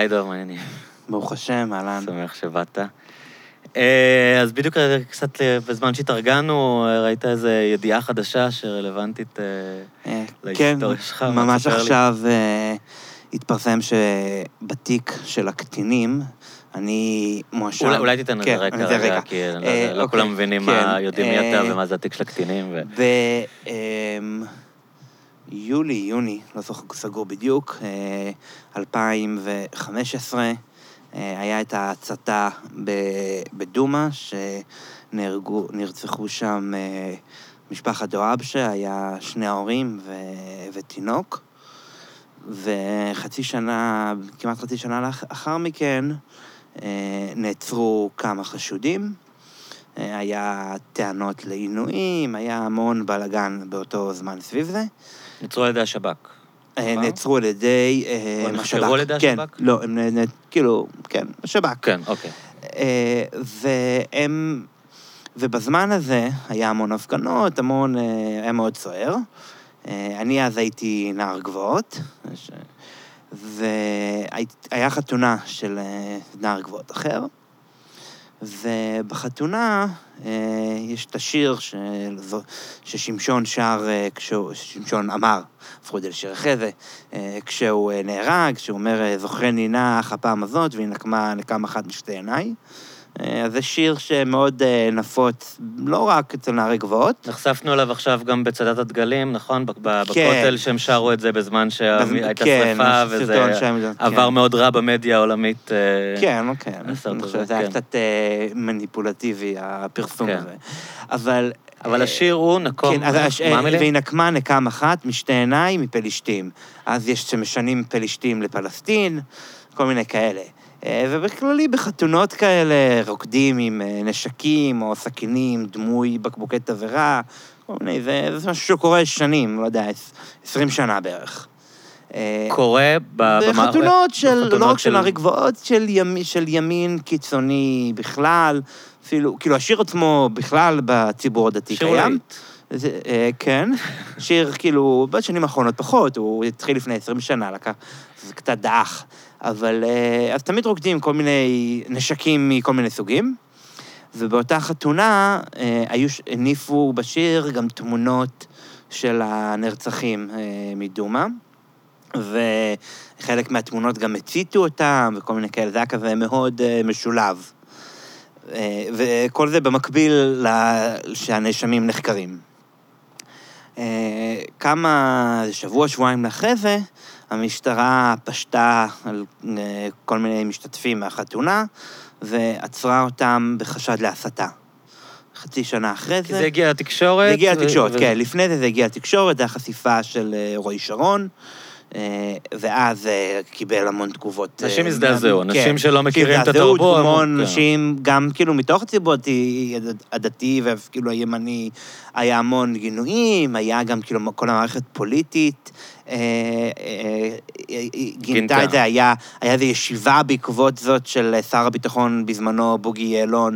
היי דור, מעניינים. ברוך השם, אהלן. שמח שבאת. אז בדיוק קצת בזמן שהתארגנו, ראית איזו ידיעה חדשה שרלוונטית להיסטוריה שלך? כן, ממש עכשיו התפרסם שבתיק של הקטינים, אני מואשם... אולי תיתן לזה רקע, כי לא כולם מבינים מה יודעים מי אתה ומה זה התיק של הקטינים. יוני, לא סגור בדיוק, 2015, היה את ההצתה בדומה, שנרצחו שם משפחת דואבשה, היה שני ההורים ותינוק, כמעט חצי שנה לאחר מכן, נעצרו כמה חשודים, היה טענות לעינויים, היה המון בלגן באותו זמן סביב זה. נעצרו על ידי השב"כ. נעצרו על ידי השב"כ. או נחקרו על ידי השב"כ? לא, כן, השב"כ. כן, אוקיי. ובזמן הזה היה המון הפגנות, היה מאוד סוער. אני אז הייתי נער גבעות, והיה חתונה של נער גבעות אחר, ובחתונה יש את השיר ששמשון שר, שמשון אמר, הפכו את זה לשיר אחרי זה, כשהוא נהרג, שהוא אומר, זוכרני נח הפעם הזאת, והיא נקם אחת משתי עיניי. אז זה שיר שמאוד נפוץ, לא רק אצל נערי גבעות. נחשפנו אליו עכשיו גם בצדת הדגלים, נכון? בכותל שהם שרו את זה בזמן שהייתה שריפה, וזה עבר מאוד רע במדיה העולמית. כן. זה היה קצת מניפולטיבי, הפרסום הזה. אבל השיר הוא נקום, מה המילים? והיא נקם אחת משתי עיניי מפלישתים. אז יש שמשנים פלישתים לפלסטין, כל מיני כאלה. ובכללי בחתונות כאלה, רוקדים עם נשקים או סכינים, דמוי בקבוקי תבערה, כל מיני, זה משהו שקורה שנים, לא יודע, 20 שנה בערך. קורה בחתונות לא רק של נערי גבעות, של ימין קיצוני בכלל, אפילו, כאילו השיר עצמו בכלל בציבור הדתי קיים. כן, שיר כאילו, בשנים האחרונות פחות, הוא התחיל לפני 20 שנה, לקח, זה קצת דאח. אבל אז תמיד רוקדים כל מיני נשקים מכל מיני סוגים, ובאותה חתונה הניפו בשיר גם תמונות של הנרצחים מדומא, וחלק מהתמונות גם הציתו אותם, וכל מיני כאלה, זה היה כזה מאוד משולב. וכל זה במקביל שהנאשמים נחקרים. שבועיים לאחרי זה, המשטרה פשטה על כל מיני משתתפים מהחתונה, ועצרה אותם בחשד להסתה. חצי שנה אחרי זה... זה הגיע לתקשורת? זה הגיע לתקשורת, כן. לפני זה הגיע לתקשורת, זה החשיפה של רועי שרון, ואז קיבל המון תגובות. אנשים הזדעזעו, אנשים שלא מכירים את התרבות. המון אנשים, גם כאילו מתוך הציבור הדתי וכאילו הימני, היה המון גינויים, היה גם כאילו כל המערכת פוליטית, גינתה את זה, היה איזו ישיבה בעקבות זאת של שר הביטחון בזמנו, בוגי יעלון,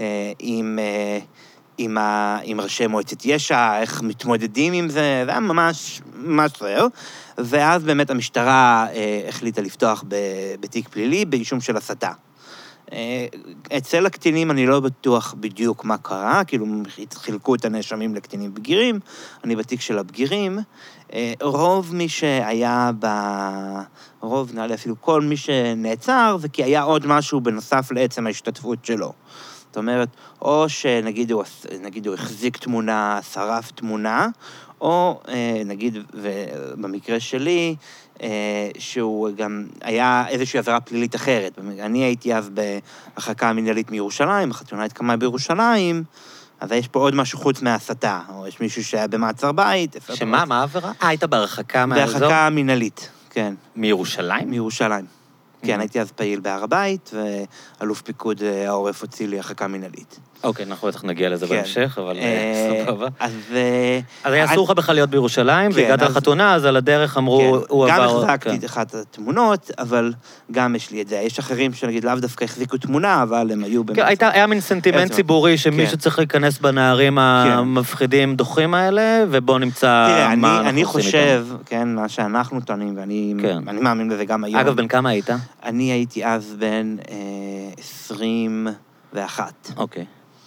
עם ראשי מועצת יש"ע, איך מתמודדים עם זה, זה היה ממש סוער. ואז באמת המשטרה החליטה לפתוח בתיק פלילי, באישום של הסתה. אצל הקטינים אני לא בטוח בדיוק מה קרה, כאילו חילקו את הנאשמים לקטינים בגירים, אני בתיק של הבגירים. רוב מי שהיה רוב נעלה אפילו כל מי שנעצר, זה כי היה עוד משהו בנוסף לעצם ההשתתפות שלו. זאת אומרת, או שנגיד הוא החזיק תמונה, שרף תמונה, או נגיד, ובמקרה שלי, שהוא גם היה איזושהי עבירה פלילית אחרת. אני הייתי אז בהרחקה המינהלית מירושלים, החתונה התקיימה בירושלים, אז יש פה עוד משהו חוץ מהסתה, או יש מישהו שהיה במעצר בית. שמה? מה העבירה? היית בהרחקה מהאזור? בהרחקה המינהלית, כן. מירושלים? מירושלים. כן, הייתי אז פעיל בהר הבית, ואלוף פיקוד העורף הוציא לי הרחקה מינהלית. אוקיי, אנחנו בטח נגיע לזה בהמשך, אבל סבבה. אז היה אסור לך בכלל להיות בירושלים, והגעת לחתונה, אז על הדרך אמרו, הוא עבר... גם החזקתי את אחת התמונות, אבל גם יש לי את זה. יש אחרים שנגיד לאו דווקא החזיקו תמונה, אבל הם היו באמת... היה מין סנטימנט ציבורי שמי שצריך להיכנס בנערים המפחידים דוחים האלה, ובוא נמצא מה אנחנו עושים איתם. אני חושב, כן, מה שאנחנו טוענים, ואני מאמין בזה גם היום. אגב, בן כמה היית? אני הייתי אז בן 21. אוקיי.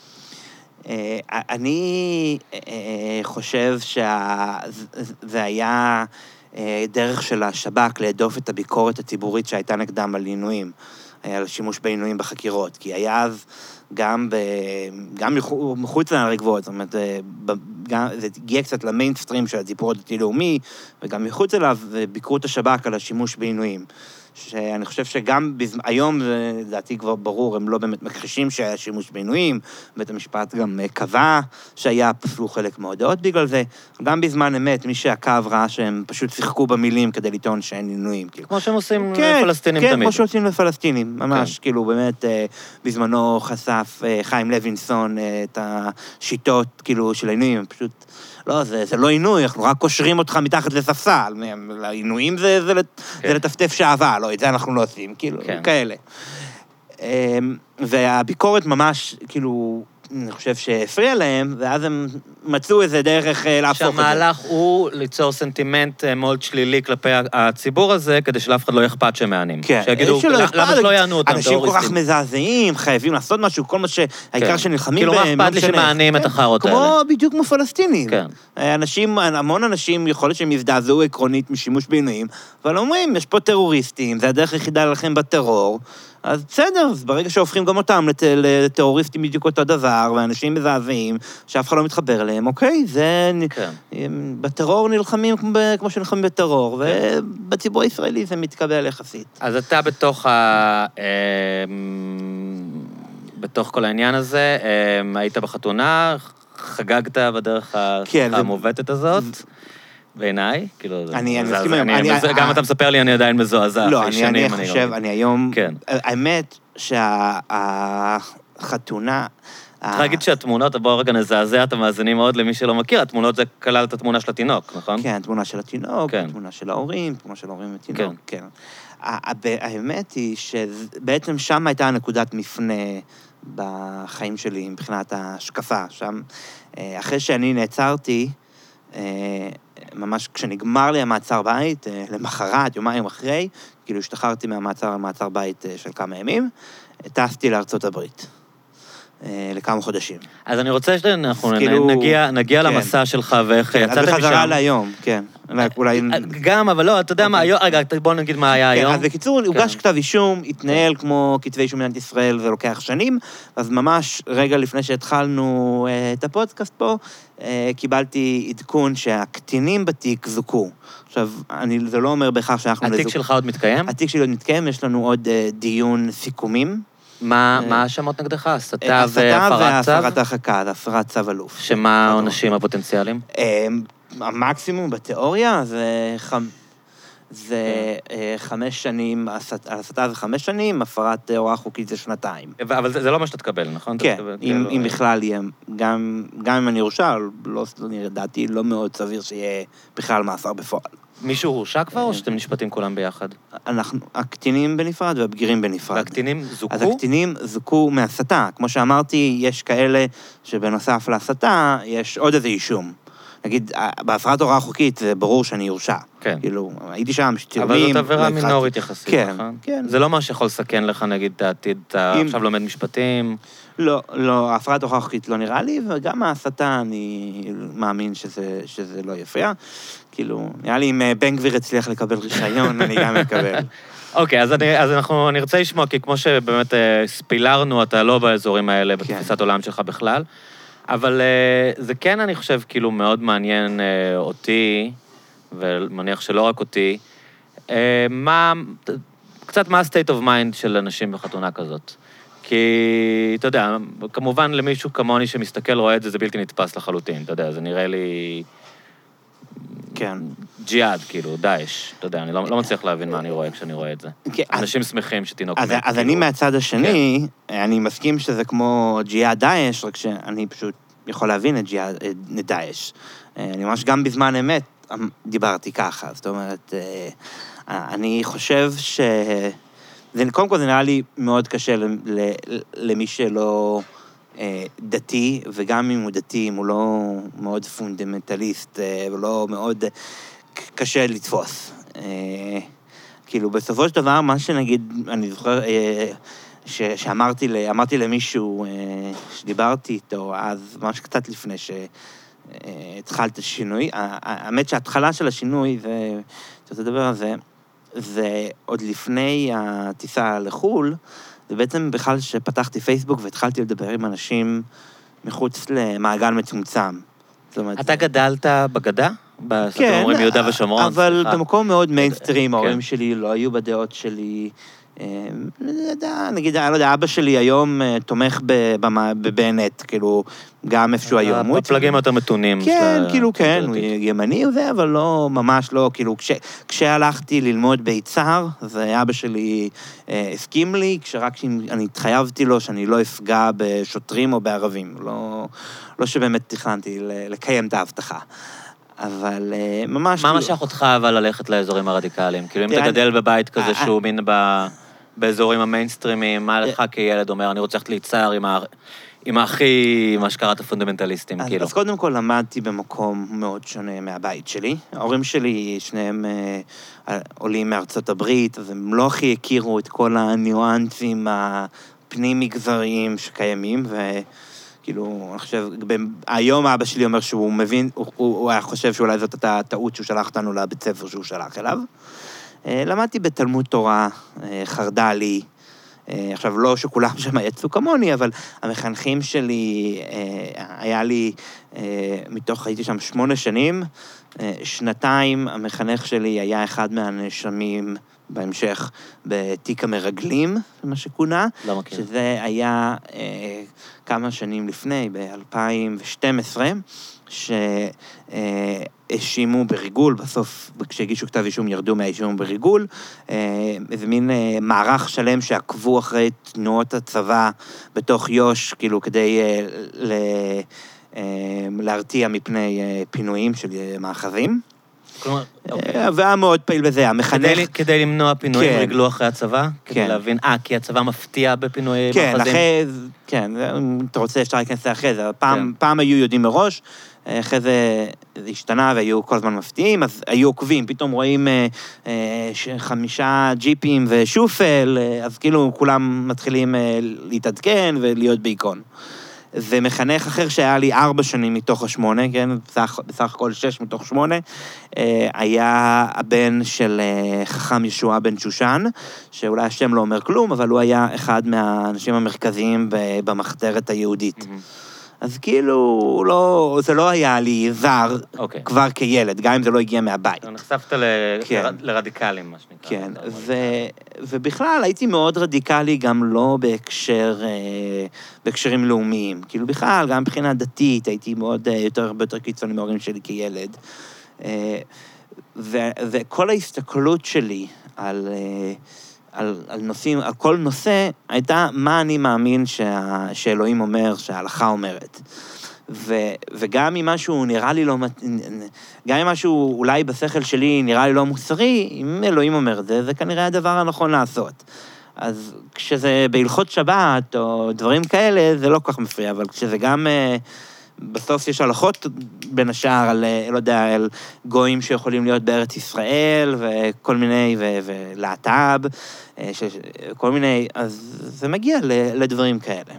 אני חושב שזה היה דרך של השב"כ להדוף את הביקורת הציבורית שהייתה נגדם על עינויים, על שימוש בעינויים בחקירות, כי היה אז גם מחוץ לרגבות, זאת אומרת, זה הגיע קצת למיינסטרים של הציבור הדתי-לאומי, וגם מחוץ אליו ביקרו את השב"כ על השימוש בעינויים. שאני חושב שגם היום, לדעתי כבר ברור, הם לא באמת מכחישים שהיה שימוש בעינויים, בית המשפט גם קבע שהיה פסלו חלק מההודעות בגלל זה, גם בזמן אמת, מי שעקב ראה שהם פשוט שיחקו במילים כדי לטעון שאין עינויים. כמו שהם עושים לפלסטינים תמיד. כן, כמו שעושים לפלסטינים, ממש, כאילו באמת בזמנו חשף חיים לוינסון את השיטות כאילו של העינויים, פשוט לא, זה לא עינוי, אנחנו רק קושרים אותך מתחת לספסל. העינויים זה לטפטף שעבה, לא, את זה אנחנו לא עושים, כאילו, כאלה. והביקורת ממש, כאילו, אני חושב שהפריע להם, ואז הם מצאו איזה דרך להפוך את זה. שהמהלך הוא ליצור סנטימנט מאוד שלילי כלפי הציבור הזה, כדי שלאף אחד לא יחפת שמענים. כן. שיגידו, למה שלא יענו אותם? אנשים כל כך מזעזעים, חייבים לעשות משהו, כל מה שהעיקר שנלחמים בהם. כאילו, מה אכפת לי שמענים את החרות האלה? כמו, בדיוק כמו פלסטינים. המון אנשים, יכול להיות שהם יזדעזעו עקרונית משימוש בעינויים, אבל אומרים, יש פה טרוריסטים, זה הדרך היחידה ללחם בטרור, אז בסדר, אז ברגע שהופכים גם אותם לטרוריסטים בדיוק אותו דבר, ואנשים מזעזעים, שאף אחד לא מתחבר אליהם, אוקיי, זה... בטרור נלחמים כמו שנלחמים בטרור, ובציבור הישראלי זה מתקבל יחסית. אז אתה בתוך כל העניין הזה, היית בחתונה, חגגת בדרך המובטת הזאת, בעיניי, כאילו... אני מסכים היום. גם אתה מספר לי, אני עדיין מזועזע. לא, אני חושב, אני היום... האמת שהחתונה... צריך להגיד שהתמונות, בואו רגע נזעזע את המאזינים מאוד למי שלא מכיר, התמונות זה כלל את התמונה של התינוק, נכון? כן, התמונה של התינוק, התמונה של ההורים, תמונה של ההורים ותינוק, כן. האמת היא שבעצם שם הייתה נקודת מפנה בחיים שלי, מבחינת ההשקפה. שם, אחרי שאני נעצרתי, ממש כשנגמר לי המעצר בית, למחרת, יומיים אחרי, כאילו השתחררתי מהמעצר בית של כמה ימים, טסתי לארצות הברית. לכמה חודשים. אז אני רוצה שאנחנו נגיע למסע שלך ואיך יצאת משם. אז בחזרה להיום, כן. גם, אבל לא, אתה יודע מה, רגע, בוא נגיד מה היה היום. אז בקיצור, הוגש כתב אישום, התנהל כמו כתבי אישום במדינת ישראל, זה לוקח שנים, אז ממש רגע לפני שהתחלנו את הפודקאסט פה, קיבלתי עדכון שהקטינים בתיק זוכו. עכשיו, זה לא אומר בהכרח שאנחנו... התיק שלך עוד מתקיים? התיק שלי עוד מתקיים, יש לנו עוד דיון סיכומים. מה השמות נגדך? הסתה והפרת צו? והפרת הרחקה, הפרת צו אלוף. שמה העונשים הפוטנציאליים? המקסימום בתיאוריה זה 5 שנים, הסתה זה 5 שנים, הפרת הוראה חוקית זה 2. אבל זה לא מה שאתה תקבל, נכון? כן, אם בכלל יהיה, גם אם אני הורשע, דעתי לא מאוד סביר שיהיה בכלל מאסר בפועל. מישהו הורשע כבר, או שאתם נשפטים כולם ביחד? הקטינים בנפרד והבגירים בנפרד. והקטינים זוכו? אז הקטינים זוכו מהסתה. כמו שאמרתי, יש כאלה שבנוסף להסתה, יש עוד איזה אישום. נגיד, בהפרת הוראה חוקית זה ברור שאני הורשע. כן. כאילו, הייתי שם, שתיאומים... אבל זאת עבירה מינורית יחסית, כן, נכון? כן. זה לא מה שיכול לסכן לך, נגיד, את העתיד, אתה עכשיו לומד משפטים. לא, ההפרת הוראה חוקית לא נראה לי, וגם ההסתה, אני מאמין שזה לא יפריע. כאילו, נראה לי אם בן גביר הצליח לקבל רישיון, אני גם אקבל. אוקיי, אז אני רוצה לשמוע, כי כמו שבאמת ספילרנו, אתה לא באזורים האלה, בתפיסת עולם שלך בכלל, אבל זה כן, אני חושב, כאילו, מאוד מעניין אותי, ומניח שלא רק אותי, קצת מה ה-state of mind של אנשים בחתונה כזאת. כי, אתה יודע, כמובן למישהו כמוני שמסתכל, רואה את זה, זה בלתי נתפס לחלוטין, אתה יודע, זה נראה לי... כן. ג'יהאד, כאילו, דאעש, אתה יודע, אני לא מצליח להבין מה אני רואה כשאני רואה את זה. אנשים שמחים שתינוק מת. אז אני מהצד השני, אני מסכים שזה כמו ג'יהאד דאעש, רק שאני פשוט יכול להבין את דאעש. אני ממש גם בזמן אמת דיברתי ככה, זאת אומרת, אני חושב קודם כל זה נראה לי מאוד קשה למי שלא דתי, וגם אם הוא דתי, אם הוא לא מאוד פונדמנטליסט, ולא מאוד קשה לתפוס. כאילו, בסופו של דבר, מה שנגיד, אני זוכר, שאמרתי למישהו שדיברתי איתו, אז ממש קצת לפני שהתחלת השינוי, האמת שההתחלה של השינוי, ואתה תדבר על זה, זה עוד לפני הטיסה לחול, זה בעצם בכלל שפתחתי פייסבוק והתחלתי לדבר עם אנשים מחוץ למעגל מצומצם. אתה גדלת בגדה? כן, אומרים יהודה ושומרון. אבל במקום מאוד מיינסטרים, ההורים שלי לא היו בדעות שלי. נגיד, לא יודע, אבא שלי היום תומך בבנט, כאילו, גם איפשהו היום. הפלגים יותר מתונים. כן, כאילו, כן, הוא ימני וזה, אבל לא, ממש לא, כאילו, כשהלכתי ללמוד ביצהר, אז אבא שלי הסכים לי, כשרק אני התחייבתי לו שאני לא אפגע בשוטרים או בערבים, לא שבאמת תכננתי לקיים את ההבטחה. אבל ממש... מה משך אותך אבל ללכת לאזורים הרדיקליים? כאילו, אם אתה גדל בבית כזה שהוא מין באזורים המיינסטרימיים, מה לך כילד אומר, אני רוצה ללכת ליצהר עם הכי, מה שקראת הפונדמנטליסטים, כאילו? אז קודם כל למדתי במקום מאוד שונה מהבית שלי. ההורים שלי, שניהם עולים מארצות הברית, אז הם לא הכי הכירו את כל הניואנסים הפנים-מגזריים שקיימים, כאילו, אני חושב, היום אבא שלי אומר שהוא מבין, הוא היה חושב שאולי זאת הייתה הטעות שהוא שלח אותנו לבית ספר שהוא שלח אליו. למדתי בתלמוד תורה, חרד"לי, עכשיו לא שכולם שם יצאו כמוני, אבל המחנכים שלי, היה לי, הייתי שם 8 שנים, 2 המחנך שלי היה אחד מהנאשמים בהמשך בתיק המרגלים, מה שכונה, שזה היה כמה שנים לפני, ב-2012, שהאשימו בריגול, בסוף כשהגישו כתב אישום ירדו מהאישום בריגול, איזה מין מערך שלם שעקבו אחרי תנועות הצבא בתוך יוש, כאילו כדי להרתיע מפני פינויים של מאחזים. כלומר, והיה מאוד פעיל בזה, המחנך... כדי למנוע פינויים רגלו אחרי הצבא? כדי להבין, כי הצבא מפתיע בפינוי מאחזים? כן, אם אתה רוצה, אפשר להיכנס לאחרי זה. פעם היו יודעים מראש, אחרי זה השתנה והיו כל הזמן מפתיעים, אז היו עוקבים, פתאום רואים 5 ג'יפים ושופל, אז כאילו כולם מתחילים להתעדכן ולהיות בעיקון. ומחנך אחר שהיה לי 4 שנים מתוך 8, כן, בסך הכל 6 מתוך 8, היה הבן של חכם ישוע בן שושן, שאולי השם לא אומר כלום, אבל הוא היה אחד מהאנשים המרכזיים במחתרת היהודית. אז כאילו, זה לא היה לי זר כבר כילד, גם אם זה לא הגיע מהבית. נחשפת לרדיקלים, מה שנקרא. כן, ובכלל הייתי מאוד רדיקלי גם לא בהקשרים לאומיים. כאילו בכלל, גם מבחינה דתית, הייתי מאוד הרבה יותר קיצוני מההורים שלי כילד. וכל ההסתכלות שלי על נושאים, על כל נושא, הייתה מה אני מאמין שאלוהים אומר, שההלכה אומרת. וגם אם משהו נראה לי לא, גם אם משהו אולי בשכל שלי נראה לי לא מוסרי, אם אלוהים אומר זה כנראה הדבר הנכון לעשות. אז כשזה בהלכות שבת או דברים כאלה, זה לא כל כך מפריע, אבל כשזה גם... בסוף יש הלכות בין השאר על, לא יודע, על גויים שיכולים להיות בארץ ישראל, וכל מיני, ולהט"ב, כל מיני, אז זה מגיע לדברים כאלה.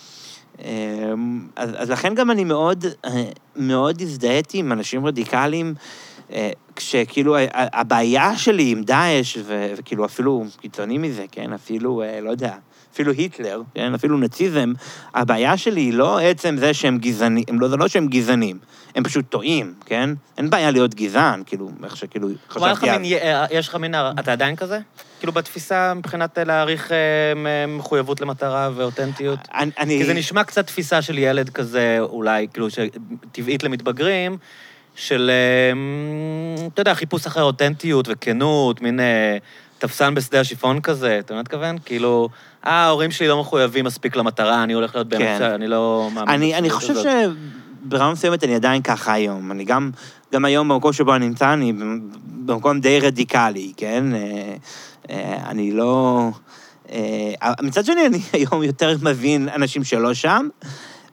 אז לכן גם אני מאוד הזדהיתי עם אנשים רדיקליים, כשכאילו הבעיה שלי עם דאעש, וכאילו אפילו קיצוני מזה, כן, אפילו, לא יודע, אפילו היטלר, כן, אפילו נאציזם, הבעיה שלי היא לא עצם זה שהם גזענים, זה לא שהם גזענים, הם פשוט טועים, כן? אין בעיה להיות גזען, כאילו, איך שכאילו חשבתי אז. יש לך מין, אתה עדיין כזה? כאילו בתפיסה מבחינת להעריך מחויבות למטרה ואותנטיות? כי זה נשמע קצת תפיסה של ילד כזה, אולי, כאילו, שטבעית למתבגרים, של, אתה יודע, חיפוש אחרי אותנטיות וכנות, מין תפסן בשדה השיפון כזה, אתה מתכוון? כאילו, ההורים שלי לא מחויבים מספיק למטרה, אני הולך להיות באמת, אני לא מאמין. אני חושב שברמה מסוימת אני עדיין ככה היום. אני גם היום במקום שבו אני נמצא, אני במקום די רדיקלי, כן? אני לא... מצד שני, אני היום יותר מבין אנשים שלא שם,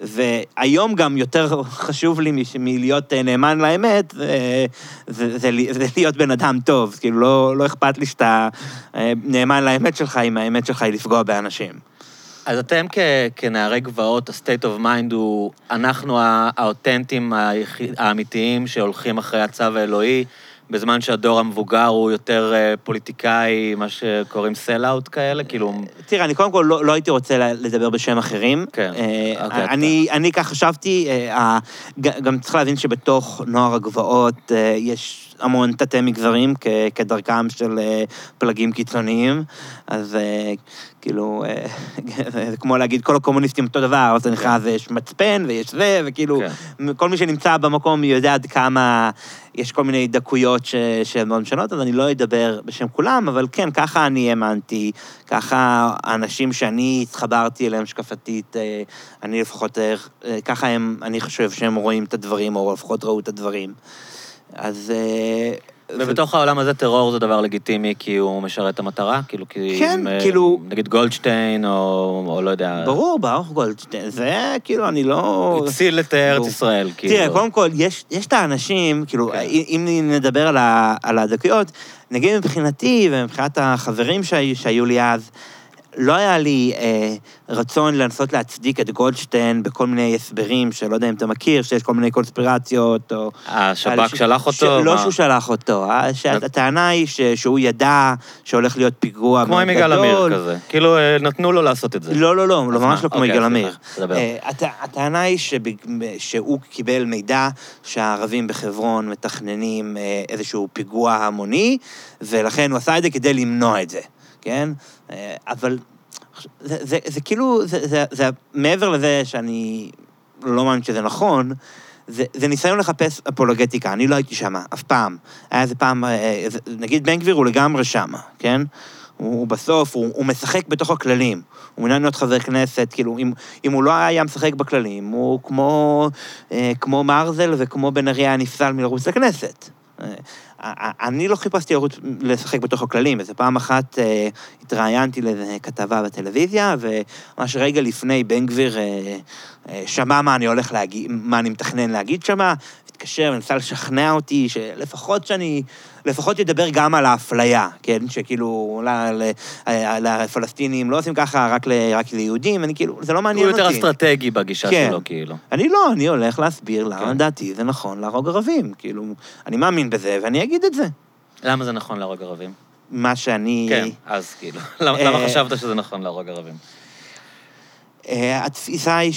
והיום גם יותר חשוב לי מלהיות נאמן לאמת, זה להיות בן אדם טוב, כאילו לא אכפת לי שאתה נאמן לאמת שלך, אם האמת שלך היא לפגוע באנשים. אז אתם כנערי גבעות, ה-state of mind הוא, אנחנו האותנטים האמיתיים שהולכים אחרי הצו האלוהי, בזמן שהדור המבוגר הוא יותר פוליטיקאי, מה שקוראים sell-out כאלה, כאילו... תראה, אני קודם כל לא הייתי רוצה לדבר בשם אחרים. כן. אני כך חשבתי, גם צריך להבין שבתוך נוער הגבעות יש המון תתי מגזרים כדרכם של פלגים קיצוניים, אז כאילו, זה כמו להגיד, כל הקומוניסטים אותו דבר, אז זה נכנס, יש מצפן ויש זה, וכאילו, כל מי שנמצא במקום יודע עד כמה יש כל מיני דקויות שהן מאוד משנות, אז אני לא אדבר בשם כולם, אבל כן, ככה אני האמנתי, ככה האנשים שאני התחברתי אליהם שקפתית, אני לפחות, ככה אני חושב שהם רואים את הדברים, או לפחות ראו את הדברים. אז... ובתוך העולם הזה טרור זה דבר לגיטימי כי הוא משרת את המטרה? כן, כאילו... נגיד גולדשטיין או לא יודע... ברור, גולדשטיין. זה כאילו, אני לא... הציל את ארץ ישראל, כאילו. תראה, קודם כל, יש את האנשים, כאילו, אם נדבר על הדקויות, נגיד מבחינתי ומבחינת החברים שהיו לי אז, לא היה לי רצון לנסות להצדיק את גולדשטיין בכל מיני הסברים, שלא יודע אם אתה מכיר, שיש כל מיני קונספירציות, או... השב"כ שלח אותו? לא שהוא שלח אותו, הטענה היא שהוא ידע שהולך להיות פיגוע כמו עם יגאל עמיר כזה, כאילו נתנו לו לעשות את זה. לא, ממש לא כמו יגאל עמיר. הטענה היא שהוא קיבל מידע שהערבים בחברון מתכננים איזשהו פיגוע המוני, ולכן הוא עשה את זה כדי למנוע את זה. כן? אבל זה כאילו, זה מעבר לזה שאני לא מאמין שזה נכון, זה ניסיון לחפש אפולוגטיקה, אני לא הייתי שם, אף פעם. היה איזה פעם, נגיד בן גביר הוא לגמרי שם, כן? הוא בסוף, הוא משחק בתוך הכללים, הוא מעוניין להיות חבר כנסת, כאילו, אם הוא לא היה משחק בכללים, הוא כמו מרזל וכמו בן ארי היה נפסל מלרוץ לכנסת. אני לא חיפשתי לשחק בתוך הכללים, איזה פעם אחת התראיינתי לאיזה כתבה בטלוויזיה, וממש רגע לפני בן גביר שמע מה אני הולך להגיד, מה אני מתכנן להגיד שמה, התקשר וניסה לשכנע אותי לפחות ידבר גם על האפליה, כן? שכאילו, לפלסטינים לא עושים ככה רק ליהודים, אני כאילו, זה לא מעניין אותי. הוא יותר אסטרטגי בגישה שלו, כאילו. אני הולך להסביר למה דעתי, זה נכון להרוג ערבים, כאילו, אני מאמין בזה ואני אגיד את זה. למה זה נכון להרוג ערבים? מה שאני... כן, אז כאילו, למה חשבת שזה נכון להרוג ערבים? התפיסה היא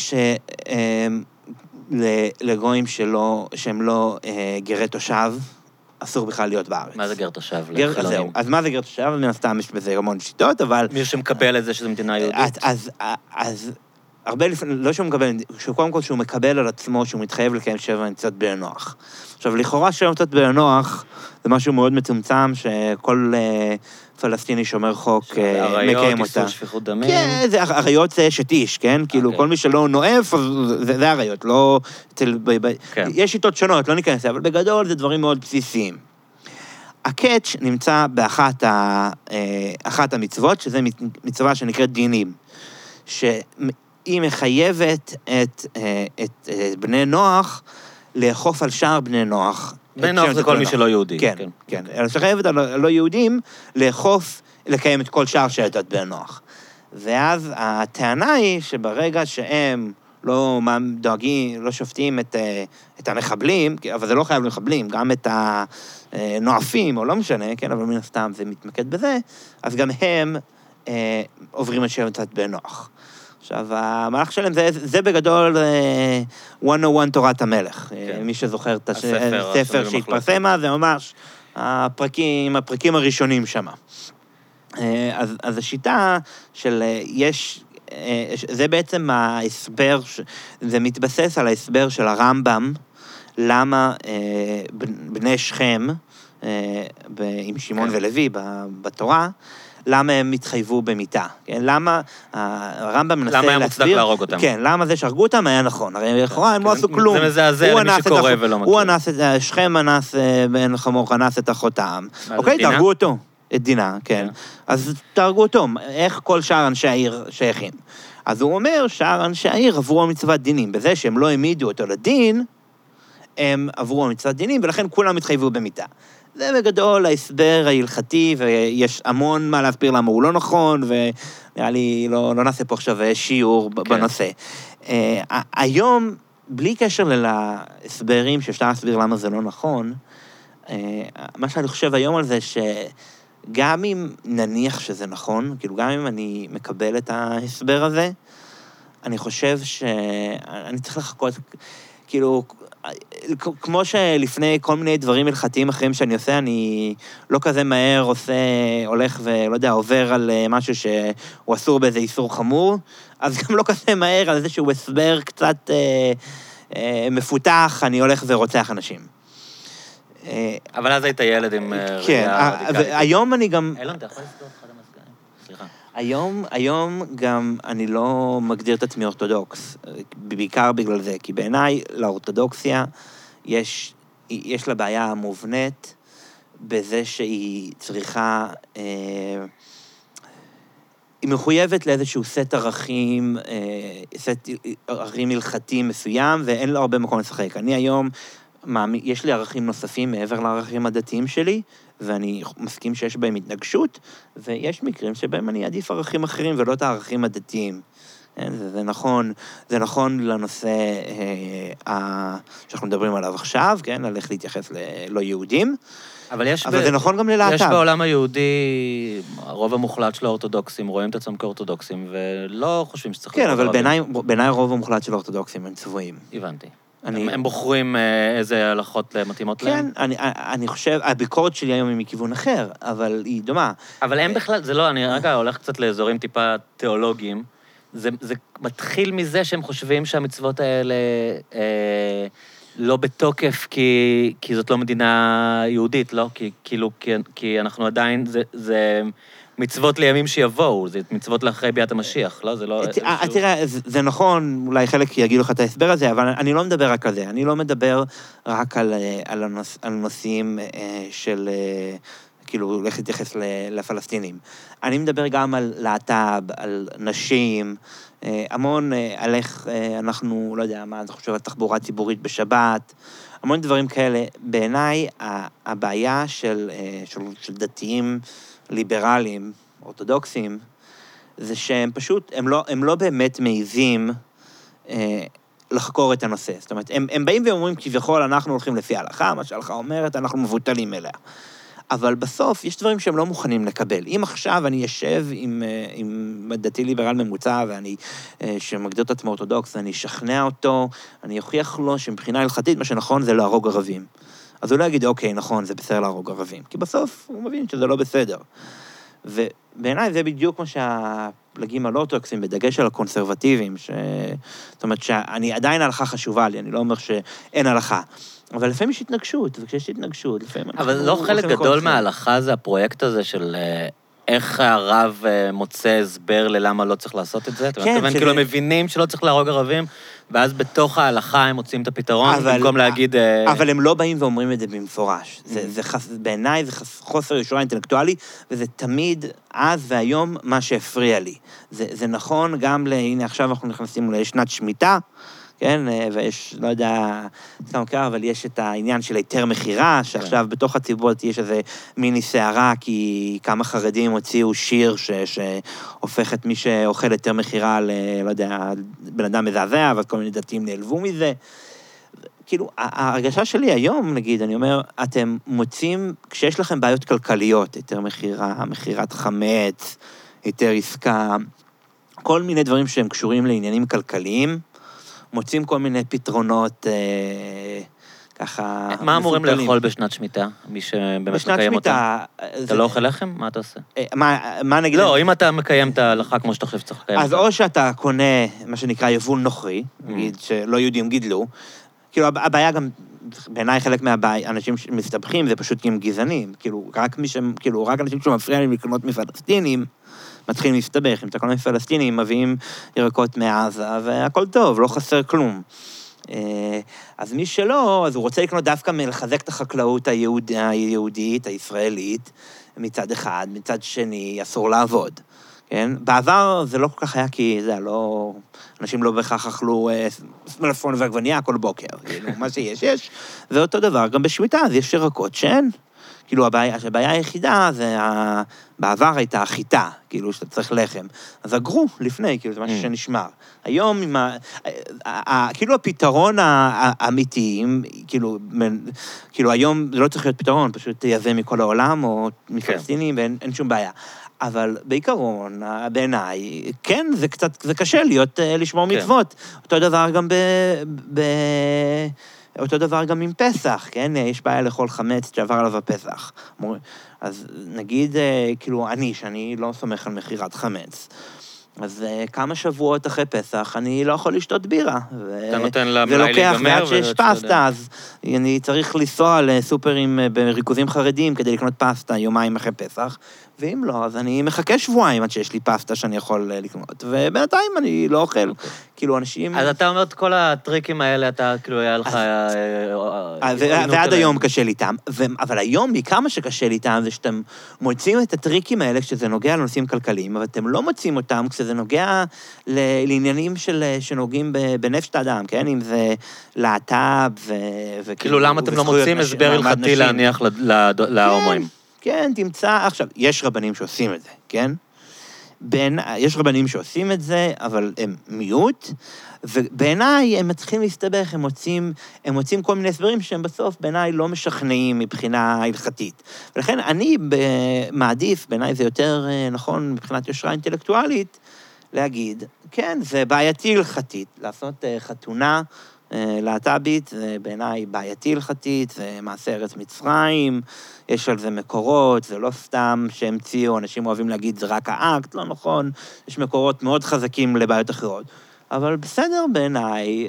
לגויים שהם לא גרי תושב, אסור בכלל להיות בארץ. מה זה גר תושב? זהו, אז מה זה גר תושב? מן הסתם יש בזה המון שיטות, אבל... מי שמקבל את זה שזו מדינה יהודית? אז הרבה לפני, לא שהוא מקבל, שקודם כל שהוא מקבל על עצמו, שהוא מתחייב לקיים 7 מצוות בנוח. עכשיו, לכאורה 7 מצוות בנוח, זה משהו מאוד מצומצם, שכל פלסטיני שומר חוק מקיים אותה. עריות, איסור שפיכות דמים. כן, עריות זה אשת איש, כן? כאילו, כל מי שלא נואף, זה עריות, לא... יש שיטות שונות, לא ניכנס, אבל בגדול זה דברים מאוד בסיסיים. הקאץ' נמצא באחת המצוות, שזה מצווה שנקראת דינים, שהיא מחייבת את בני נוח לאכוף על שאר בני נוח. בני נוח זה כל מי שלא יהודי. כן, כן. אלא שחייבת על הלא יהודים לאכוף, לקיים את כל שאר שאלות בני נוח. ואז הטענה היא שברגע שהם לא דואגים, לא שופטים את המחבלים, אבל זה לא חייב למחבלים, גם את הנואפים, או לא משנה, כן, אבל מן הסתם זה מתמקד בזה, אז גם הם עוברים את 7 מצוות בני נוח. עכשיו, המהלך שלהם זה בגדול 101 תורת המלך. מי שזוכר את הספר שהתפרסם, זה ממש הפרקים הראשונים שם. אז השיטה של זה בעצם ההסבר, זה מתבסס על ההסבר של הרמב"ם, למה בני שכם, עם שמעון ולוי בתורה, למה הם התחייבו במיתה, כן? למה הרמב"ם מנסה להסביר... למה היה מוצדק להרוג אותם? כן, למה זה שהרגו אותם היה נכון, הרי לכאורה הם לא עשו כלום. זה מזעזע למי שקורא ולא מכיר. הוא אנס את, שכם אנס, בן חמור אנס את אחותם. אוקיי, תהרגו אותו. את דינה, כן. אז תהרגו אותו. איך כל שאר אנשי העיר שייכים? אז הוא אומר, שאר אנשי העיר עברו על מצוות דינים. בזה שהם לא העמידו אותו לדין, הם עברו על מצוות דינים, ולכן כולם התחייבו במיתה. זה בגדול ההסבר ההלכתי, ויש המון מה להסביר למה הוא לא נכון, ונראה לי לא נעשה פה עכשיו שיעור בנושא. היום, בלי קשר להסברים שאפשר להסביר למה זה לא נכון, מה שאני חושב היום על זה שגם אם נניח שזה נכון, כאילו גם אם אני מקבל את ההסבר הזה, אני חושב שאני צריך לחכות, כאילו, כמו שלפני כל מיני דברים הלכתיים אחרים שאני עושה, אני לא כזה מהר הולך ולא יודע, עובר על משהו שהוא אסור באיזה איסור חמור, אז גם לא כזה מהר על איזשהו הסבר קצת מפותח, אני הולך ורוצח אנשים. אבל אז היית ילד עם כן, היום אני גם... אילון, אתה יכול לסגור אותך למזגן? סליחה. היום גם אני לא מגדיר את עצמי אורתודוקס, בעיקר בגלל זה, כי בעיניי לאורתודוקסיה יש לה בעיה מובנית בזה שהיא צריכה, היא מחויבת לאיזשהו סט ערכים, סט ערכים הלכתיים מסוים, ואין לה הרבה מקום לשחק. אני היום, יש לי ערכים נוספים מעבר לערכים הדתיים שלי, ואני מסכים שיש בהם התנגשות, ויש מקרים שבהם אני אעדיף ערכים אחרים ולא את הערכים הדתיים. זה נכון לנושא שאנחנו מדברים עליו עכשיו, כן, על איך להתייחס ללא יהודים, אבל זה נכון גם ללהט"ב. יש בעולם היהודי, הרוב המוחלט של האורתודוקסים רואים את עצמם כאורתודוקסים, ולא חושבים שצריך... כן, אבל בעיניי הרוב המוחלט של האורתודוקסים הם צבועים. הבנתי. הם בוחרים איזה הלכות מתאימות להם? כן, אני חושב, הביקורת שלי היום היא מכיוון אחר, אבל היא דומה. אבל הם בכלל, זה לא, אני רגע הולך קצת לאזורים טיפה תיאולוגיים, זה מתחיל מזה שהם חושבים שהמצוות האלה לא בתוקף, כי זאת לא מדינה יהודית, לא? כי אנחנו עדיין, זה מצוות לימים שיבואו, זה מצוות לאחרי ביאת המשיח, לא? זה לא... תראה, זה נכון, אולי חלק יגידו לך את ההסבר הזה, אבל אני לא מדבר רק על זה, אני לא מדבר רק על נושאים של... כאילו, איך להתייחס לפלסטינים. אני מדבר גם על להט"ב, על נשים, המון על איך אנחנו, לא יודע מה, אני חושב על תחבורה ציבורית בשבת, המון דברים כאלה. בעיניי, הבעיה של דתיים ליברליים, אורתודוקסים, זה שהם פשוט, הם לא באמת מעיזים לחקור את הנושא. זאת אומרת, הם באים ואומרים, כביכול, אנחנו הולכים לפי ההלכה, מה שההלכה אומרת, אנחנו מבוטלים אליה. אבל בסוף יש דברים שהם לא מוכנים לקבל. אם עכשיו אני אשב עם דתי ליברל ממוצע, ואני, שמגדיר את עצמו אורתודוקס, ואני אשכנע אותו, אני אוכיח לו שמבחינה הלכתית, מה שנכון זה להרוג ערבים. אז הוא לא יגיד, אוקיי, נכון, זה בסדר להרוג ערבים. כי בסוף הוא מבין שזה לא בסדר. ובעיניי זה בדיוק מה שהפלגים הלא-אורתודוקסים, בדגש על הקונסרבטיבים, זאת אומרת שאני עדיין ההלכה חשובה לי, אני לא אומר שאין הלכה. אבל לפעמים יש התנגשות, וכשיש התנגשות, לפעמים... אבל לא חלק גדול מההלכה זה הפרויקט הזה של איך הרב מוצא הסבר ללמה לא צריך לעשות את זה? כן. כאילו הם מבינים שלא צריך להרוג ערבים, ואז בתוך ההלכה הם מוצאים את הפתרון, במקום להגיד... אבל הם לא באים ואומרים את זה במפורש. בעיניי זה חוסר יושרה אינטלקטואלי, וזה תמיד אז והיום מה שהפריע לי. זה נכון גם הנה עכשיו אנחנו נכנסים לשנת שמיטה, כן, ויש, לא יודע, סתם קרה, אבל יש את העניין של היתר מחירה, שעכשיו בתוך הציבות יש איזה מיני שערה, כי כמה חרדים הוציאו שיר שהופך את מי שאוכל היתר מחירה לא יודע, בן אדם מזעזע, אבל כל מיני דתיים נעלבו מזה. כאילו, ההרגשה שלי היום, נגיד, אני אומר, אתם מוצאים, כשיש לכם בעיות כלכליות, היתר מחירה, מחירת חמץ, היתר עסקה, כל מיני דברים שהם קשורים לעניינים כלכליים, מוצאים כל מיני פתרונות ככה... מה אמורים לאכול בשנת שמיטה? מי שבאמת מקיים אותה? אתה לא אוכל לחם? מה אתה עושה? מה נגיד? לא, אם אתה מקיים את ההלכה כמו שאתה חושב שצריך לקיים אותה. אז או שאתה קונה מה שנקרא יבול נוכרי, נגיד שלא יהודים גידלו, כאילו הבעיה גם, בעיניי חלק מהאנשים שמסתבכים זה פשוט כי הם גזענים, כאילו רק אנשים שמפריע להם לקנות מפלסטינים, מתחילים להסתבך, אם אתה קונה מפלסטינים, מביאים ירקות מעזה, והכל טוב, לא חסר כלום. אז מי שלא, אז הוא רוצה לקנות דווקא מלחזק את החקלאות היהודית, הישראלית, מצד אחד, מצד שני, אסור לעבוד. כן? בעבר זה לא כל כך היה, כי זה לא... אנשים לא בהכרח אכלו מלפפון ועגבנייה כל בוקר. כאילו, מה שיש, יש. ואותו דבר, גם בשמיטה, אז יש ירקות שאין. כאילו, הבעיה היחידה זה... בעבר הייתה החיטה, כאילו, שאתה צריך לחם. אז אגרו לפני, כאילו, זה משהו שנשמר. היום, כאילו, הפתרון האמיתי, כאילו, היום זה לא צריך להיות פתרון, פשוט תייבא מכל העולם, או מפלסטינים, ואין שום בעיה. אבל בעיקרון, בעיניי, כן, זה קשה להיות, לשמור מצוות. אותו דבר גם אותו דבר גם עם פסח, כן? יש בעיה לאכול חמץ שעבר עליו הפסח. אז נגיד, כאילו, שאני לא סומך על מחירת חמץ, אז כמה שבועות אחרי פסח, אני לא יכול לשתות בירה. אתה נותן למלאי להיגמר. ועד שיש פסטה, אז אני צריך לנסוע לסופרים בריכוזים חרדים כדי לקנות פסטה יומיים אחרי פסח, ואם לא, אז אני מחכה שבועיים עד שיש לי פסטה שאני יכול לקנות, ובינתיים אני לא אוכל. כאילו, אנשים... אז אתה אומר את כל הטריקים האלה, אתה כאילו היה לך... ועד היום קשה לי איתם, אבל היום, בעיקר מה שקשה לי איתם, זה שאתם מוצאים את הטריקים האלה כשזה נוגע לנושאים כלכליים, אבל אתם לא מוצאים אותם כשזה נוגע לעניינים שנוגעים בנפש האדם, כן? אם זה להט"ב כאילו, למה אתם לא מוצאים הסבר הלכתי להניח להומואים? כן, תמצא... עכשיו, יש רבנים שעושים את זה, כן? יש רבנים שעושים את זה, אבל הם מיעוט, ובעיניי הם מצליחים להסתבך, הם מוצאים כל מיני הסברים שהם בסוף בעיניי לא משכנעים מבחינה הלכתית. ולכן אני מעדיף, בעיניי זה יותר נכון מבחינת יושרה אינטלקטואלית, להגיד, כן, זה בעייתי הלכתית, לעשות חתונה להט"בית, זה בעיניי בעייתי הלכתית, זה מעשה ארץ מצרים, יש על זה מקורות, זה לא סתם שהמציאו, אנשים אוהבים להגיד, זה רק האקט, לא נכון, יש מקורות מאוד חזקים לבעיות אחרות. אבל בסדר בעיניי,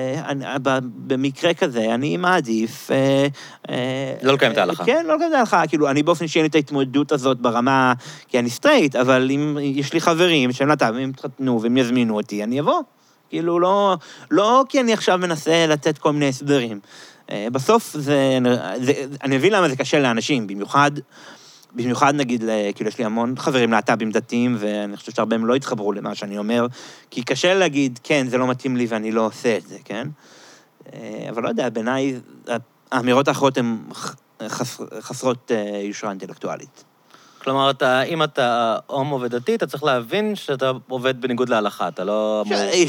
במקרה כזה, אני מעדיף... לא לקיים את ההלכה. כן, לא לקיים את ההלכה. כאילו, אני באופן שאין את ההתמודדות הזאת ברמה, כי אני סטרייט, אבל אם יש לי חברים שהם להט"בים, הם יתחתנו והם יזמינו אותי, אני אבוא. כאילו, לא כי אני עכשיו מנסה לתת כל מיני הסברים. בסוף אני מבין למה זה קשה לאנשים, במיוחד נגיד, כאילו יש לי המון חברים להט"בים דתיים, ואני חושב שהרבה הם לא יתחברו למה שאני אומר, כי קשה להגיד, כן, זה לא מתאים לי ואני לא עושה את זה, כן? אבל לא יודע, בעיניי, האמירות האחרות הן חסרות יושרה אינטלקטואלית. כלומר, אם אתה הומו ודתי, אתה צריך להבין שאתה עובד בניגוד להלכה, אתה לא...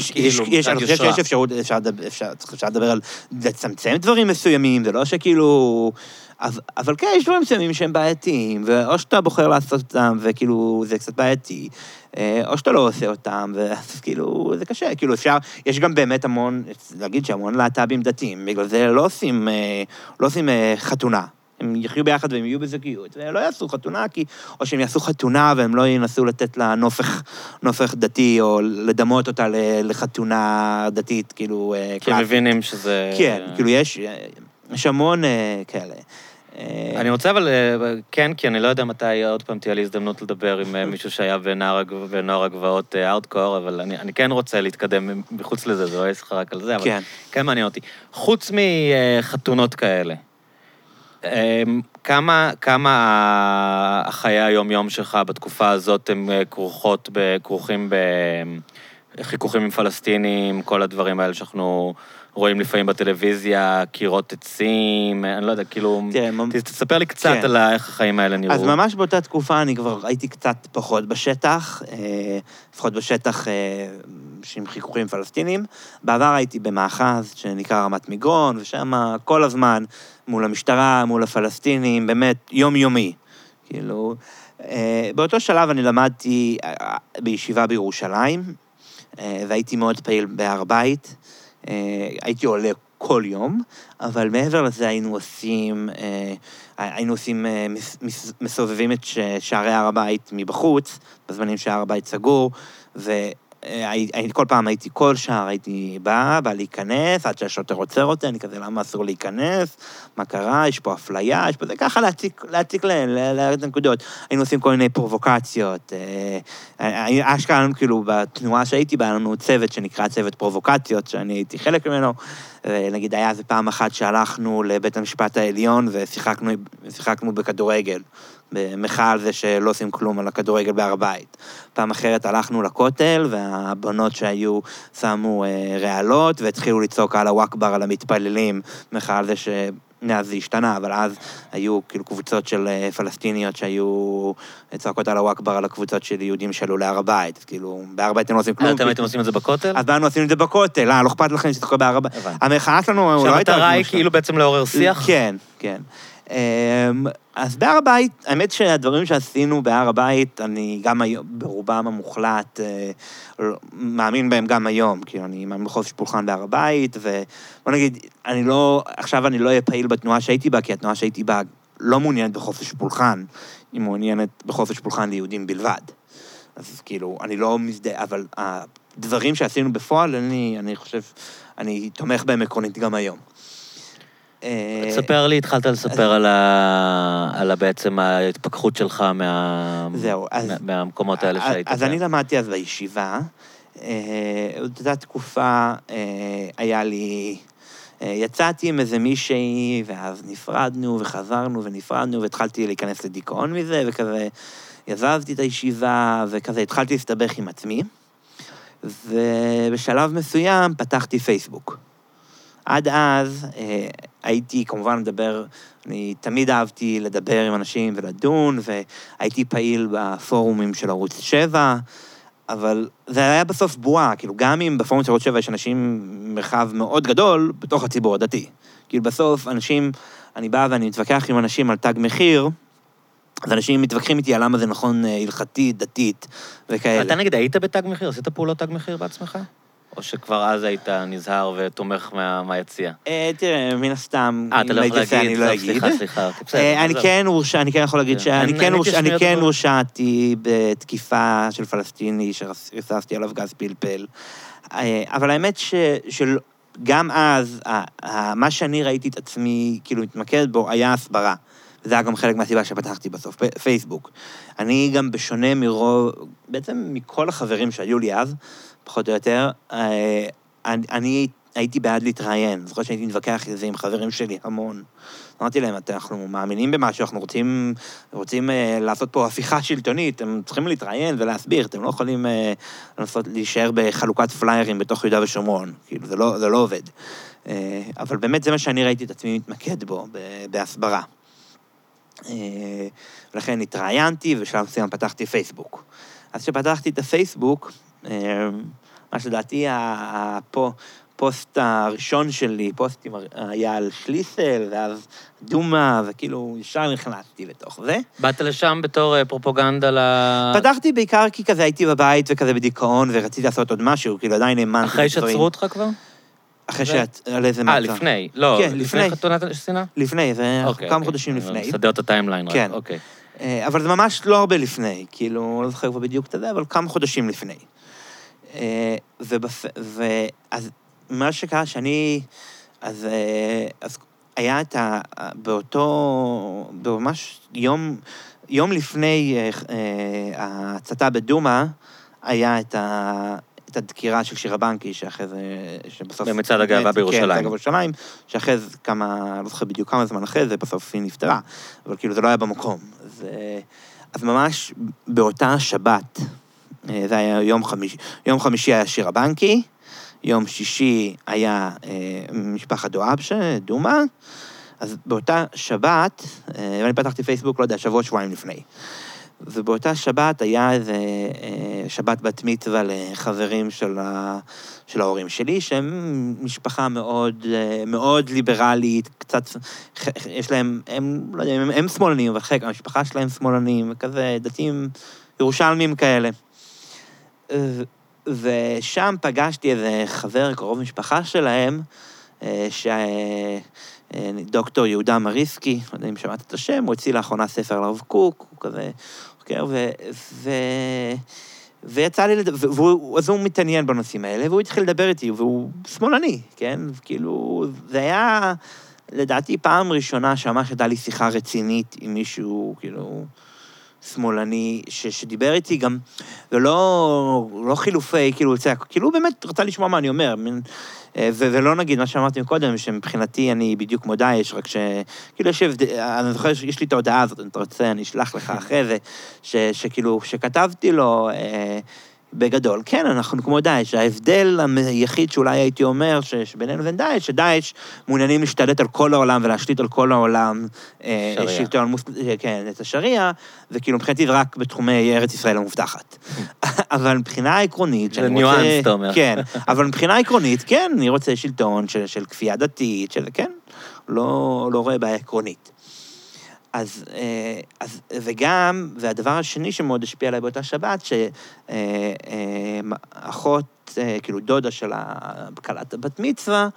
יש אפשרות, אפשר לדבר על לצמצם דברים מסוימים, זה לא שכאילו... אבל כן, יש דברים מסוימים שהם בעייתיים, ואו שאתה בוחר לעשות אותם, וכאילו זה קצת בעייתי, או שאתה לא עושה אותם, ואז כאילו זה קשה, כאילו אפשר, יש גם באמת המון, להגיד שהמון להט"בים דתיים, בגלל זה לא עושים חתונה. הם יחיו ביחד והם יהיו בזוגיות, ולא יעשו חתונה, או שהם יעשו חתונה והם לא ינסו לתת לה נופך דתי, או לדמות אותה לחתונה דתית, כאילו... כי הם מבינים שזה... כן, כאילו יש המון כאלה. אני רוצה אבל, כן, כי אני לא יודע מתי עוד פעם תהיה לי הזדמנות לדבר עם מישהו שהיה בנוער הגבעות אאוטקור, אבל אני כן רוצה להתקדם מחוץ לזה, זה לא ישחק רק על זה, אבל כן מעניין אותי. חוץ מחתונות כאלה, כמה החיי היום-יום שלך בתקופה הזאת הם כרוכים בחיכוכים עם פלסטינים, כל הדברים האלה שאנחנו רואים לפעמים בטלוויזיה, קירות עצים, אני לא יודע, כאילו, תספר לי קצת על איך החיים האלה נראו. אז ממש באותה תקופה אני כבר הייתי קצת פחות בשטח, לפחות בשטח עם חיכוכים פלסטינים. בעבר הייתי במאחז שנקרא רמת מגרון, ושם כל הזמן מול המשטרה, מול הפלסטינים, באמת יומיומי. כאילו, באותו שלב אני למדתי בישיבה בירושלים, והייתי מאוד פעיל בהר בית, הייתי עולה כל יום, אבל מעבר לזה היינו עושים מסובבים את שערי הר הבית מבחוץ, בזמנים שהר הבית סגור, כל פעם הייתי כל שער, הייתי בא להיכנס, עד שהשוטר עוצר אותי, אני כזה, למה אסור להיכנס? מה קרה? יש פה אפליה, יש פה זה, ככה להציק להגיד נקודות. היינו עושים כל מיני פרובוקציות. אשכרה, כאילו, בתנועה שהייתי בה, לנו צוות שנקרא צוות פרובוקציות, שאני הייתי חלק ממנו. נגיד, היה איזה פעם אחת שהלכנו לבית המשפט העליון, ושיחקנו בכדורגל. במחאה על זה שלא עושים כלום על הכדורגל בהר הבית. פעם אחרת הלכנו לכותל, והבנות שהיו שמו רעלות, והתחילו לצעוק על הוואקבר על המתפללים, מחאה על זה מאז זה השתנה, אבל אז היו כאילו קבוצות של פלסטיניות שהיו צועקות על הוואקבר על הקבוצות של יהודים שעלו להר הבית. אז כאילו, בהר הבית הם לא עושים כלום. אתם הייתם עושים את זה בכותל? אז באנו עושים את זה בכותל, לא אכפת לכם שזה קורה בהר הבית. המחאה שלנו לא הייתה... שהמטרה היא כאילו בעצם לעורר שיח? כן, כן. אז בהר הבית, האמת שהדברים שעשינו בהר הבית, אני גם ברובם המוחלט מאמין בהם גם היום, כאילו אני מאמין בחופש פולחן בהר הבית, ובוא נגיד, עכשיו אני לא אהיה פעיל בתנועה שהייתי בה, כי התנועה שהייתי בה לא מעוניינת בחופש פולחן, היא מעוניינת בחופש פולחן ליהודים בלבד. אז כאילו, אני לא מזדהה, אבל הדברים שעשינו בפועל, אני חושב, אני תומך בהם עקרונית גם היום. תספר לי, התחלת לספר על בעצם ההתפכחות שלך מהמקומות האלה שהיית. אז אני למדתי אז בישיבה, אותה תקופה היה לי, יצאתי עם איזה מישהי, ואז נפרדנו וחזרנו ונפרדנו, והתחלתי להיכנס לדיכאון מזה, וכזה יזבתי את הישיבה, וכזה התחלתי להסתבך עם עצמי, ובשלב מסוים פתחתי פייסבוק. עד אז הייתי כמובן לדבר, אני תמיד אהבתי לדבר עם אנשים ולדון, והייתי פעיל בפורומים של ערוץ 7, אבל זה היה בסוף בועה, כאילו גם אם בפורום של ערוץ 7 יש אנשים מרחב מאוד גדול בתוך הציבור הדתי. כאילו בסוף אנשים, אני בא ואני מתווכח עם אנשים על תג מחיר, אז אנשים מתווכחים איתי על למה זה נכון הלכתית, דתית וכאלה. אתה נגיד, היית בתג מחיר? עשית פעולות תג מחיר בעצמך? או שכבר אז היית נזהר ותומך מהיציאה? תראה, מן הסתם, אתה לא יכול להגיד, אני לא אגיד. סליחה. אני כן יכול להגיד שאני כן הורשעתי בתקיפה של פלסטיני, שריססתי עליו גז פלפל. אבל האמת שגם אז, מה שאני ראיתי את עצמי, כאילו, מתמקד בו, היה הסברה. וזה היה גם חלק מהסיבה שפתחתי בסוף, פייסבוק. אני גם בשונה מרוב, בעצם מכל החברים שהיו לי אז, פחות או יותר, אני הייתי בעד להתראיין. זוכר שהייתי מתווכח את זה עם חברים שלי המון. אמרתי להם, אנחנו מאמינים במשהו, אנחנו רוצים לעשות פה הפיכה שלטונית, אתם צריכים להתראיין ולהסביר, אתם לא יכולים לנסות להישאר בחלוקת פליירים בתוך יהודה ושומרון, כאילו, זה לא עובד. אבל באמת זה מה שאני ראיתי את עצמי מתמקד בו, בהסברה. ולכן התראיינתי, ושלב מסוים פתחתי פייסבוק. אז כשפתחתי את הפייסבוק, מה שלדעתי, הפוסט הראשון שלי, פוסטים היה על שליסל, ואז דומה, וכאילו ישר נכנסתי לתוך זה. באת לשם בתור פרופוגנדה פתחתי בעיקר כי כזה הייתי בבית וכזה בדיכאון, ורציתי לעשות עוד משהו, כאילו עדיין האמנתי. אחרי שעצרו אותך כבר? אחרי על איזה מעצר. לפני. לא, כן, לפני חתונת השנאה? לפני, זה כמה חודשים לפני. מסדר את הטיימליין רק, כן. אוקיי. אבל זה ממש לא הרבה לפני, כאילו, לא זוכר כבר בדיוק את זה, אבל כמה חודשים לפני. ואז מה שקרה שאני, אז היה את ממש יום לפני ההצתה בדומה, היה את הדקירה של שירה בנקי, שאחרי זה, שבסוף... במצעד הגאווה בירושלים. כן, בירושלים, שאחרי זה לא זוכר בדיוק כמה זמן אחרי זה, בסוף היא נפטרה, אבל כאילו זה לא היה במקום. אז ממש באותה שבת, זה היה יום חמישי היה שירה בנקי, יום שישי היה משפחת דואבשה, דומה, אז באותה שבת, ואני פתחתי פייסבוק, לא יודע, שבועיים לפני, ובאותה שבת היה איזה שבת בת מצווה לחברים של ההורים שלי, שהם משפחה מאוד, מאוד ליברלית, קצת, יש להם, לא יודע, הם שמאלנים, אבל חלק, המשפחה שלהם שמאלנים, וכזה דתיים ירושלמים כאלה. ושם פגשתי איזה חבר, קרוב משפחה שלהם, דוקטור יהודה מריסקי, לא יודע אם שמעת את השם, הוא הוציא לאחרונה ספר על הרב קוק, הוא כזה, ויצא לי, אז הוא מתעניין בנושאים האלה, והוא התחיל לדבר איתי, והוא שמאלני, כן? כאילו, זה היה, לדעתי, פעם ראשונה שממש הייתה לי שיחה רצינית עם מישהו, כאילו, שמאלני, שדיבר איתי גם, ולא חילופי, כאילו באמת רצה לשמוע מה אני אומר, ולא נגיד מה שאמרתי קודם, שמבחינתי אני בדיוק כמו דאעש, רק שכאילו אני זוכר שיש לי את ההודעה הזאת, אם אתה רוצה, אני אשלח לך אחרי זה, שכאילו, שכתבתי לו, בגדול, כן, אנחנו כמו דאעש, ההבדל היחיד שאולי הייתי אומר שבינינו לבין דאעש, שדאעש מעוניינים להשתלט על כל העולם ולהשליט על כל העולם שלטון, כן, את השריעה, וכאילו מבחינתי זה רק בתחומי ארץ ישראל המובטחת. אבל מבחינה עקרונית, זה ניואנס, אתה אומר. כן, אבל מבחינה עקרונית, כן, אני רוצה שלטון של כפייה דתית, כן, לא רואה בעיה עקרונית. אז וגם, והדבר השני שמאוד השפיע עליי באותה שבת, שאחות, כאילו דודה של כלת הבת מצווה,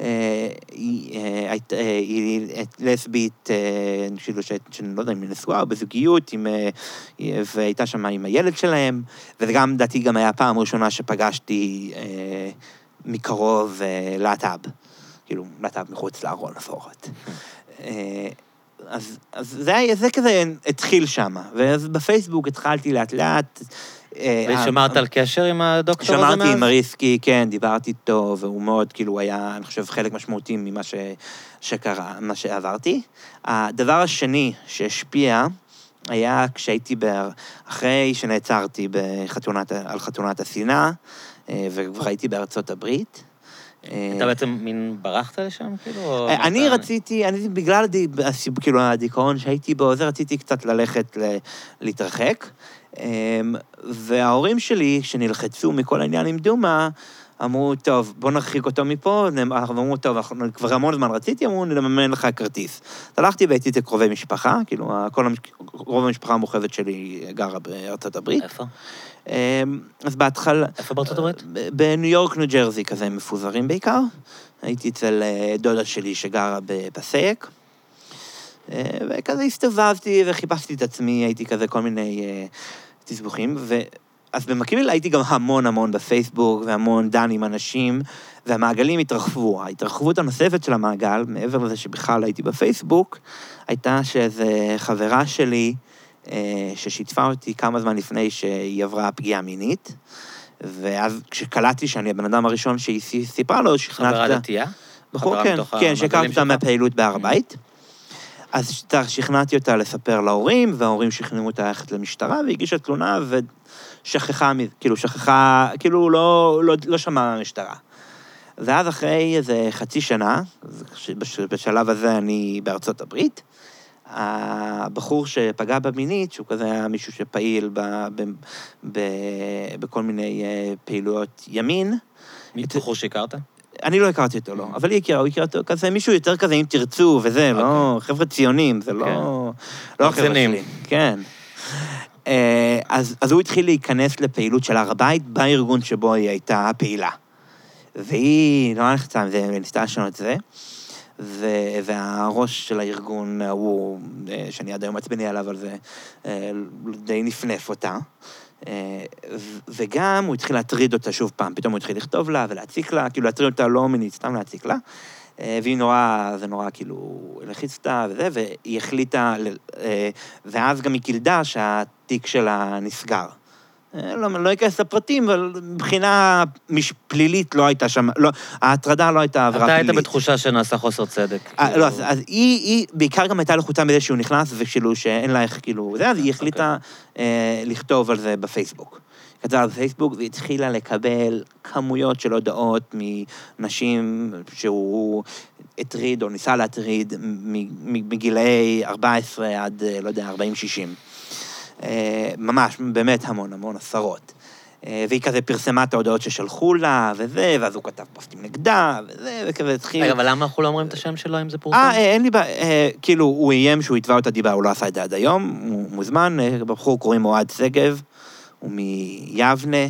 היא לסבית, שאני לא יודע אם היא נשואה או בזוגיות, והייתה שם עם הילד שלהם, וגם, דעתי, גם היה פעם ראשונה שפגשתי מקרוב להט"ב, כאילו, להט"ב מחוץ לארון לפחות. אז זה כזה התחיל שם, ואז בפייסבוק התחלתי לאט. ושמרת על קשר עם הדוקטור הזה מאז? שמרתי עם אריסקי, כן, דיברתי איתו, והוא מאוד, כאילו, היה, אני חושב, חלק משמעותי ממה שקרה, מה שעברתי. הדבר השני שהשפיע היה כשהייתי אחרי שנעצרתי על חתונת השנאה, וכבר הייתי בארצות הברית, אתה בעצם מין ברחת לשם, כאילו? אני רציתי, בגלל כאילו הדיכאון שהייתי בו, זה רציתי קצת ללכת להתרחק, וההורים שלי, שנלחצו מכל העניין עם דומה, אמרו, טוב, בוא נרחיק אותו מפה, ואמרו, טוב, כבר המון זמן רציתי, אמרו, נממן לך כרטיס. הלכתי והייתי את קרובי משפחה, כאילו, רוב המשפחה המורחבת שלי גרה בארצות הברית. איפה? אז בהתחלה... איפה בארצות הברית? בניו יורק, ניו ג'רזי, כזה מפוזרים בעיקר. הייתי אצל דודה שלי שגרה בפסייק, וכזה הסתובבתי וחיפשתי את עצמי, הייתי כזה כל מיני תסבוכים, אז במקביל הייתי גם המון בפייסבוק, והמון דן עם אנשים, והמעגלים התרחבו. ההתרחבות הנוספת של המעגל, מעבר לזה שבכלל הייתי בפייסבוק, הייתה שאיזו חברה שלי, ששיתפה אותי כמה זמן לפני שהיא עברה פגיעה מינית, ואז כשקלטתי שאני הבן אדם הראשון שהיא סיפרה לו, שכנעת... חברה דתייה? בחור, כן, שהכרתי אותה מהפעילות בהר הבית. אז שכנעתי אותה לספר להורים, וההורים שכנעו אותה ללכת למשטרה, והגישה תלונה, ושכחה, כאילו לא שמעה מהמשטרה. ואז אחרי איזה חצי שנה, בשלב הזה אני בארצות הברית, הבחור שפגע במינית, שהוא כזה היה מישהו שפעיל בכל מיני פעילויות ימין. מי בחור שהכרת? אני לא הכרתי אותו, לא. אבל הוא הכיר אותו כזה, מישהו יותר כזה, אם תרצו, וזה, לא, חבר'ה ציונים, זה לא החבר'ה שלי. כן. אז הוא התחיל להיכנס לפעילות של הר הבית, בארגון שבו היא הייתה פעילה. והיא, לא נחצה, וניסתה לשנות את זה. והראש של הארגון הוא, שאני עד היום מצביני עליו על זה, די נפנף אותה. וגם הוא התחיל להטריד אותה שוב פעם, פתאום הוא התחיל לכתוב לה ולהציק לה, כאילו להטריד אותה לא מינית, סתם להציק לה. והיא זה נורא כאילו לחיץ אותה וזה, והיא החליטה, ואז גם היא קילדה שהתיק שלה נסגר. לא אכנס לפרטים, אבל מבחינה פלילית לא הייתה שם, ההטרדה לא הייתה עבירה פלילית. אתה היית בתחושה שנעשה חוסר צדק. לא, אז היא בעיקר גם הייתה לחוצה מזה שהוא נכנס, וכאילו שאין לה איך, כאילו, זה, אז היא החליטה לכתוב על זה בפייסבוק. כתבה בפייסבוק, והיא התחילה לקבל כמויות של הודעות מנשים שהוא הטריד או ניסה להטריד מגילאי 14 עד, לא יודע, 40-60. ממש, באמת המון עשרות. והיא כזה פרסמה את ההודעות ששלחו לה, וזה, ואז הוא כתב פוסטים נגדה, וזה, וכזה התחיל... רגע, אבל למה אנחנו לא אומרים את השם שלו אם זה פורסם? אין לי כאילו, הוא איים שהוא יתבע אותה דיבה, הוא לא עשה את זה עד היום, הוא מוזמן, בבחור קוראים אוהד שגב, הוא מיבנה,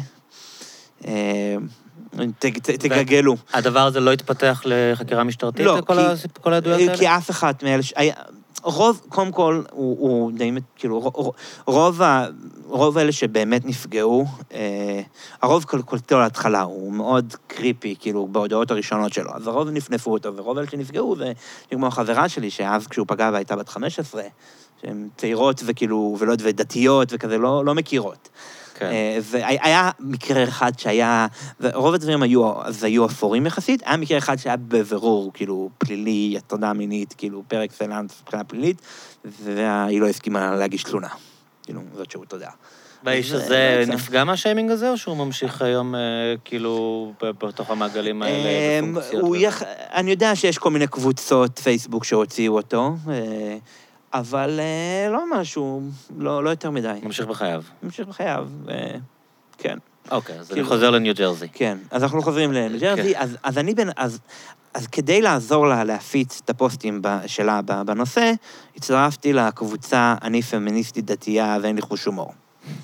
תגגלו. הדבר הזה לא התפתח לחקירה משטרתית, כל העדויות האלה? כי אף אחת מאלה... קודם כל, הוא די, כאילו, רוב אלה שבאמת נפגעו, הרוב קולטו להתחלה, הוא מאוד קריפי, כאילו, בהודעות הראשונות שלו, אז הרוב נפנפו אותו, ורוב אלה שנפגעו, זה כמו החברה שלי, שאז כשהוא פגע והייתה בת 15, שהן צעירות וכאילו, ולא ודתיות וכזה, לא מכירות. והיה מקרה אחד שהיה, ורוב הדברים היו אפורים יחסית, היה מקרה אחד שהיה בבירור, כאילו, פלילי, הטרדה מינית, כאילו, פר אקסלנס, מבחינה פלילית, והיא לא הסכימה להגיש תלונה. כאילו, זאת שהוא תודה. והאיש הזה נפגע מהשיימינג הזה, או שהוא ממשיך היום, כאילו, בתוך המעגלים האלה, בפונקציות? אני יודע שיש כל מיני קבוצות פייסבוק שהוציאו אותו, אבל לא משהו, לא יותר מדי. ממשיך בחייו. ממשיך בחייו, כן. אוקיי, אז אני חוזר לניו ג'רזי. כן, אז אנחנו חוזרים לניו ג'רזי, אז כדי לעזור לה להפיץ את הפוסטים שלה בנושא, הצטרפתי לקבוצה אני פמיניסטית דתייה ואין לי חוש הומור.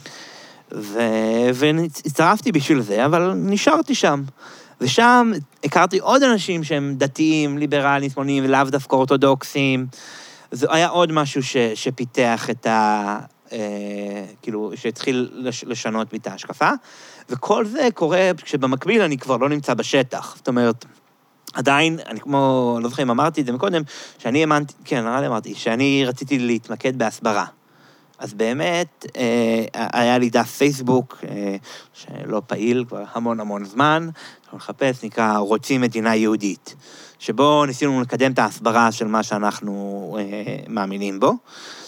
והצטרפתי בשביל זה, אבל נשארתי שם. ושם הכרתי עוד אנשים שהם דתיים, ליברליים, שמאליים, ולאו דווקא אורתודוקסים. זה היה עוד משהו שפיתח את כאילו, שהתחיל לשנות בי את ההשקפה, וכל זה קורה כשבמקביל אני כבר לא נמצא בשטח. זאת אומרת, עדיין, אני כמו, לא זוכר אם אמרתי את זה מקודם, שאני האמנתי, כן, אמרתי, שאני רציתי להתמקד בהסברה. אז באמת, היה לי דף פייסבוק, שלא פעיל כבר המון זמן, אנחנו נחפש, נקרא רוצים מדינה יהודית, שבו ניסינו לקדם את ההסברה של מה שאנחנו מאמינים בו,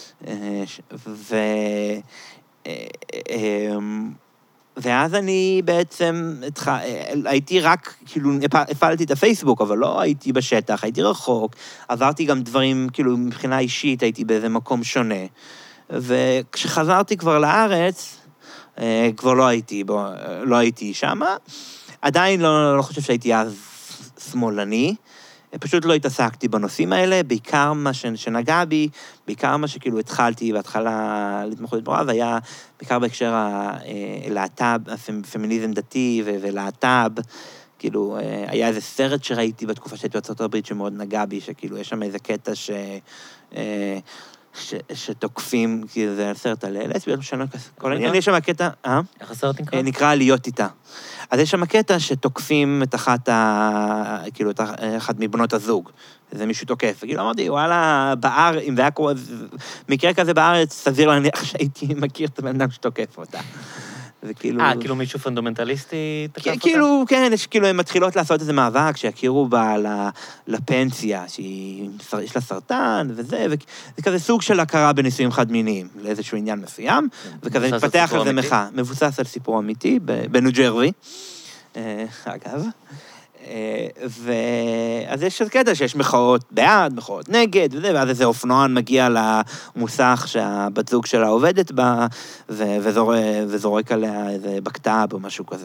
ואז אני בעצם הייתי רק, כאילו, הפעלתי את הפייסבוק, אבל לא הייתי בשטח, הייתי רחוק, עברתי גם דברים, כאילו, מבחינה אישית, הייתי באיזה מקום שונה, וכשחזרתי כבר לארץ, כבר לא הייתי שמה, עדיין לא חושב שהייתי אז שמאלני, פשוט לא התעסקתי בנושאים האלה, בעיקר מה שנגע בי, בעיקר מה שכאילו התחלתי בהתחלה לתמוך בדבורה, והיה בעיקר בהקשר הלהט"ב, הפמיניזם דתי ולהט"ב, כאילו היה איזה סרט שראיתי בתקופה שהייתי בארצות הברית שמאוד נגע בי, שכאילו יש שם איזה קטע שתוקפים, כי זה סרט על לסביות, כל העניין, יש שם הקטע, איך הסרט נקרא? נקרא להיות איתה. אז יש שם הקטע שתוקפים את כאילו, אחת מבנות הזוג. זה מישהו תוקף. וכאילו אמרתי, וואלה, אם זה היה קורה, מקרה כזה בארץ, סביר להניח שהייתי מכיר את הבן אדם שתוקף אותה. כאילו מישהו פונדמנטליסטי תקף אותה? כאילו, כן, כאילו, הן מתחילות לעשות איזה מאבק, שיכירו בה לפנסיה, שיש לה סרטן וזה, וזה כזה סוג של הכרה בנישואים חד-מיניים, לאיזשהו עניין מסוים, וכזה מתפתח לזה מחאה. מבוסס על סיפור אמיתי, בניו ג'רזי, אגב. אז יש קטע שיש מחאות בעד, מחאות נגד, ואז איזה אופנוען מגיע למוסך שהבת זוג שלה עובדת בה, וזורק עליה איזה בקת"ב או משהו כזה.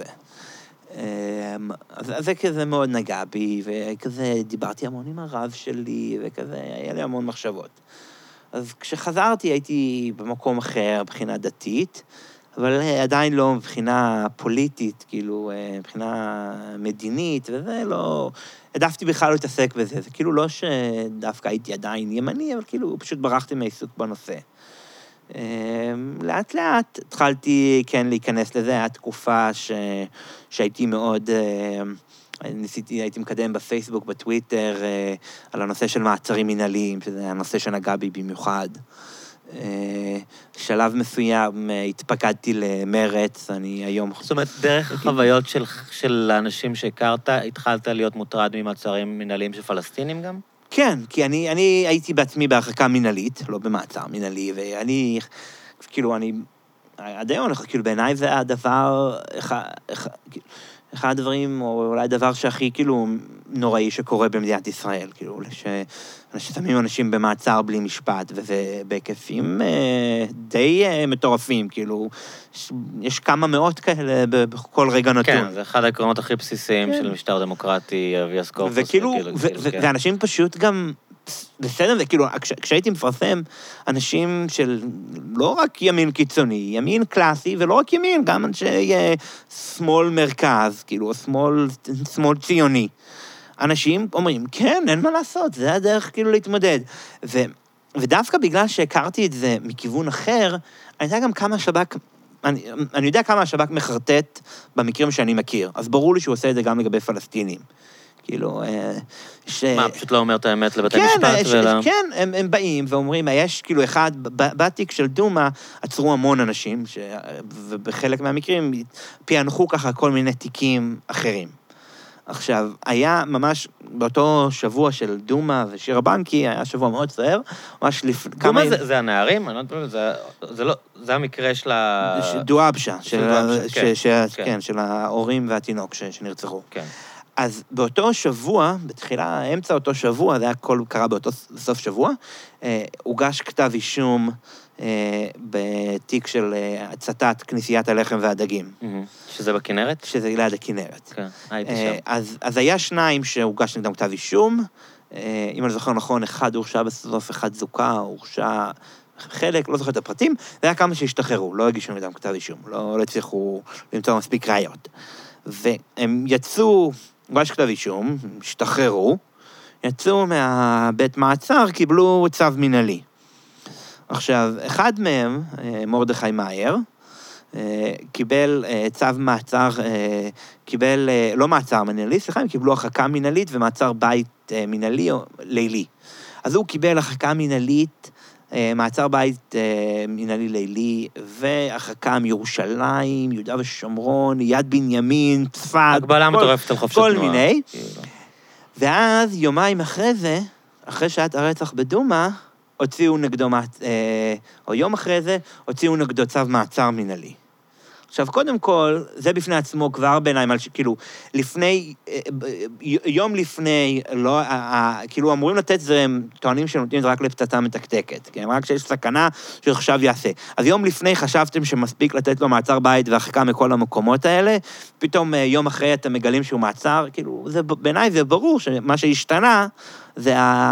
אז זה כזה מאוד נגע בי, וכזה דיברתי המון עם הרב שלי, וכזה היה לי המון מחשבות. אז כשחזרתי הייתי במקום אחר, מבחינה דתית, אבל עדיין לא מבחינה פוליטית, כאילו, מבחינה מדינית, וזה לא... העדפתי בכלל להתעסק בזה. זה כאילו לא שדווקא הייתי עדיין ימני, אבל כאילו פשוט ברחתי מהעיסוק בנושא. לאט לאט התחלתי כן להיכנס לזה, היה תקופה שהייתי מאוד... הייתי מקדם בפייסבוק, בטוויטר, על הנושא של מעצרים מנהליים, שזה הנושא שנגע בי במיוחד. שלב מסוים התפקדתי למרץ, אני היום... זאת אומרת, דרך החוויות של האנשים שהכרת, התחלת להיות מוטרד ממעצרים מנהליים של פלסטינים גם? כן, כי אני הייתי בעצמי בהרחקה מנהלית, לא במעצר מנהלי, ואני, כאילו, עד היום, כאילו, בעיניי זה הדבר, אחד הדברים, או אולי הדבר שהכי, כאילו, נוראי שקורה במדינת ישראל, כאילו, ששמים אנשים במעצר בלי משפט, וזה בהיקפים די מטורפים, כאילו, יש כמה מאות כאלה בכל רגע נתון. כן, זה אחד העקרונות הכי בסיסיים של משטר דמוקרטי, אביאס קורפוס. וכאילו, ואנשים פשוט גם, בסדר, וכאילו, כשהייתי מפרסם, אנשים של לא רק ימין קיצוני, ימין קלאסי, ולא רק ימין, גם אנשי שמאל מרכז, כאילו, שמאל ציוני. אנשים אומרים, כן, אין מה לעשות, זה הדרך כאילו להתמודד. ודווקא בגלל שהכרתי את זה מכיוון אחר, אני יודע גם כמה השב"כ, אני יודע כמה השב"כ מחרטט במקרים שאני מכיר, אז ברור לי שהוא עושה את זה גם לגבי פלסטינים. כאילו, מה, פשוט לא אומר את האמת לבתי משפט? כן, הם באים ואומרים, יש כאילו אחד, בתיק של דומה, עצרו המון אנשים, ובחלק מהמקרים פענחו ככה כל מיני תיקים אחרים. עכשיו, היה ממש באותו שבוע של דומה ושירה בנקי, היה שבוע מאוד סוער, ממש דומה זה הנערים? זה המקרה של דואבשה, של ההורים והתינוק שנרצחו. כן. אז באותו שבוע, בתחילה, אמצע אותו שבוע, זה היה הכל קרה באותו סוף שבוע, הוגש כתב אישום בתיק של הצתת כנסיית הלחם והדגים. שזה בכנרת? שזה ליד הכנרת. כן, הייתי שם. אז היה שניים שהוגש נגדם כתב אישום, אם אני זוכר נכון, אחד הורשע בסוף, אחד זוכה, הורשע חלק, לא זוכר את הפרטים, זה היה כמה שהשתחררו, לא הגישו נגדם כתב אישום, לא הצליחו למצוא מספיק ראיות. והם יצאו, הוגש כתב אישום, השתחררו, יצאו מהבית מעצר, קיבלו צו מנהלי. עכשיו, אחד מהם, מרדכי מאייר, קיבל צו מעצר, קיבל, לא מעצר מנהלי, סליחה, הם קיבלו הרחקה מנהלית ומעצר בית מנהלי או לילי. אז הוא קיבל הרחקה מנהלית, מעצר בית מנהלי לילי, והרחקה מירושלים, יהודה ושומרון, יד בנימין, צפת, הגבלה מטורפת על חופש התנועה. כל מיני. ואז יומיים אחרי זה, אחרי שעת הרצח בדומה, הוציאו נגדו, או יום אחרי זה, הוציאו נגדו צו מעצר מנהלי. עכשיו, קודם כל, זה בפני עצמו כבר בעיניים, כאילו, לפני, יום לפני, לא, כאילו, אמורים לתת זה, הם טוענים שנותנים זה רק לפצצה מתקתקת, כן? רק שיש סכנה שעכשיו יעשה. אז יום לפני חשבתם שמספיק לתת לו מעצר בית והרחקה מכל המקומות האלה, פתאום יום אחרי אתם מגלים שהוא מעצר, כאילו, בעיניי זה ברור שמה שהשתנה, זה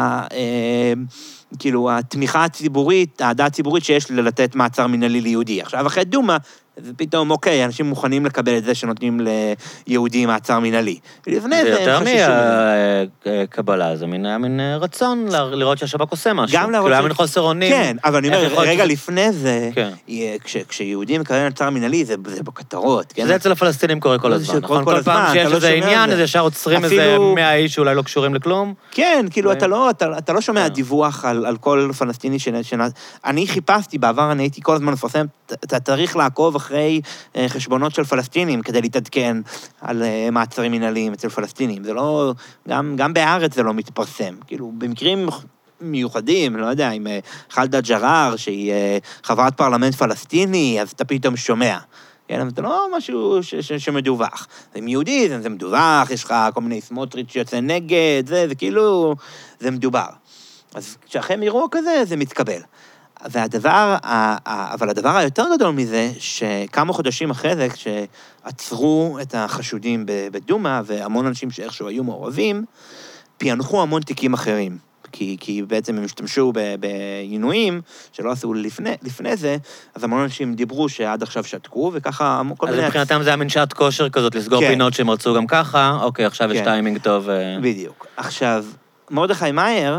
כאילו, התמיכה הציבורית, העדה הציבורית שיש לתת מעצר מנהלי ליהודי. עכשיו, אחרי דומה, ופתאום, אוקיי, אנשים מוכנים לקבל את זה שנותנים ליהודים מעצר מנהלי. זה יותר מקבלה, זה מין רצון לראות שהשב"כ עושה משהו. גם לראות... כאילו, היה מין חוסר אונים. כן, אבל אני אומר, רגע לפני זה, כשיהודים מקבלים מעצר מנהלי, זה בכותרות. זה אצל הפלסטינים קורה כל הזמן, נכון? כל פעם שיש איזה עניין, אז ישר עוצרים איזה 100 איש שאולי לא קשורים לכלום. כן, כאילו, אתה לא שומע דיווח על כל פלסטיני אני חיפשתי בעבר, אני הייתי כל הזמן מפרסם, אתה צריך לעקוב אחרי חשבונות של פלסטינים, כדי להתעדכן על מעצרים מנהליים אצל פלסטינים. זה לא, גם בארץ זה לא מתפרסם. כאילו, במקרים מיוחדים, לא יודע, עם חלדה ג'רר, שהיא חברת פרלמנט פלסטיני, אז אתה פתאום שומע. כן, אבל זה לא משהו שמדווח. עם יהודי זה מדווח, יש לך כל מיני סמוטריץ' שיוצא נגד, זה כאילו, זה מדובר. אז כשאחרי אירוע כזה, זה מתקבל. אבל הדבר היותר גדול מזה, שכמה חודשים אחרי זה, כשעצרו את החשודים בדומה, והמון אנשים שאיכשהו היו מעורבים, פענחו המון תיקים אחרים. כי בעצם הם השתמשו בעינויים שלא עשו לפני זה, אז המון אנשים דיברו שעד עכשיו שתקו, וככה... אז מבחינתם זה היה מין שעת כושר כזאת, לסגור פינות שהם רצו גם ככה, אוקיי, עכשיו יש טיימינג טוב. בדיוק. עכשיו, מרדכי מאייר,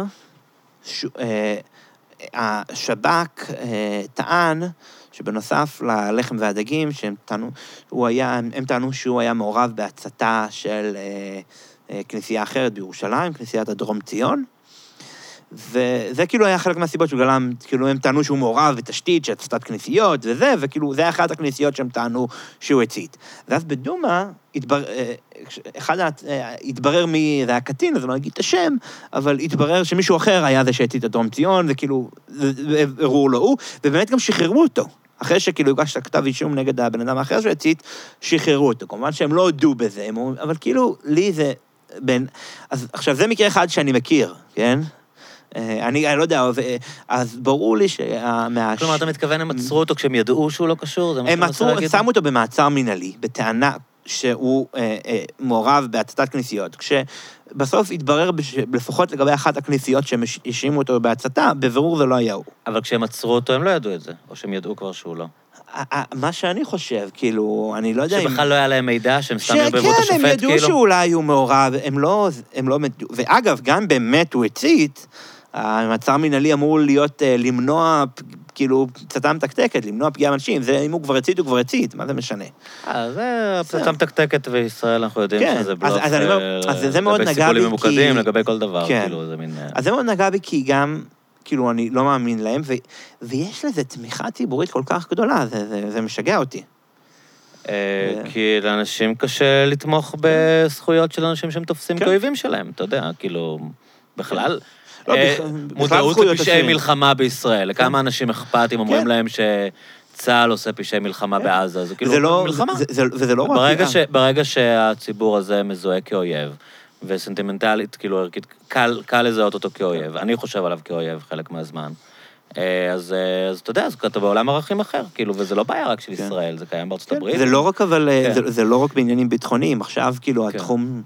השב"כ טען שבנוסף ללחם והדגים, הם טענו שהוא היה מעורב בהצתה של כנסייה אחרת בירושלים, כנסיית הדרום ציון, וזה כאילו היה חלק מהסיבות שהוא גלם, כאילו הם טענו שהוא מעורב בתשתית של הצתת כנסיות וזה, וכאילו זה אחת הכנסיות שהם טענו שהוא הצית. ואז בדומה, התברר מי זה היה קטין, אז אני לא אגיד את השם, אבל התברר שמישהו אחר היה זה שהצית את דרום ציון, וכאילו, הראו לו הוא, ובאמת גם שחררו אותו. אחרי שכאילו יוגש כתב אישום נגד הבן אדם האחר שהצית, שחררו אותו. כמובן שהם לא הודו בזה, אבל כאילו, לי זה בין... אז עכשיו, זה מקרה אחד שאני מכיר, כן? אני לא יודע, אז ברור לי כלומר, אתה מתכוון, הם עצרו אותו כשהם ידעו שהוא לא קשור? הם שמו אותו במעצר מנהלי, בטענה שהוא מעורב בהצתת כנסיות, כשבסוף התברר לפחות לגבי אחת הכנסיות שהם האשימו אותו בהצתה, בבירור זה לא היה הוא. אבל כשהם עצרו אותו, הם לא ידעו את זה, או שהם ידעו כבר שהוא לא. מה שאני חושב, כאילו, אני לא יודע שבכלל לא היה להם מידע, שהם סתם ירבבו את השופט, כאילו? הם ידעו שאולי הוא מעורב, הם לא... ואגב, גם באמת הוא הצית, המעצר מנהלי אמור להיות למנוע, כאילו, פצצה מתקתקת, למנוע פגיעה באנשים, זה אם הוא כבר הצית, הוא כבר הצית, מה זה משנה? זה פצצה מתקתקת וישראל, אנחנו יודעים שזה בלוף. אז זה מאוד נגע בי, בסיכולים ממוקדים, לגבי כל דבר, כאילו, זה מין... אז זה מאוד נגע בי, כי גם, כאילו, אני לא מאמין להם, ויש לזה תמיכה ציבורית כל כך גדולה, זה משגע אותי. כי לאנשים קשה לתמוך בזכויות של אנשים שהם תופסים כאויבים שלהם, אתה יודע, כאילו, בכלל... מודעות לפשעי מלחמה בישראל, לכמה אנשים אכפתים אומרים להם שצה"ל עושה פשעי מלחמה בעזה, זה כאילו מלחמה. וזה לא רק... ברגע שהציבור הזה מזוהה כאויב, וסנטימנטלית, כאילו ערכית, קל לזהות אותו כאויב, אני חושב עליו כאויב חלק מהזמן, אז אתה יודע, אתה בעולם ערכים אחר, כאילו, וזה לא בעיה רק של ישראל, זה קיים בארצות הברית. זה לא רק, אבל, זה לא רק בעניינים ביטחוניים, עכשיו, כאילו, התחום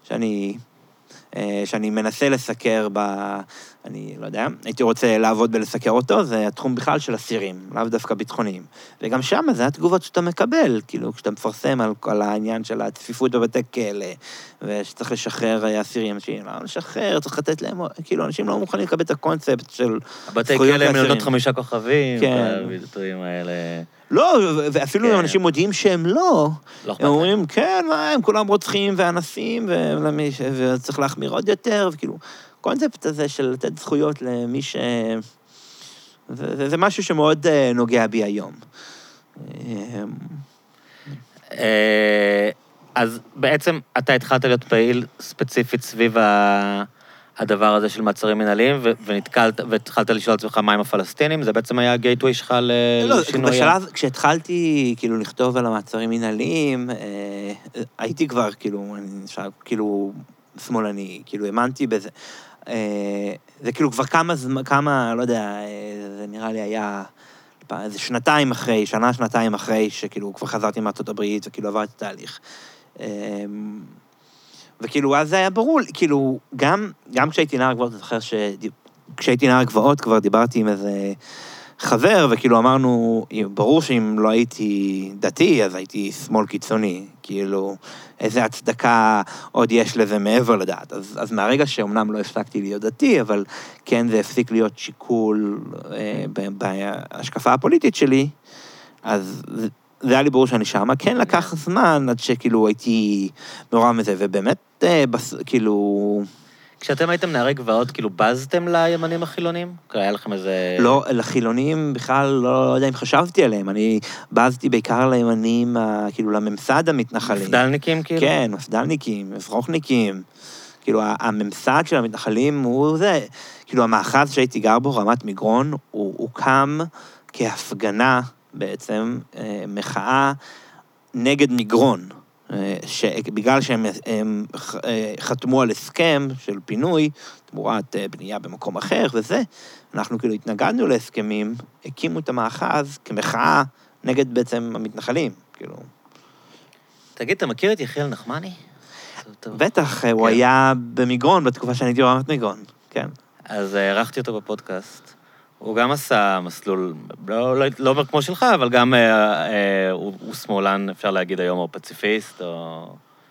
שאני מנסה לסקר אני לא יודע, הייתי רוצה לעבוד בלסקר אותו, זה התחום בכלל של אסירים, לאו דווקא ביטחוניים. וגם שם זה התגובות שאתה מקבל, כאילו, כשאתה מפרסם על כל העניין של הצפיפות בבתי כלא, ושצריך לשחרר אסירים, אנשים לא לשחרר, צריך לתת להם, כאילו, אנשים לא מוכנים לקבל את הקונספט של הבתי כלא הם מלונות 5 כוכבים, הביטויים האלה... לא, ואפילו אם אנשים מודיעים שהם לא, הם אומרים, כן, הם כולם רוצחים ואנסים, וצריך להחמיר עוד יותר, וכאילו, הקונספט הזה של לתת זכויות למי זה משהו שמאוד נוגע בי היום. אז בעצם אתה התחלת להיות פעיל ספציפית סביב הדבר הזה של מעצרים מנהליים, והתחלת לשאול את עצמך מה עם הפלסטינים, זה בעצם היה הגייטווי שלך לשינוי? בשלב, כשהתחלתי כאילו לכתוב על המעצרים מנהליים, הייתי כבר כאילו שמאלני, כאילו האמנתי בזה. זה כאילו כבר כמה, לא יודע, זה נראה לי היה איזה שנתיים אחרי, שכאילו כבר חזרתי מארצות הברית, וכאילו עברתי תהליך. וכאילו, אז זה היה ברור, כאילו, גם כשהייתי נער גבוהות, אני זוכר כשהייתי נער גבוהות, כבר דיברתי עם איזה חבר, וכאילו אמרנו, ברור שאם לא הייתי דתי, אז הייתי שמאל קיצוני, כאילו, איזה הצדקה עוד יש לזה מעבר לדעת. אז מהרגע שאומנם לא הפסקתי להיות דתי, אבל כן, זה הפסיק להיות שיקול בהשקפה הפוליטית שלי, אז זה היה לי ברור שאני שמה, כן לקח זמן עד שכאילו הייתי נורא מזה, ובאמת, כאילו... כשאתם הייתם נערי גבעות, כאילו בזתם לימנים החילונים? היה לכם איזה... לא, לחילונים בכלל לא יודע אם חשבתי עליהם, אני בזתי בעיקר לימנים, כאילו לממסד המתנחלים. מפדלניקים כאילו? כן, מפדלניקים, מפרוחניקים. כאילו הממסד של המתנחלים הוא זה, כאילו המאחז שהייתי גר בו, רמת מגרון, הוא קם כהפגנה בעצם, מחאה נגד מגרון. שבגלל שהם חתמו על הסכם של פינוי, תמורת בנייה במקום אחר וזה, אנחנו כאילו התנגדנו להסכמים, הקימו את המאחז כמחאה נגד בעצם המתנחלים, כאילו. תגיד, אתה מכיר את יחיאל נחמני? בטח, הוא היה במגרון בתקופה שאני הייתי ברמת מגרון, כן. אז ערכתי אותו בפודקאסט. הוא גם עשה מסלול, לא אומר כמו שלך, אבל גם הוא שמאלן, אפשר להגיד היום, או פציפיסט, או...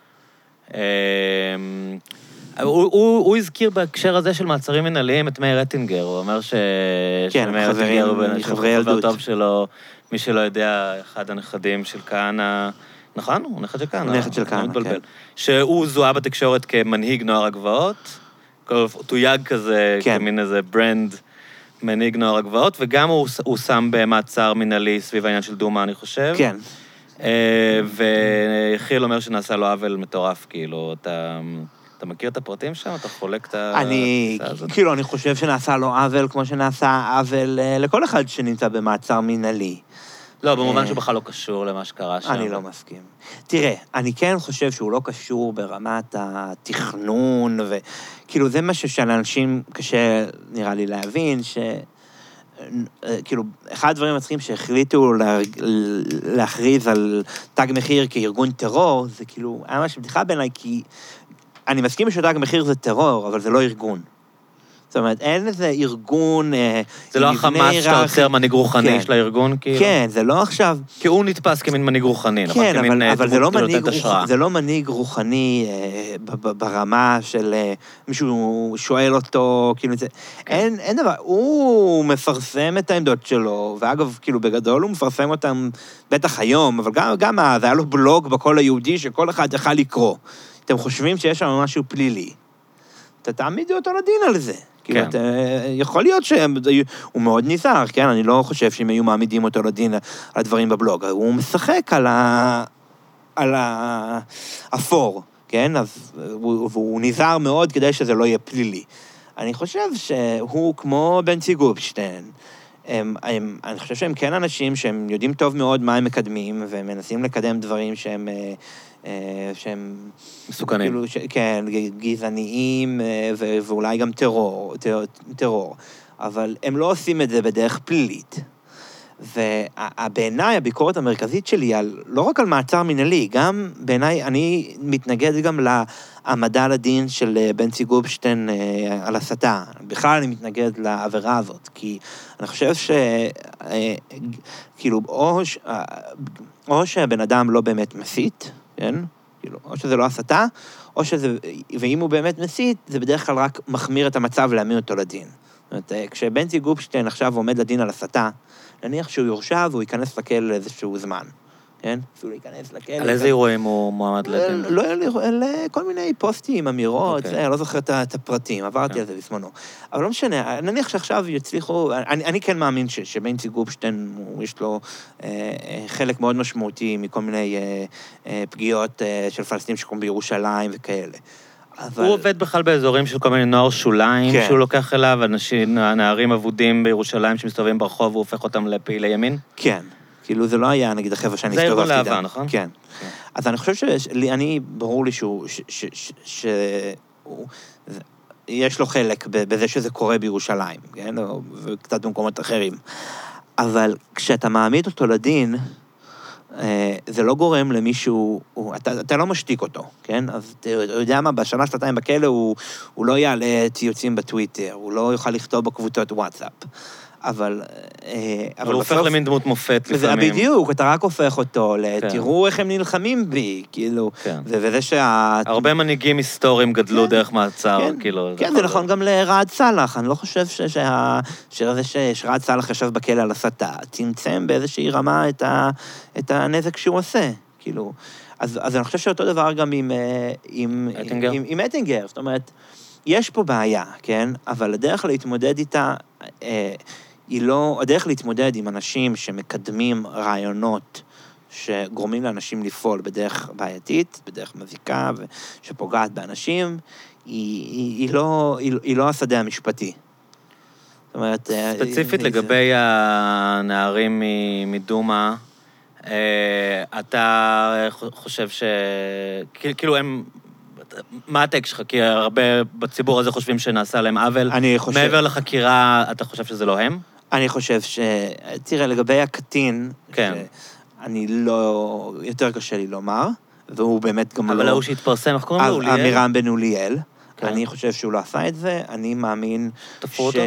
הוא הזכיר בהקשר הזה של מעצרים מנהליים את מאיר רטינגר, הוא אומר כן, חברי ילדות. טוב שלו, מי שלא יודע, אחד הנכדים של כהנא, נכון? הוא נכד של כהנא. נכד של כהנא, כן. שהוא זוהה בתקשורת כמנהיג נוער הגבעות, תויג כזה, כמין איזה ברנד, מנהיג נוער הגבעות, וגם הוא שם במעצר מנהלי סביב העניין של דומה, אני חושב. כן. ויחיל אומר שנעשה לו עוול מטורף, כאילו, אתה מכיר את הפרטים שם? אתה חולק את התפיסה הזאת? כאילו, אני חושב שנעשה לו עוול כמו שנעשה עוול לכל אחד שנמצא במעצר מנהלי. לא, במובן שהוא בכלל לא קשור למה שקרה שם. אני לא מסכים. תראה, אני כן חושב שהוא לא קשור ברמת התכנון, וכאילו זה משהו שלאנשים קשה, נראה לי, להבין, כאילו, אחד הדברים מצחיקים שהחליטו להכריז על תג מחיר כארגון טרור, זה כאילו, היה משהו בדיחה בעיניי, כי אני מסכים שתג מחיר זה טרור, אבל זה לא ארגון. זאת אומרת, אין איזה ארגון... זה לא החמאס שאתה עוצר מנהיג רוחני של הארגון, כאילו? כן, זה לא עכשיו... כי הוא נתפס כמין מנהיג רוחני, כן, אבל זה לא מנהיג רוחני ברמה של מישהו שואל אותו, כאילו זה... אין דבר, הוא מפרסם את העמדות שלו, ואגב, כאילו בגדול הוא מפרסם אותם בטח היום, אבל גם זה היה לו בלוג בקול היהודי שכל אחד יכל לקרוא. אתם חושבים שיש שם משהו פלילי. אתה תעמידו אותו לדין על זה. כאילו, יכול להיות שהוא מאוד נזהר, כן? אני לא חושב שהם היו מעמידים אותו לדין על הדברים בבלוג. הוא משחק על האפור, כן? והוא נזהר מאוד כדי שזה לא יהיה פלילי. אני חושב שהוא כמו בנצי גופשטיין, אני חושב שהם כן אנשים שהם יודעים טוב מאוד מה הם מקדמים, והם מנסים לקדם דברים שהם מסוכנים. כאילו, כן, גזעניים, ואולי גם טרור. אבל הם לא עושים את זה בדרך פלילית. ובעיניי הביקורת המרכזית שלי, לא רק על מעצר מנהלי, גם בעיניי אני מתנגד גם להעמדה לדין של בנצי גופשטיין על הסתה. בכלל אני מתנגד לעבירה הזאת, כי אני חושב כאילו, או שהבן אדם לא באמת מסית, כן? כאילו, או שזה לא הסתה, או שזה, ואם הוא באמת מסית, זה בדרך כלל רק מחמיר את המצב להעמיד אותו לדין. זאת אומרת, כשבנצי גופשטיין עכשיו עומד לדין על הסתה, נניח שהוא יורשע והוא ייכנס לכלא איזשהו זמן, כן? אפילו ייכנס לכלא. על איזה אירועים הוא מועמד לדין? לכל מיני פוסטים, אמירות, אני לא זוכר את הפרטים, עברתי על זה בזמנו. אבל לא משנה, נניח שעכשיו יצליחו, אני כן מאמין שבנצי גופשטיין, יש לו חלק מאוד משמעותי מכל מיני פגיעות של פלסטינים שקוראים בירושלים וכאלה. הוא עובד בכלל באזורים של כל מיני נוער שוליים שהוא לוקח אליו, נערים אבודים בירושלים שמסתובבים ברחוב, הוא הופך אותם לפעילי ימין? כן. כאילו זה לא היה, נגיד, החבר'ה שאני הסתובבתי. זה ארגון להבה, נכון? כן. אז אני חושב ברור לי יש לו חלק בזה שזה קורה בירושלים, כן? וקצת במקומות אחרים. אבל כשאתה מעמיד אותו לדין, זה לא גורם למישהו, אתה לא משתיק אותו, כן? אז אתה יודע מה, בשנה, שנתיים בכלא, הוא לא יעלה ציוצים בטוויטר, הוא לא יוכל לכתוב בקבוצות וואטסאפ. אבל הוא הופך למין דמות מופת לפעמים. בדיוק, אתה רק הופך אותו, תראו איך הם נלחמים בי, כאילו, וזה הרבה מנהיגים היסטוריים גדלו דרך מעצר, כאילו. כן, זה נכון גם לרעד סלח, אני לא חושב שזה שרעד סלח ישב בכלא על הסתה, צמצם באיזושהי רמה את הנזק שהוא עושה, כאילו. אז אני חושב שאותו דבר גם עם אטינגר, זאת אומרת, יש פה בעיה, כן? אבל הדרך להתמודד איתה, הדרך להתמודד עם אנשים שמקדמים רעיונות שגורמים לאנשים לפעול בדרך בעייתית, בדרך מזיקה ושפוגעת באנשים, היא לא השדה המשפטי. זאת אומרת... ספציפית לגבי הנערים מדומה, אתה חושב כאילו הם... מה הטק שלך? כי הרבה בציבור הזה חושבים שנעשה להם עוול. מעבר לחקירה, אתה חושב שזה לא הם? אני חושב תראה, לגבי הקטין, אני לא... יותר קשה לי לומר, והוא באמת גם לא... אבל הוא שהתפרסם, איך קוראים לו? אוליאל? אמירם בן אוליאל. אני חושב שהוא לא עשה את זה, אני מאמין... תפרו אותו?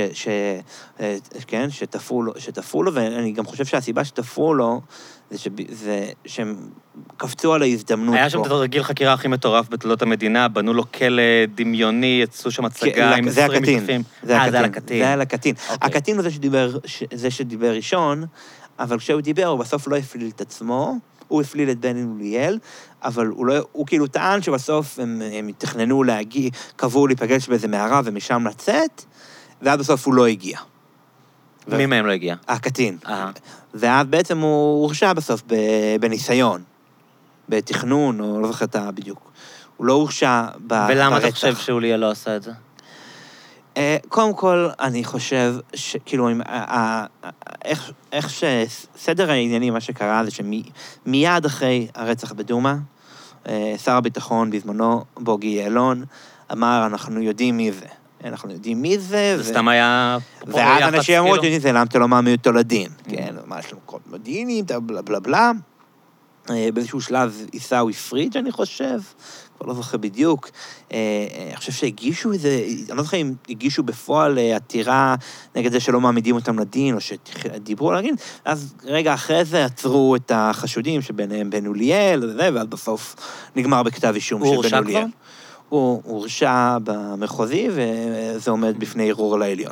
כן, שתפרו לו, ואני גם חושב שהסיבה שתפרו לו, זה שהם קפצו על ההזדמנות פה. היה שם את הרגיל חקירה הכי מטורף בתולדות המדינה, בנו לו כלא דמיוני, יצאו שם הצגה עם 20 משתתפים. זה על הקטין. זה על הקטין. הקטין הוא זה שדיבר ראשון, אבל כשהוא דיבר, הוא בסוף לא הפליל את עצמו, הוא הפליל את בן אוליאל, אבל הוא כאילו טען שבסוף הם תכננו להגיע, קבעו להיפגש באיזה מערה ומשם לצאת, ואז בסוף הוא לא הגיע. מי מהם לא הגיע? הקטין. ואז בעצם הוא הורשע בסוף בניסיון, בתכנון, או לא זוכר את בדיוק. הוא לא הורשע ברצח. ולמה אתה חושב שאוליאל לא עשה את זה? קודם כל, אני חושב שכאילו, איך שסדר העניינים, מה שקרה זה שמיד אחרי הרצח בדומא, שר הביטחון בזמנו, בוגי יעלון, אמר, אנחנו יודעים מי זה. אנחנו יודעים מי זה. זה סתם היה... ואז אנשים אמרו, זה למה אתה לא מעמיד אותו לדין. כן, מה יש לנו קוד מודיעינים, בלה בלה בלה. באיזשהו שלב עיסאווי פריג' אני חושב, כבר לא זוכר בדיוק, אני חושב שהגישו איזה, אני לא זוכר אם הגישו בפועל עתירה נגד זה שלא מעמידים אותם לדין, או שדיברו על הדין, אז רגע אחרי זה עצרו את החשודים שביניהם בן אוליאל, ואז בסוף נגמר בכתב אישום של בן אוליאל. הוא הורשע במחוזי, וזה עומד בפני ערעור לעליון.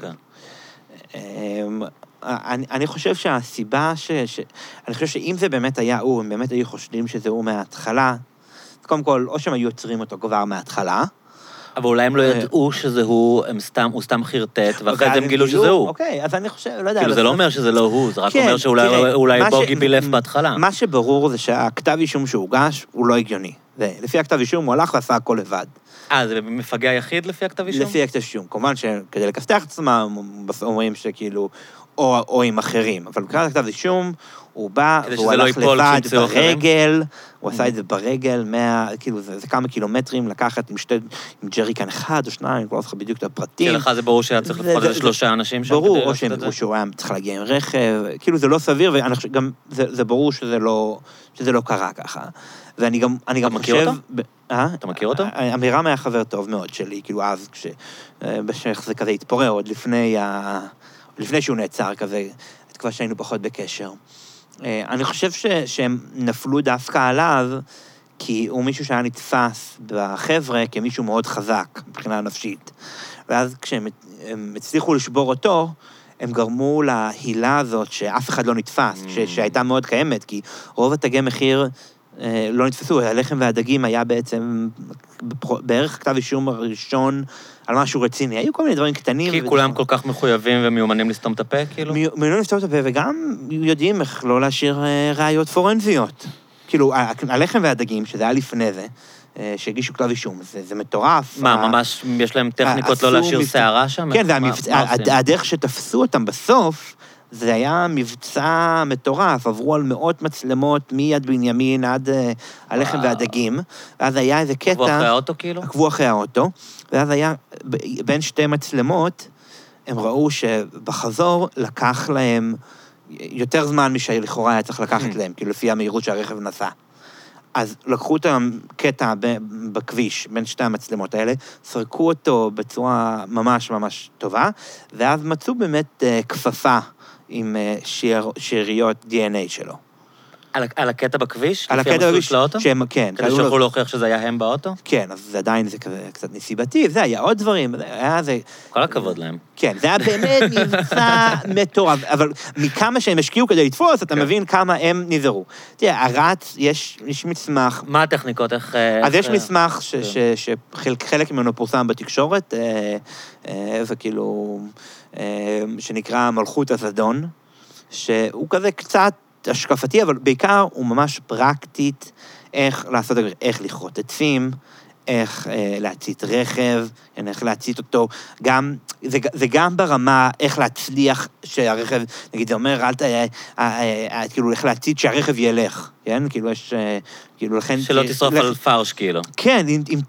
אני חושב שהסיבה אני חושב שאם זה באמת היה הוא, הם באמת היו חושדים שזה הוא מההתחלה, קודם כל, או שהם היו יוצרים אותו כבר מההתחלה. אבל אולי הם לא ידעו שזה הוא, הוא סתם חרטט, ואחרי זה הם גילו שזה הוא. אוקיי, אז אני חושב, לא יודע. כאילו זה לא אומר שזה לא הוא, זה רק אומר שאולי בוגי בילף בהתחלה. מה שברור זה שהכתב אישום שהוגש הוא לא הגיוני. ולפי הכתב אישום הוא הלך ועשה הכל לבד. זה מפגע יחיד לפי הכתב אישום? לפי הכתב אישום. כמובן שכדי לכסתח את עצמם, אומרים שכאילו, או עם אחרים. אבל בכלל הכתב אישום, הוא בא, והוא הלך לבד ברגל, הוא עשה את זה ברגל, כאילו זה כמה קילומטרים לקחת עם ג'ריקן אחד או שניים, אני לא זוכר בדיוק את הפרטים. לך זה ברור שהיה צריך לפחות איזה 3 אנשים שם. ברור, או שהוא היה צריך להגיע עם רכב, כאילו זה לא סביר, וגם זה ברור שזה לא קרה ככה. ואני גם חושב... אתה מכיר אותו? אתה מכיר אותו? אמירם היה חבר טוב מאוד שלי, כאילו אז, כשזה כזה התפורר, עוד לפני שהוא נעצר כזה, כבר שהיינו פחות בקשר. אני חושב שהם נפלו דווקא עליו, כי הוא מישהו שהיה נתפס בחבר'ה כמישהו מאוד חזק, מבחינה נפשית. ואז כשהם הצליחו לשבור אותו, הם גרמו להילה הזאת שאף אחד לא נתפס, שהייתה מאוד קיימת, כי רוב התגי מחיר לא נתפסו, הלחם והדגים היה בעצם בערך כתב אישום הראשון על משהו רציני. היו כל מיני דברים קטנים. כי כולם כל כך מחויבים ומיומנים לסתום את הפה, כאילו? מיומנים לסתום את הפה, וגם יודעים איך לא להשאיר ראיות פורנזיות. כאילו, הלחם והדגים, שזה היה לפני זה, שהגישו כתב אישום, זה מטורף. מה, ממש יש להם טכניקות לא להשאיר שערה שם? כן, הדרך שתפסו אותם בסוף, זה היה מבצע מטורף, עברו על מאות מצלמות מיד בנימין עד הלחם והדגים, ואז היה איזה קטע... עקבו אחרי האוטו כאילו? עקבו אחרי האוטו, ואז היה בין 2 מצלמות, הם ראו שבחזור לקח להם יותר זמן משלכאורה היה צריך לקחת להם, כאילו לפי המהירות שהרכב נסע. אז לקחו את הקטע בכביש, בין 2 המצלמות האלה, סרקו אותו בצורה ממש ממש טובה, ואז מצאו באמת כפפה עם שאריות DNA שלו. על הקטע בכביש? על הקטע בכביש, כן. כדי שיכולו להוכיח שזה היה הם באוטו? כן, אז עדיין זה קצת נסיבתי, זה היה עוד דברים, היה זה... כל הכבוד להם. כן, זה היה באמת מבצע מטורף, אבל מכמה שהם השקיעו כדי לתפוס, אתה מבין כמה הם נזהרו. תראה, הרץ, יש מסמך... מה הטכניקות? אז יש מסמך שחלק ממנו פורסם בתקשורת, וכאילו, שנקרא מלכות הזדון, שהוא כזה קצת השקפתי, אבל בעיקר הוא ממש פרקטית איך לעשות, איך לכרות עצים, איך להצית רכב, איך להצית אותו, זה גם ברמה איך להצליח שהרכב, נגיד זה אומר, כאילו איך להצית שהרכב ילך, כן? כאילו יש, כאילו לכן... שלא תשרוף על פרש כאילו. כן,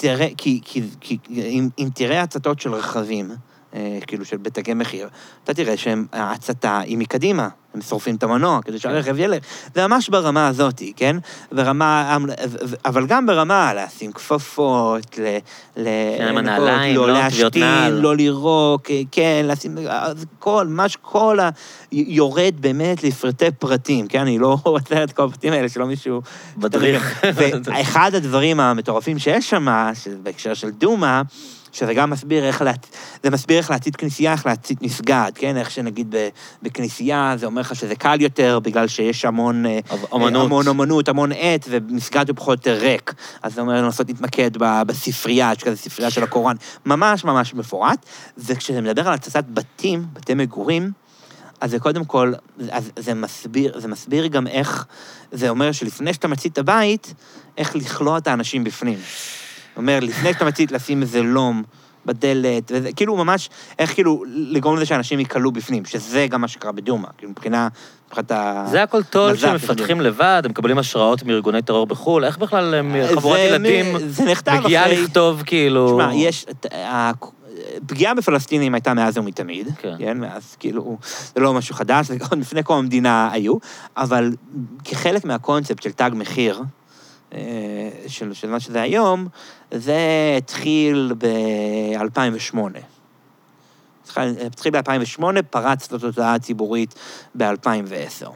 אם תראה הצתות של רכבים, כאילו של בתגי מחיר, אתה תראה שההצתה היא מקדימה, הם שורפים את המנוע כדי שהרכב ילך, זה ממש ברמה הזאת, כן? ברמה, אבל גם ברמה לשים כפפות, לא להשתין, לא לירוק, כן, לשים, כל יורד באמת לפרטי פרטים, כן? אני לא רוצה את כל הפרטים האלה שלא מישהו... בדריך. ואחד הדברים המטורפים שיש שם, בהקשר של דומה, שזה גם מסביר איך להצית כנסייה, איך להצית מסגד, כן? איך שנגיד בכנסייה, זה אומר לך שזה קל יותר, בגלל שיש המון אומנות, המון עת, ומסגד הוא פחות ריק. אז זה אומר לנסות להתמקד בספרייה, שכזה ספרייה של הקוראן, ממש ממש מפורט, וכשזה מדבר על הצצת בתי מגורים, אז זה קודם כל, זה מסביר גם איך, זה אומר שלפני שאתה מצית את הבית, איך לכלוא את האנשים בפנים. אומר, לפני שאתה מצית לשים איזה לום בדלת, וזה, כאילו ממש, איך כאילו לגרום לזה שאנשים יקלו בפנים, שזה גם מה שקרה בדומה, כאילו מבחינת זה הכל טוב שמפתחים לבד, הם מקבלים השראות מארגוני טרור בחו"ל, איך בכלל חבורת ילדים מגיעה לכתוב כאילו... תשמע, יש, פגיעה בפלסטינים הייתה מאז ומתמיד, כן, מאז כאילו, זה לא משהו חדש, זה עוד לפני כל המדינה היו, אבל כחלק מהקונספט של תג מחיר, של מה שזה היום, זה התחיל ב-2008. התחיל ב-2008, פרץ לתודעה הציבורית ב-2010.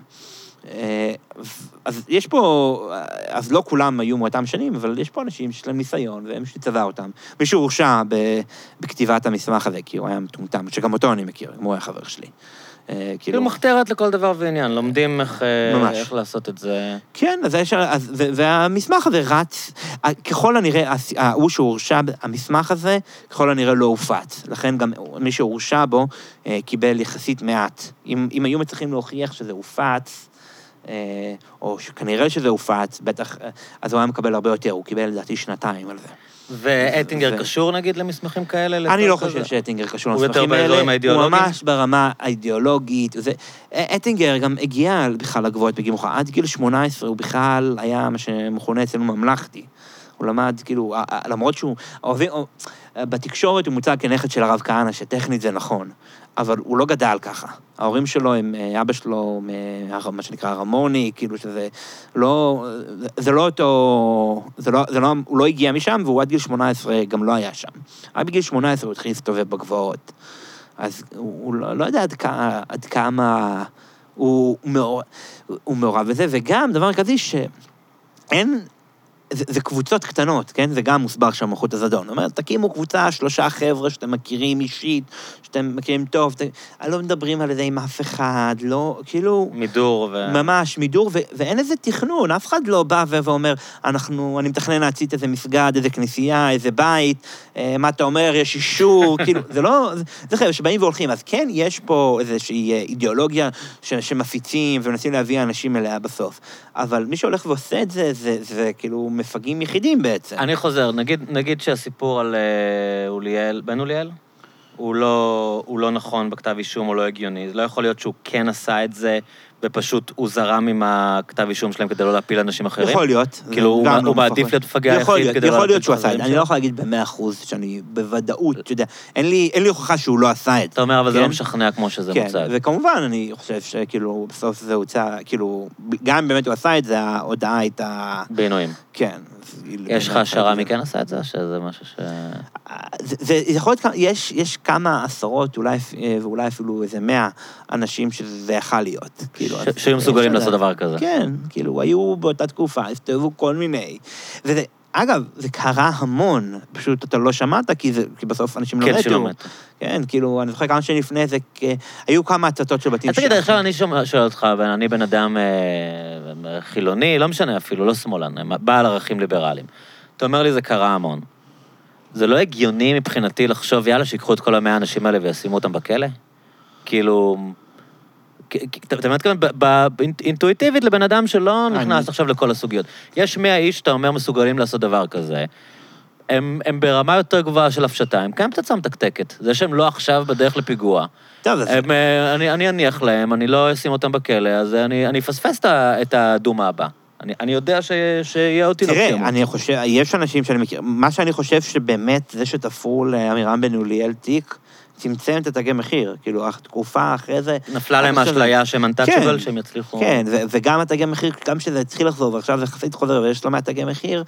אז יש פה, אז לא כולם היו מאותם שנים, אבל יש פה אנשים שיש להם ניסיון, והם שצבע אותם. מישהו הורשע בכתיבת המסמך הזה, כי הוא היה מטומטם, שגם אותו אני מכיר, כמו היה חבר שלי. כאילו מחתרת לכל דבר ועניין, לומדים איך לעשות את זה. כן, והמסמך הזה רץ, ככל הנראה, הוא שהורשע, המסמך הזה, ככל הנראה לא הופץ. לכן גם מי שהורשע בו קיבל יחסית מעט. אם היו מצליחים להוכיח שזה הופץ, או שכנראה שזה הופץ, בטח, אז הוא היה מקבל הרבה יותר, הוא קיבל לדעתי 2 על זה. ואטינגר קשור נגיד למסמכים כאלה? אני לא חושב שאטינגר קשור למסמכים האלה, הוא ממש ברמה האידיאולוגית. אטינגר גם הגיע בכלל לגבוהות בגיל מאוחר, עד גיל 18 הוא בכלל היה מה שמכונה אצלנו ממלכתי. הוא למד, כאילו, למרות שהוא, בתקשורת הוא מוצג כנכד של הרב כהנא, שטכנית זה נכון, אבל הוא לא גדל ככה. ההורים שלו, אבא שלו, מה שנקרא רמוני, כאילו שזה לא, זה לא אותו, הוא לא הגיע משם, והוא עד גיל 18 גם לא היה שם. עד בגיל 18 הוא התחיל להסתובב בגבעות. אז הוא לא יודע עד כמה הוא מעורב בזה, וגם דבר כזה שאין, זה קבוצות קטנות, כן? זה גם מוסבר שם מלכות הזדון. זאת אומרת, תקימו קבוצה, 3 חבר'ה שאתם מכירים אישית, שאתם מכירים טוב, לא מדברים על זה עם אף אחד, לא, כאילו... מידור ממש, מידור, ואין איזה תכנון, אף אחד לא בא ואומר, אני מתכנן להצית איזה מסגד, איזה כנסייה, איזה בית, מה אתה אומר, יש אישור, כאילו, זה לא... זה חבר'ה שבאים והולכים, אז כן, יש פה איזושהי אידיאולוגיה שמפיצים ומנסים להביא אנשים אליה בסוף. אבל מי שהולך ועושה את זה, זה כאילו מפגעים יחידים בעצם. אני חוזר, נגיד שהסיפור על אוליאל, בן אוליאל, הוא לא נכון בכתב אישום, הוא לא הגיוני. זה לא יכול להיות שהוא כן עשה את זה, ופשוט הוא זרם עם הכתב אישום שלהם כדי לא להפיל אנשים אחרים. יכול להיות. כאילו הוא מעדיף להיות מפגע היחיד כדי לא... יכול להיות שהוא עשה את זה. אני לא יכול להגיד ב100% שאני בוודאות, אתה יודע, אין לי הוכחה שהוא לא עשה את זה. אתה אומר, אבל זה לא משכנע כמו שזה מוצג. כן, וכמובן אני חושב שכאילו בסוף זה הוצא, כאילו, גם אם באמת הוא עשה את זה, ההודעה הייתה... בעינויים. כן. יש לך השערה מי כן עשה את זה, שזה משהו ש... זה יכול להיות, יש כמה עשרות, ואולי אפילו איזה 100 אנשים שזה יכול להיות. שהיו מסוגלים לעשות דבר כזה. כן, כאילו, היו באותה תקופה, הסתובבו כל מיני. וזה, אגב, זה קרה המון, פשוט אתה לא שמעת, כי בסוף אנשים לא מתו. כן, שלא מתו. כן, כאילו, אני זוכר כמה שנים לפני זה, היו כמה הצתות של בתים. תגיד, עכשיו אני שואל אותך, אני בן אדם חילוני, לא משנה אפילו, לא שמאלן, בעל ערכים ליברליים. אתה אומר לי, זה קרה המון. זה לא הגיוני מבחינתי לחשוב, יאללה, שיקחו את כל 100 האנשים האלה וישימו אותם בכלא? כאילו... אתה מתכוון באינטואיטיבית לבן אדם שלא נכנס עכשיו לכל הסוגיות. יש 100 איש שאתה אומר מסוגלים לעשות דבר כזה, הם ברמה יותר גבוהה של הפשטה, הם קיים פצצה מתקתקת. זה שהם לא עכשיו בדרך לפיגוע. אני אניח להם, אני לא אשים אותם בכלא, אז אני אפספס את הדומה הבאה. אני יודע שיהיה אותי לא תראה, אני חושב, יש אנשים שאני מכיר, מה שאני חושב שבאמת זה שתפרו לאמירם בן אוליאל תיק, צמצם את התגי מחיר, כאילו, התקופה אחרי זה... נפלה להם האשליה שהם אנטאצ'בל, שהם יצליחו... כן, וגם התגי מחיר, גם שזה התחיל לחזור, ועכשיו זה חסית חוזר, ויש לא מעט תגי מחיר,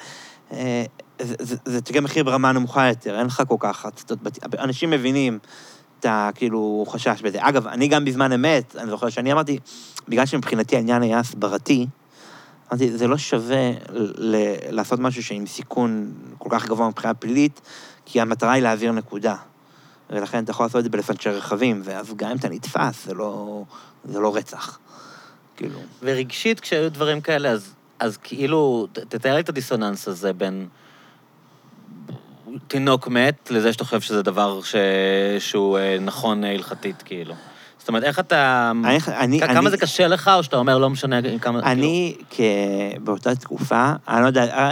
זה תגי מחיר ברמה נמוכה יותר, אין לך כל כך... אנשים מבינים את כאילו חשש בזה. אגב, אני גם בזמן אמת, אני זוכר שאני אמרתי, בגלל שמבחינתי העניין היה הסברתי, אמרתי, זה לא שווה לעשות משהו שעם סיכון כל כך גבוה מבחינה פלילית, כי המטרה היא להעביר נקודה. ולכן אתה יכול לעשות את זה בלפנצ'ר רחבים, ואז גם אם אתה נתפס, זה לא רצח. כאילו. ורגשית, כשהיו דברים כאלה, אז כאילו, תתאר לי את הדיסוננס הזה בין תינוק מת לזה שאתה חושב שזה דבר שהוא נכון הלכתית, כאילו. זאת אומרת, איך אתה... כמה זה קשה לך, או שאתה אומר, לא משנה כמה... אני, באותה תקופה, אני לא יודע,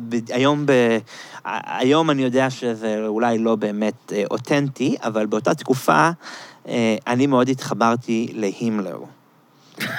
היום אני יודע שזה אולי לא באמת אותנטי, אבל באותה תקופה, אני מאוד התחברתי להימלר.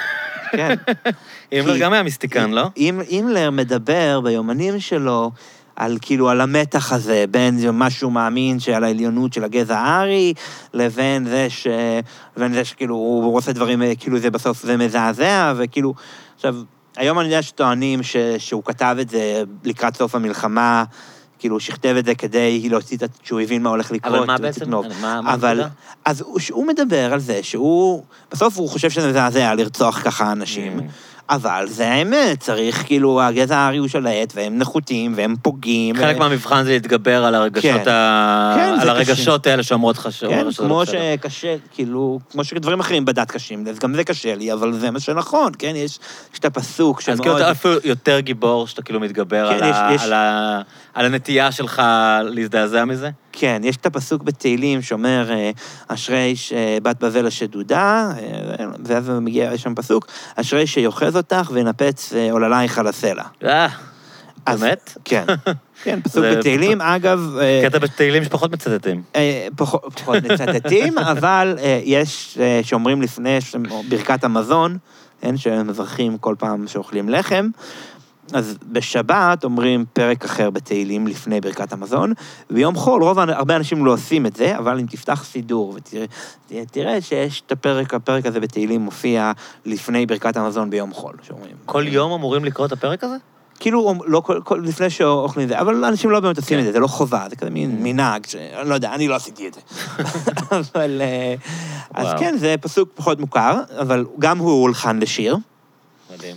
כן. הימלר גם היה מיסטיקן, לא? הימלר מדבר ביומנים שלו כאילו, על המתח הזה, בין משהו מאמין שעל העליונות של הגזע הארי, לבין זה שכאילו, הוא עושה דברים, כאילו, זה בסוף זה מזעזע, וכאילו, עכשיו, היום אני יודע שטוענים שהוא כתב את זה לקראת סוף המלחמה, כאילו, הוא שכתב את זה כדי להוציא שהוא הבין מה הולך לקרות. אבל מה בעצם? אבל, אז הוא מדבר על זה שהוא, בסוף הוא חושב שזה מזעזע לרצוח ככה אנשים, אבל זה האמת, צריך, כאילו, הגזע הארי הוא שלט, והם נחותים, והם פוגעים. חלק מהמבחן זה להתגבר על הרגשות האלה שאומרות חשוב. כן, כמו שקשה, כאילו, כמו שדברים אחרים בדת קשים, גם זה קשה לי, אבל זה מה שנכון, כן, יש את הפסוק שמאוד... אז כאילו אתה אפילו יותר גיבור, שאתה כאילו מתגבר על הנטייה שלך להזדעזע מזה? כן, יש את הפסוק בתהילים שאומר, אשרי שבת בבל השדודה, ואז מגיע, יש שם פסוק, אשרי שיוחז אותך ונפץ עוללייך על הסלע. באמת? כן, כן, פסוק בתהילים, אגב... קטע בתהילים שפחות מצטטים. פחות מצטטים, אבל יש שאומרים לפני ברכת המזון, שמברכים כל פעם שאוכלים לחם, אז בשבת אומרים פרק אחר בתהילים לפני ברכת המזון, ויום חול, הרבה אנשים לא עושים את זה, אבל אם תפתח סידור ותראה שיש את הפרק הזה בתהילים מופיע לפני ברכת המזון ביום חול, שאומרים. כל יום אמורים לקרוא את הפרק הזה? כאילו, לא, לפני שאוכלים את זה, אבל אנשים לא באמת עושים את זה, זה לא חובה, זה כזה מנהג, אני לא יודע, אני לא עשיתי את זה. אבל, אז כן, זה פסוק פחות מוכר, אבל גם הוא הולחן לשיר. מדהים.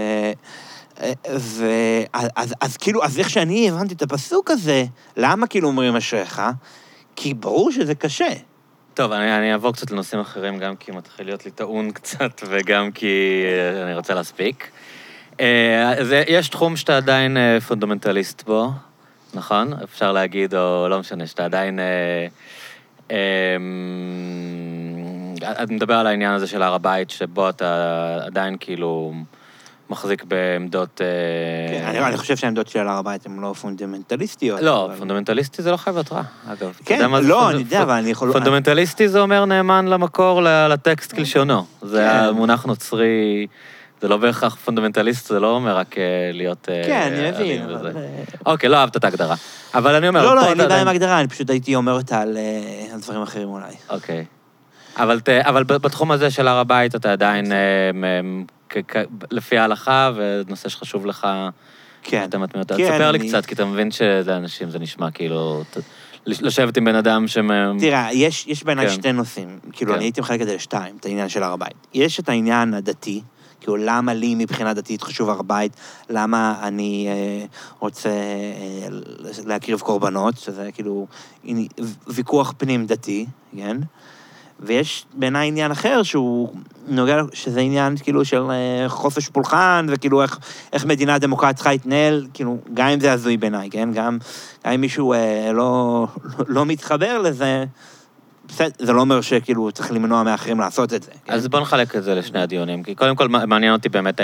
אז כאילו, אז איך שאני הבנתי את הפסוק הזה, למה כאילו אומרים אשריך? כי ברור שזה קשה. טוב, אני אעבור קצת לנושאים אחרים, גם כי מתחיל להיות לי טעון קצת, וגם כי אני רוצה להספיק. יש תחום שאתה עדיין פונדמנטליסט בו, נכון? אפשר להגיד, או לא משנה, שאתה עדיין... את מדבר על העניין הזה של הר הבית, שבו אתה עדיין כאילו... מחזיק בעמדות... כן, אני חושב שהעמדות של הר הבית הן לא פונדמנטליסטיות. לא, פונדמנטליסטי זה לא חייב להיות רע, אגב. כן, לא, אני יודע, אבל אני יכול... פונדמנטליסטי זה אומר נאמן למקור, לטקסט כלשונו. זה המונח נוצרי, זה לא בהכרח פונדמנטליסט, זה לא אומר רק להיות... כן, אני מבין, אבל... אוקיי, לא אהבת את ההגדרה. אבל אני אומר... לא, אין לי בעיה עם ההגדרה, אני פשוט הייתי אומר אותה על דברים אחרים אולי. אוקיי. אבל בתחום הזה של הר הבית אתה עדיין... לפי ההלכה, ונושא שחשוב לך, כן. תספר לי קצת, כי אתה מבין שזה אנשים, זה נשמע כאילו, לשבת עם בן אדם תראה, יש בעיניי שתי נושאים, כאילו אני הייתי מחלק את זה לשתיים, את העניין של הר הבית. יש את העניין הדתי, כאילו למה לי מבחינה דתית חשוב הר הבית, למה אני רוצה להקריב קורבנות, שזה כאילו ויכוח פנים דתי, כן? ויש בעיניי עניין אחר שהוא נוגע, שזה עניין כאילו של חופש פולחן, וכאילו איך מדינה דמוקרטית צריכה להתנהל, כאילו גם אם זה הזוי בעיניי, כן? גם אם מישהו לא מתחבר לזה, זה לא אומר שכאילו צריך למנוע מאחרים לעשות את זה. אז בוא נחלק את זה לשני הדיונים, כי קודם כל מעניין אותי באמת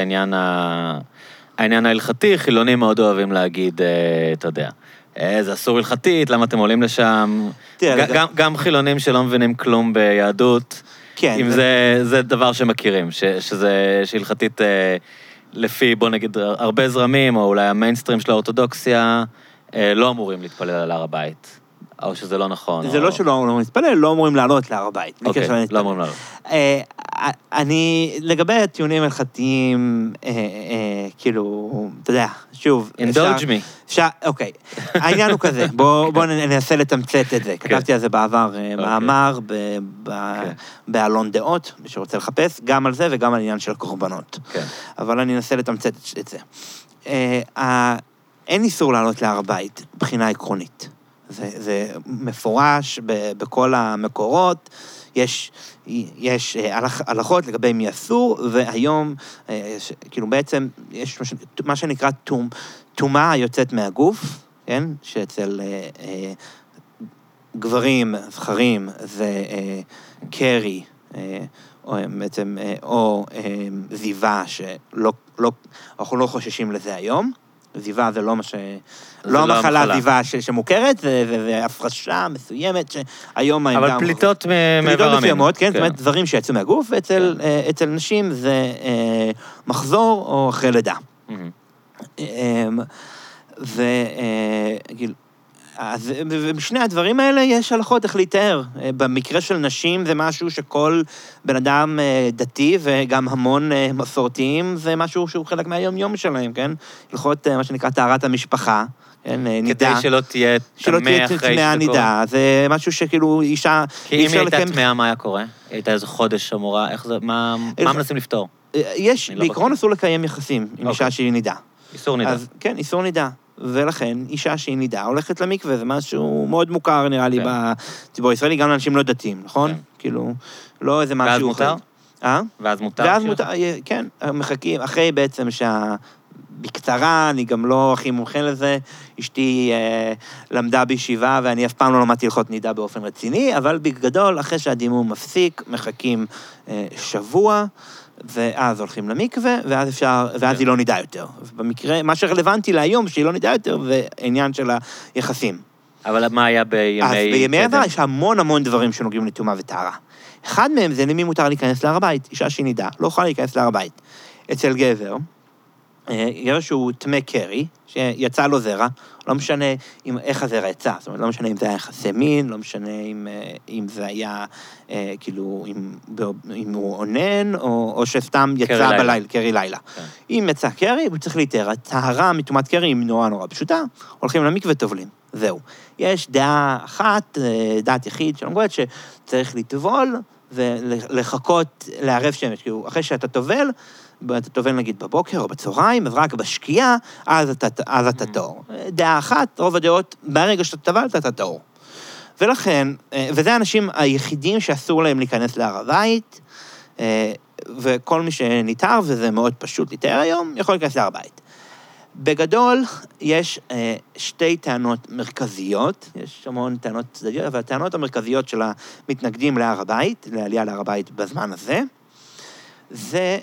העניין ההלכתי, חילונים מאוד אוהבים להגיד, אתה יודע, זה אסור הלכתית, למה אתם עולים לשם? גם חילונים שלא מבינים כלום ביהדות, אם זה דבר שמכירים, שהלכתית לפי, בוא נגיד, הרבה זרמים, או אולי המיינסטרים של האורתודוקסיה, לא אמורים להתפלל על הר הבית, או שזה לא נכון. זה לא שלא אמורים להתפלל, לא אמורים לעלות להר הבית. אוקיי, לא אמורים לעלות. אני, לגבי הטיעונים הלכתיים, כאילו, אתה יודע, שוב... Indulge me. אוקיי, העניין הוא כזה, בואו ננסה לתמצת את זה. כתבתי על זה בעבר מאמר באלון דעות, מי שרוצה לחפש, גם על זה וגם על העניין של הקורבנות. אבל אני אנסה לתמצת את זה. אין איסור לעלות להר הבית, מבחינה עקרונית. זה מפורש בכל המקורות, יש הלכות לגבי מי אסור, והיום, כאילו בעצם, יש מה שנקרא טומאה יוצאת מהגוף, כן? שאצל גברים, זכרים, זה קרי, או זיווה, אנחנו לא חוששים לזה היום, זיווה זה לא מה לא המחלה זיווה שמוכרת, זה הפרשה מסוימת שהיום... אבל פליטות מעבר המין. מסוימות, כן, זאת אומרת, דברים שיצאו מהגוף, ואצל נשים זה מחזור או אחרי לידה. ובשני הדברים האלה יש הלכות איך להתאר. במקרה של נשים זה משהו שכל בן אדם דתי וגם המון מסורתיים, זה משהו שהוא חלק מהיום-יום שלהם, כן? הלכות מה שנקרא טהרת המשפחה, כן? נידה. כדי שלא תהיה תמה אחרי שזה נידה. זה משהו שכאילו אישה... כי אם היא הייתה תמאה, מה היה קורה? היא הייתה איזה חודש אמורה, איך זה, מה מנסים לפתור? יש, בעיקרון אסור לקיים יחסים עם אישה שהיא נידה. איסור נידה. כן, איסור נידה. ולכן, אישה שהיא נידה הולכת למקווה, זה משהו מאוד מוכר, נראה לי, בציבור הישראלי, גם לאנשים לא דתיים, נכון? כאילו, לא איזה משהו... ואז מותר? ואז מותר? ואז מותר, כן, מחכים, אחרי בעצם בקצרה, אני גם לא הכי מומחה לזה, אשתי למדה בישיבה, ואני אף פעם לא למדתי הלכות נידה באופן רציני, אבל בגדול, אחרי שהדימום מפסיק, מחכים שבוע, ואז הולכים למקווה, ואז היא לא נידה יותר. במקרה, מה שרלוונטי להיום, שהיא לא נידה יותר, זה עניין של היחסים. אבל מה היה בימי... אז בימי עבר יש המון דברים שנוגעים לטומאה וטהרה. אחד מהם זה למי מותר להיכנס להר הבית. אישה שהיא נידה, לא יכולה להיכנס להר הבית. אצל גבר, גבר שהוא טמא קרי, שיצא לו זרע, לא משנה איך הזרע יצא, זאת אומרת, לא משנה אם זה היה יחסי מין, לא משנה אם זה היה, כאילו, אם הוא עונן, או שסתם יצא בלילה, קרי לילה. אם יצא קרי, הוא צריך להתאר. הטהרה מטומאת קרי היא נורא פשוטה, הולכים למקווה טובלים. זהו. יש דעה אחת, דעת יחיד של המגורת, שצריך לטבול ולחכות לערב שמש. כאילו, אחרי שאתה טובל, אתה טובל נגיד בבוקר או בצהריים, אז רק בשקיעה, אז אתה טהור. דעה אחת, רוב הדעות, ברגע שאתה טבלת, אתה טהור. ולכן, וזה האנשים היחידים שאסור להם להיכנס להר הבית, וכל מי שניתר, וזה מאוד פשוט להתאר היום, יכול להיכנס להר הבית. בגדול, יש שתי טענות מרכזיות, יש המון טענות צדדיות, אבל הטענות המרכזיות של המתנגדים להר הבית, לעלייה להר הבית בזמן הזה, זה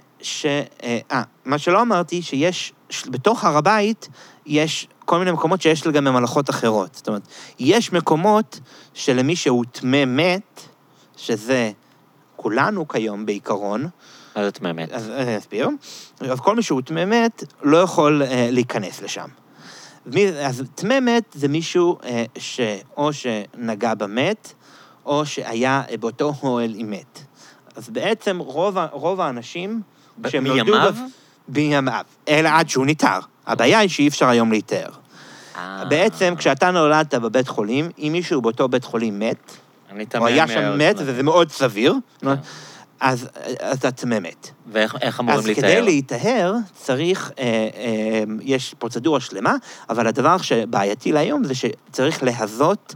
מה שלא אמרתי, שיש, בתוך הר הבית, יש כל מיני מקומות שיש גם הלכות אחרות. זאת אומרת, יש מקומות שלמי שהוא טמא מת, שזה כולנו כיום בעיקרון, אז זה טמא מת. אז אני אסביר. אז כל מי שהוא טמא מת לא יכול להיכנס לשם. אז טמא מת זה מישהו או שנגע במת, או שהיה באותו אוהל עם מת. אז בעצם רוב האנשים שהם נולדו... בימיו. אלא עד שהוא ניתר. הבעיה היא שאי אפשר היום להתאר. בעצם כשאתה נולדת בבית חולים, אם מישהו באותו בית חולים מת, או היה שם מת, וזה מאוד סביר, אז אתה טמא מת. ואיך אמורים להתאר? אז כדי להתאר צריך, יש פרוצדורה שלמה, אבל הדבר שבעייתי להיום זה שצריך להזות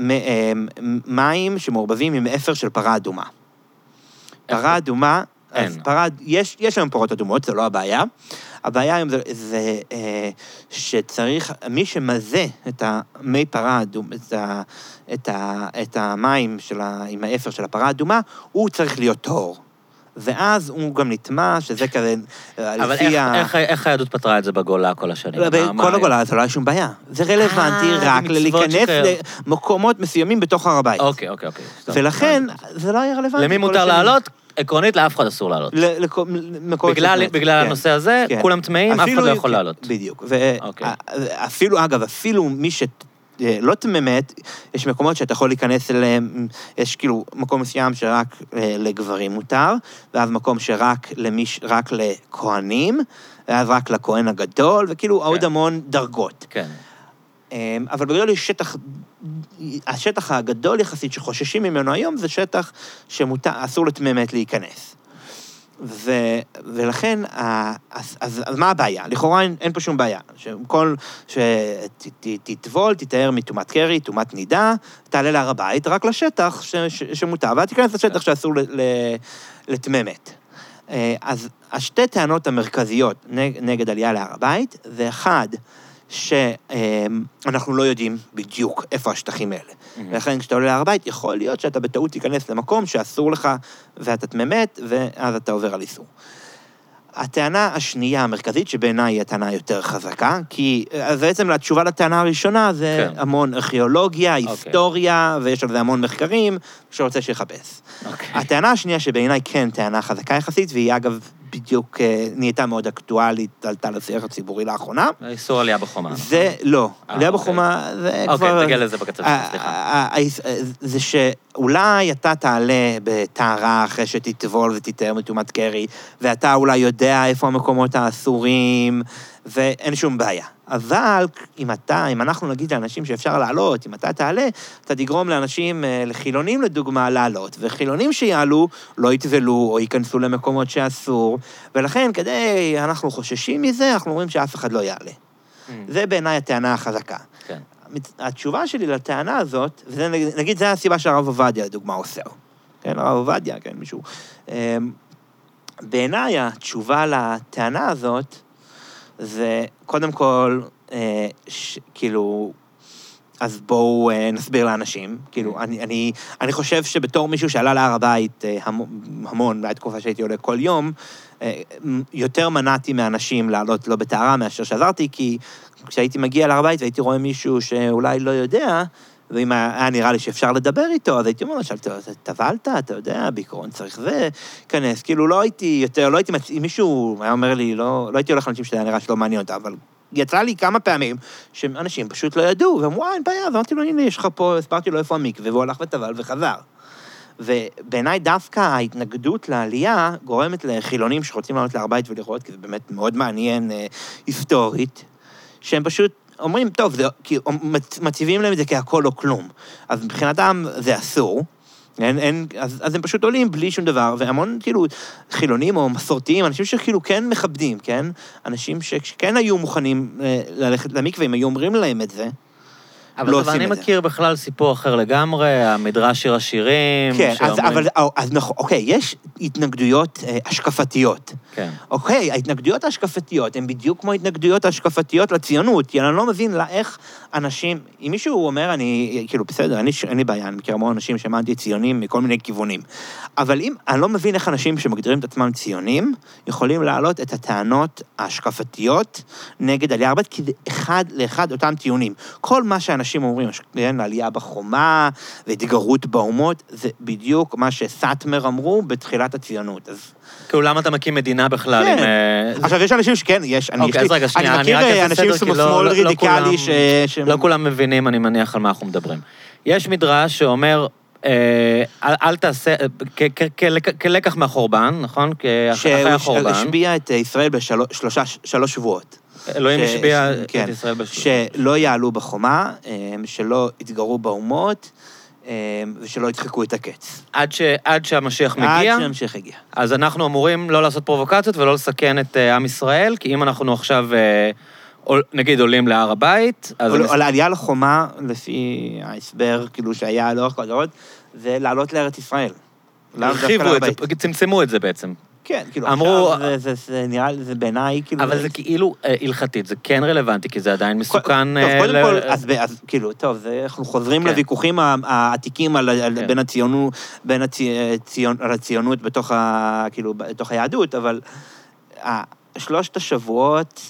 מים שמעורבבים עם אפר של פרה אדומה. פרה אדומה, אז יש היום פרות אדומות, זה לא הבעיה. הבעיה היום זה שצריך, מי שמזה את המי פרה אדום, את המים עם האפר של הפרה אדומה, הוא צריך להיות טהור. ואז הוא גם נטמע, שזה כזה... אבל איך היהדות פתרה את זה בגולה כל השנים? בכל הגולה, זה לא היה שום בעיה. זה רלוונטי רק להיכנס למקומות מסוימים בתוך הר הבית. אוקיי. ולכן, זה לא היה רלוונטי. למי מותר לעלות? עקרונית, לאף אחד אסור לעלות. בגלל הנושא הזה, כולם טמאים, אף אחד לא יכול לעלות. בדיוק. אפילו מי שלא טמא מת, יש מקומות שאתה יכול להיכנס אליהם, יש כאילו מקום מסוים שרק לגברים מותר, ואז מקום שרק לכהנים, ואז רק לכהן הגדול, וכאילו עוד המון דרגות. כן. אבל בגדול יש השטח הגדול יחסית שחוששים ממנו היום, זה שטח שאסור לטמא מת להיכנס. ולכן, אז מה הבעיה? לכאורה אין פה שום בעיה. שתטבול, תתאר מטומאת קרי, טומאת נידה, תעלה להר הבית, רק לשטח שמותר, ואת תיכנס לשטח שאסור לטמא מת. אז השתי טענות המרכזיות נגד עלייה להר הבית, זה אחד, שאנחנו לא יודעים בדיוק איפה השטחים האלה. ולכן כשאתה עולה להר הבית, יכול להיות שאתה בטעות תיכנס למקום שאסור לך ואתה טמא מת, ואז אתה עובר על איסור. הטענה השנייה המרכזית, שבעיניי היא הטענה יותר חזקה, כי בעצם התשובה לטענה הראשונה זה המון ארכיאולוגיה, היסטוריה, ויש על זה המון מחקרים, שרוצה שיחפש. הטענה השנייה שבעיניי כן טענה חזקה יחסית, והיא אגב בדיוק נהייתה מאוד אקטואלית, עלתה לשיח הציבורי לאחרונה. איסור עלייה בחומה. זה לא. עלייה בחומה זה כבר... אוקיי, תגיע לזה בקצב, סליחה. זה שאולי אתה תעלה בטהרה אחרי שתטבול ותתאר מטומאת קרי, ואתה אולי יודע איפה המקומות האסורים, ואין שום בעיה. אבל אם אנחנו נגיד לאנשים שאפשר לעלות, אם אתה תעלה, אתה תגרום לאנשים, לחילונים לדוגמה, לעלות, וחילונים שיעלו לא יטבלו או ייכנסו למקומות שאסור, ולכן אנחנו חוששים מזה, אנחנו אומרים שאף אחד לא יעלה. זה בעיניי הטענה החזקה. כן. התשובה שלי לטענה הזאת, נגיד, זה הסיבה שהרב עובדיה, לדוגמה, עושה. כן, הרב עובדיה, כן, מישהו. בעיניי התשובה לטענה הזאת, זה קודם כל, כאילו, אז בואו נסביר לאנשים. כאילו, אני חושב שבתור מישהו שעלה להר הבית המון, בעד תקופה שהייתי עולה כל יום, יותר מנעתי מאנשים לעלות לא בטהרה מאשר שעזרתי, כי כשהייתי מגיע להר הבית והייתי רואה מישהו שאולי לא יודע, ואם היה נראה לי שאפשר לדבר איתו, אז הייתי אומר לו, טבלת, אתה יודע, בעיקרון צריך זה, כנס. כאילו, לא הייתי אם מישהו היה אומר לי, לא הייתי הולך לאנשים שזה היה נראה שלא מעניין אותה, אבל יצא לי כמה פעמים שאנשים פשוט לא ידעו, ואמרו, אין בעיה, אז אמרתי לו, הנה, יש לך פה, הסברתי לו איפה המקווה, והוא הלך וטבל וחזר. ובעיניי דווקא ההתנגדות לעלייה גורמת לחילונים שרוצים לעלות להר הבית ולראות, כי זה באמת מאוד מעניין היסטורית, שהם פשוט אומרים, טוב, מציבים להם את זה כהכל או כלום. אז מבחינתם זה אסור, אז הם פשוט עולים בלי שום דבר, והמון כאילו חילונים או מסורתיים, אנשים שכאילו כן מכבדים, כן? אנשים שכן היו מוכנים ללכת למקווה, אם היו אומרים להם את זה, אבל אני מכיר בכלל סיפור אחר לגמרי, המדרש שיר השירים. כן, אז נכון, אוקיי, יש התנגדויות השקפתיות. כן. אוקיי, ההתנגדויות ההשקפתיות הן בדיוק כמו ההתנגדויות ההשקפתיות לציונות, כי אני לא מבין איך אנשים, אם מישהו אומר, כאילו, בסדר, אין לי בעיה, אני מכיר המון אנשים שהם אנטי-ציונים מכל מיני כיוונים, אבל אני לא מבין איך אנשים שמגדירים את עצמם ציונים, יכולים להעלות את הטענות ההשקפתיות נגד עלייה הרבה, כי זה אחד לאחד אותם טיעונים. כל מה שאנשים אומרים, עלייה בחומה והתגרות באומות, זה בדיוק מה שסאטמר אמרו בתחילת הציונות. כאילו, למה אתה מקים מדינה בכלל? עכשיו, יש אנשים שכן, יש, אני מכיר אנשים שמאל רדיקלי לא כולם מבינים, אני מניח על מה אנחנו מדברים. יש מדרש שאומר, אל תעשה, כלקח מהחורבן, נכון? אחרי החורבן. שהשביע את ישראל בשלוש שבועות. אלוהים השביע את ישראל בשלוש. שלא יעלו בחומה, שלא יתגרו באומות, ושלא ידחקו את הקץ. עד שהמשיח מגיע? עד שהמשיח הגיע. אז אנחנו אמורים לא לעשות פרובוקציות ולא לסכן את עם ישראל, כי אם אנחנו עכשיו, נגיד, עולים להר הבית, אז... עלייה לחומה, לפי ההסבר, כאילו שהיה לאורך כל הדורות, זה לעלות לארץ ישראל. הרחיבו את זה, צמצמו את זה בעצם. כן, כאילו, אמרו... עכשיו זה נראה, זה בעיניי, כאילו... אבל זה כאילו, הלכתית, זה כן רלוונטי, כי זה עדיין מסוכן... טוב, קודם כל, אז כאילו, טוב, אנחנו חוזרים לוויכוחים העתיקים בין הציונות בתוך היהדות, אבל שלושת השבועות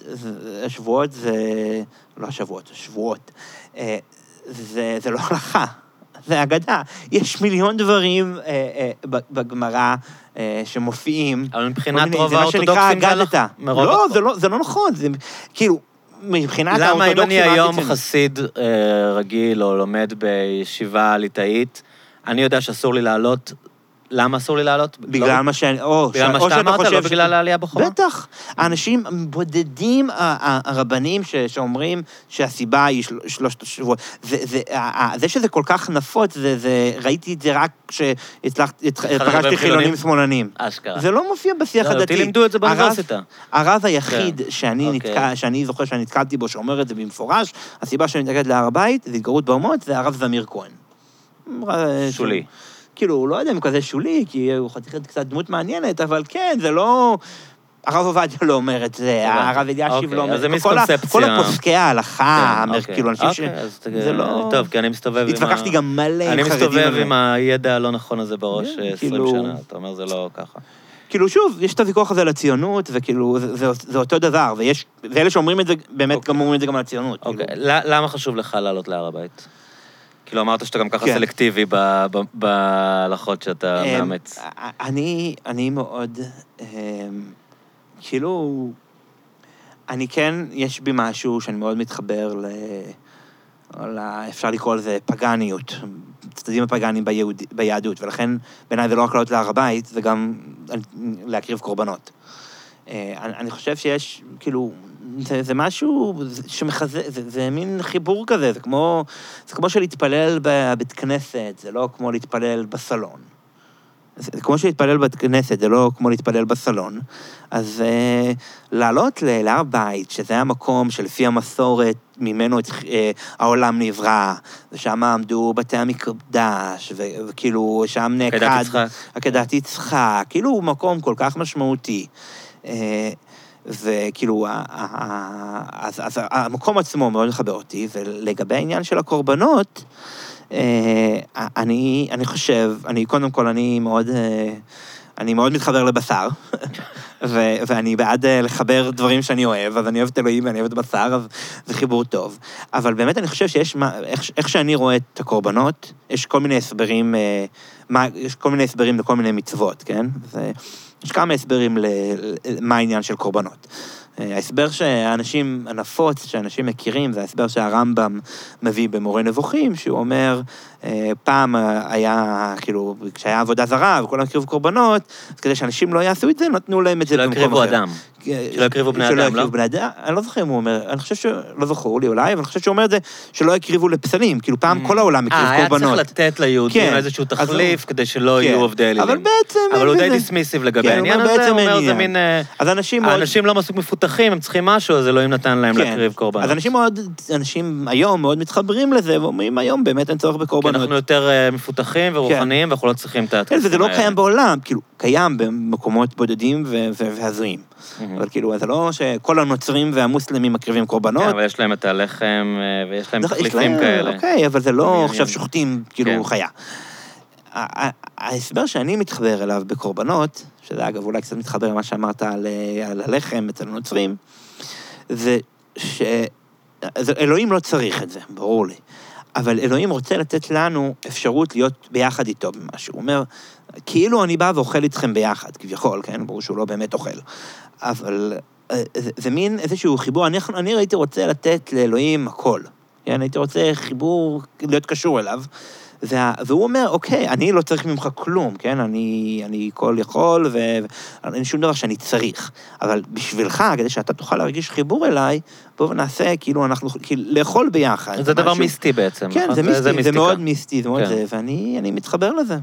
זה לא הלכה. זה אגדה. יש מיליון דברים בגמרא שמופיעים. אבל מבחינת רוב האורתודוקסים זה לא נכון. כאילו, מבחינת האורתודוקסים... למה אם אני היום חסיד רגיל או לומד בישיבה ליטאית, אני יודע שאסור לי לעלות... למה אסור לי לעלות? בגלל מה שאתה אמרת, לא בגלל העלייה בחומה? בטח. האנשים בודדים, הרבנים שאומרים שהסיבה היא שלושת השבועות. זה שזה כל כך נפוץ, ראיתי את זה רק כשפגשתי חילונים שמאלנים. אשכרה. זה לא מופיע בשיח הדתי. אותי לימדו את זה באוניברסיטה. הרב היחיד שאני זוכר שאני נתקלתי בו, שאומר את זה במפורש, הסיבה שאני מתנגד להר הבית, זה התגרות באומות, זה הרב זמיר כהן. שולי. כאילו, הוא לא יודע אם הוא כזה שולי, כי הוא חתיכת קצת דמות מעניינת, אבל כן, זה לא... הרב עובדיה לא אומר את זה, הרב אלישיב לא אומר את זה. אז זה מיסקונספציה. כל הפוסקי ההלכה, כאילו, אנשים ש... זה לא... טוב, כי אני מסתובב עם... התווכחתי גם מלא עם חרדים. אני מסתובב עם הידע הלא נכון הזה בראש 20 שנה, אתה אומר, זה לא ככה. כאילו, שוב, יש את הוויכוח הזה לציונות, וכאילו, זה אותו דבר, ואלה שאומרים את זה, באמת גם אומרים את זה גם על הציונות. אוקיי, למה חשוב לך לעלות להר הבית? כאילו, אמרת שאתה גם ככה סלקטיבי בהלכות שאתה מאמץ. אני מאוד... כאילו, אני כן, יש בי משהו שאני מאוד מתחבר אפשר לקרוא לזה פגניות, צדדים הפגניים ביהדות, ולכן בעיניי זה לא רק לעלות להר הבית, זה גם להקריב קורבנות. אני חושב שיש, כאילו, זה משהו שמחזה, זה מין חיבור כזה, זה כמו שלהתפלל בבית כנסת, זה לא כמו להתפלל בסלון. זה כמו שלהתפלל בבית כנסת, זה לא כמו להתפלל בסלון. אז לעלות להר בית, שזה המקום שלפי המסורת ממנו העולם נברא, ושם עמדו בתי המקדש, וכאילו שם נעקד עקדת יצחק, כאילו הוא מקום כל כך משמעותי. וכאילו, אז המקום עצמו מאוד מחבר אותי, ולגבי העניין של הקורבנות, אני חושב, קודם כל, אני מאוד מתחבר לבשר, ואני בעד לחבר דברים שאני אוהב, אז אני אוהב את אלוהים ואני אוהב את הבשר, אז זה חיבור טוב. אבל באמת אני חושב שיש, איך שאני רואה את הקורבנות, יש כל מיני הסברים, לכל מיני מצוות, כן? יש כמה הסברים למה העניין של קורבנות. ההסבר הנפוץ שאנשים מכירים, זה ההסבר שהרמב"ם מביא במורה נבוכים, שהוא אומר, פעם היה, כאילו, כשהיה עבודה זרה וכולם הקריבו קורבנות, אז כדי שאנשים לא יעשו את זה, נתנו להם את זה במקום אחר. שלא הקריבו אדם. שלא הקריבו בני אדם, לא? אני לא זוכר אם הוא אומר, אני חושב שלא זכור לי אולי, אבל אני חושב שהוא אומר את זה, שלא הקריבו לפסלים, כאילו פעם כל העולם הקריב קורבנות. היה צריך לתת ליהודים איזשהו תחליף, כדי שלא יהיו עובדי אלילים. אבל בעצם... אבל הוא די דיסמיסיב לגבי העניין הזה, הוא אומר, זה מין... האנשים לא מספיק מפותחים, הם צריכים משהו, אז אלוהים נתן להם להקריב קורבנות. אז אנשים היום מאוד מתחברים לזה, ואומרים היום באמת אין צורך בקורבנות. כי אנחנו יותר מפותחים ורוחניים, ואנחנו לא צריכים את התקופים האלה. וזה לא קיים בעולם, כאילו, קיים במקומות בודדים והזויים. אבל כאילו, זה לא שכל הנוצרים והמוסלמים מקריבים קורבנות. כן, אבל יש להם את הלחם, ויש להם תחליפים כאלה. אוקיי, אבל זה לא עכשיו שוחטים, כאילו, חיה. ההסבר שאני מתחבר אליו בקורבנות, שזה אגב אולי קצת מתחבר למה שאמרת על הלחם אצל הנוצרים, זה שאלוהים לא צריך את זה, ברור לי. אבל אלוהים רוצה לתת לנו אפשרות להיות ביחד איתו במשהו. הוא אומר, כאילו אני בא ואוכל איתכם ביחד, כביכול, כן? ברור שהוא לא באמת אוכל. אבל זה מין איזשהו חיבור. אני הייתי רוצה לתת לאלוהים הכל. כן? הייתי רוצה חיבור, להיות קשור אליו. והוא אומר, אוקיי, אני לא צריך ממך כלום, כן? אני כל יכול, ואין שום דבר שאני צריך. אבל בשבילך, כדי שאתה תוכל להרגיש חיבור אליי, בואו ונעשה, כאילו, אנחנו, לאכול ביחד. זה דבר מיסטי בעצם. כן, זה מיסטי, זה מאוד מיסטי, זה מאוד זה, ואני מתחבר לזה.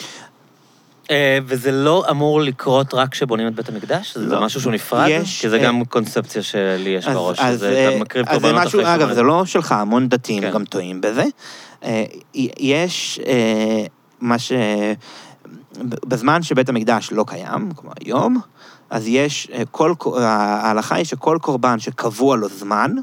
וזה לא אמור לקרות רק כשבונים את בית המקדש? זה משהו שהוא נפרד? כי זה גם קונספציה שלי יש בראש, שזה מקריב קורבנות אחרי אגב, זה לא שלך, המון דתיים גם טועים בזה. יש מה בזמן שבית המקדש לא קיים, כמו היום, אז יש, ההלכה היא שכל קורבן שקבוע לו זמן,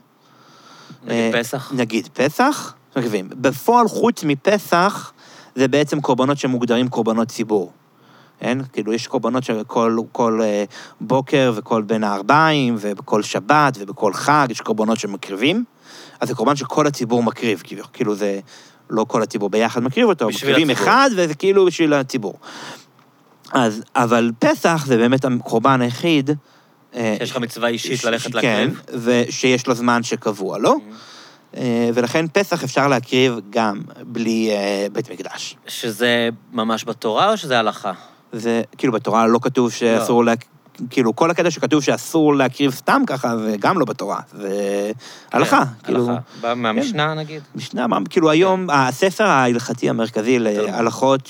נגיד פסח, בפועל חוץ מפסח, זה בעצם קורבנות שמוגדרים קורבנות ציבור. כן? כאילו יש קורבנות שכל בוקר וכל בין הארבעים, ובכל שבת ובכל חג, יש קורבנות שמקריבים, אז זה קורבן שכל הציבור מקריב, כאילו זה לא כל הציבור ביחד מקריב אותו, מקריבים אחד, וזה כאילו בשביל הציבור. אבל פסח זה באמת הקורבן היחיד, שיש לך מצווה אישית ללכת להקריב. כן, ושיש לו זמן שקבוע, לא? ולכן פסח אפשר להקריב גם בלי בית מקדש. שזה ממש בתורה או שזה הלכה? זה, כאילו, בתורה לא כתוב שאסור כאילו, כל הקטע שכתוב שאסור להקריב סתם ככה, זה גם לא בתורה, זה הלכה. הלכה, מהמשנה נגיד? משנה, כאילו היום, הספר ההלכתי המרכזי להלכות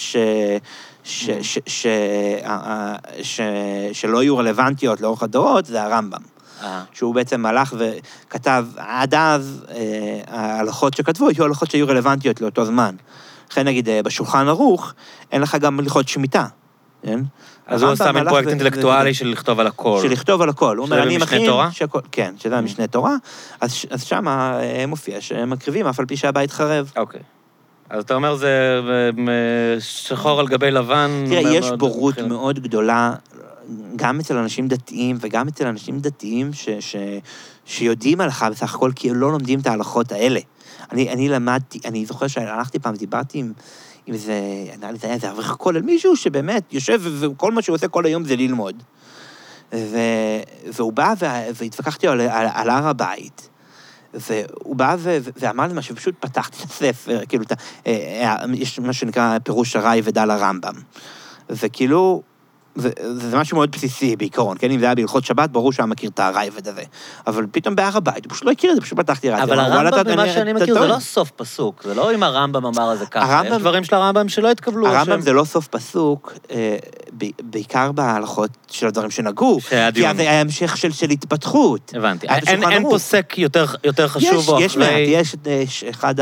שלא יהיו רלוונטיות לאורך הדורות, זה הרמב"ם. שהוא בעצם הלך וכתב, עד אז ההלכות שכתבו, היו הלכות שהיו רלוונטיות לאותו זמן. לכן נגיד, בשולחן ערוך, אין לך גם הלכות שמיטה. אז הוא עושה מין פרויקט אינטלקטואלי של לכתוב על הכל. של לכתוב על הכל. שזה במשנה תורה? כן, שזה במשנה תורה. אז שם מופיע שהם מקריבים, אף על פי שהבית חרב. אוקיי. אז אתה אומר, זה שחור על גבי לבן. תראה, יש בורות מאוד גדולה, גם אצל אנשים דתיים, וגם אצל אנשים דתיים שיודעים הלכה בסך הכל, כי הם לא לומדים את ההלכות האלה. אני למדתי, אני זוכר שהלכתי פעם, דיברתי עם איזה, זה היה איזה אברך כולל, מישהו שבאמת יושב, וכל מה שהוא עושה כל היום זה ללמוד. והוא בא והתווכחתי על הר הבית, והוא בא ואמר לי מה שפשוט פתחתי את הספר, כאילו, יש מה שנקרא פירוש הראי ודל הרמב"ם, וכאילו, זה משהו מאוד בסיסי בעיקרון, כן? אם זה היה בהלכות שבת, ברור שהוא מכיר את הראי וזה. אבל פתאום בהר הבית, הוא פשוט לא הכיר את זה, פשוט פתחתי רדיו. אבל הרמב"ם, במה שאני מכיר, זה לא סוף פסוק, זה לא אם הרמב"ם אמר את זה ככה, יש דברים של הרמב"ם שלא התקבלו. הרמב"ם זה לא סוף פסוק, בעיקר בהלכות של הדברים שנגעו, כי אז היה המשך של התפתחות. הבנתי. אין פוסק יותר חשוב או אחרי... יש אחד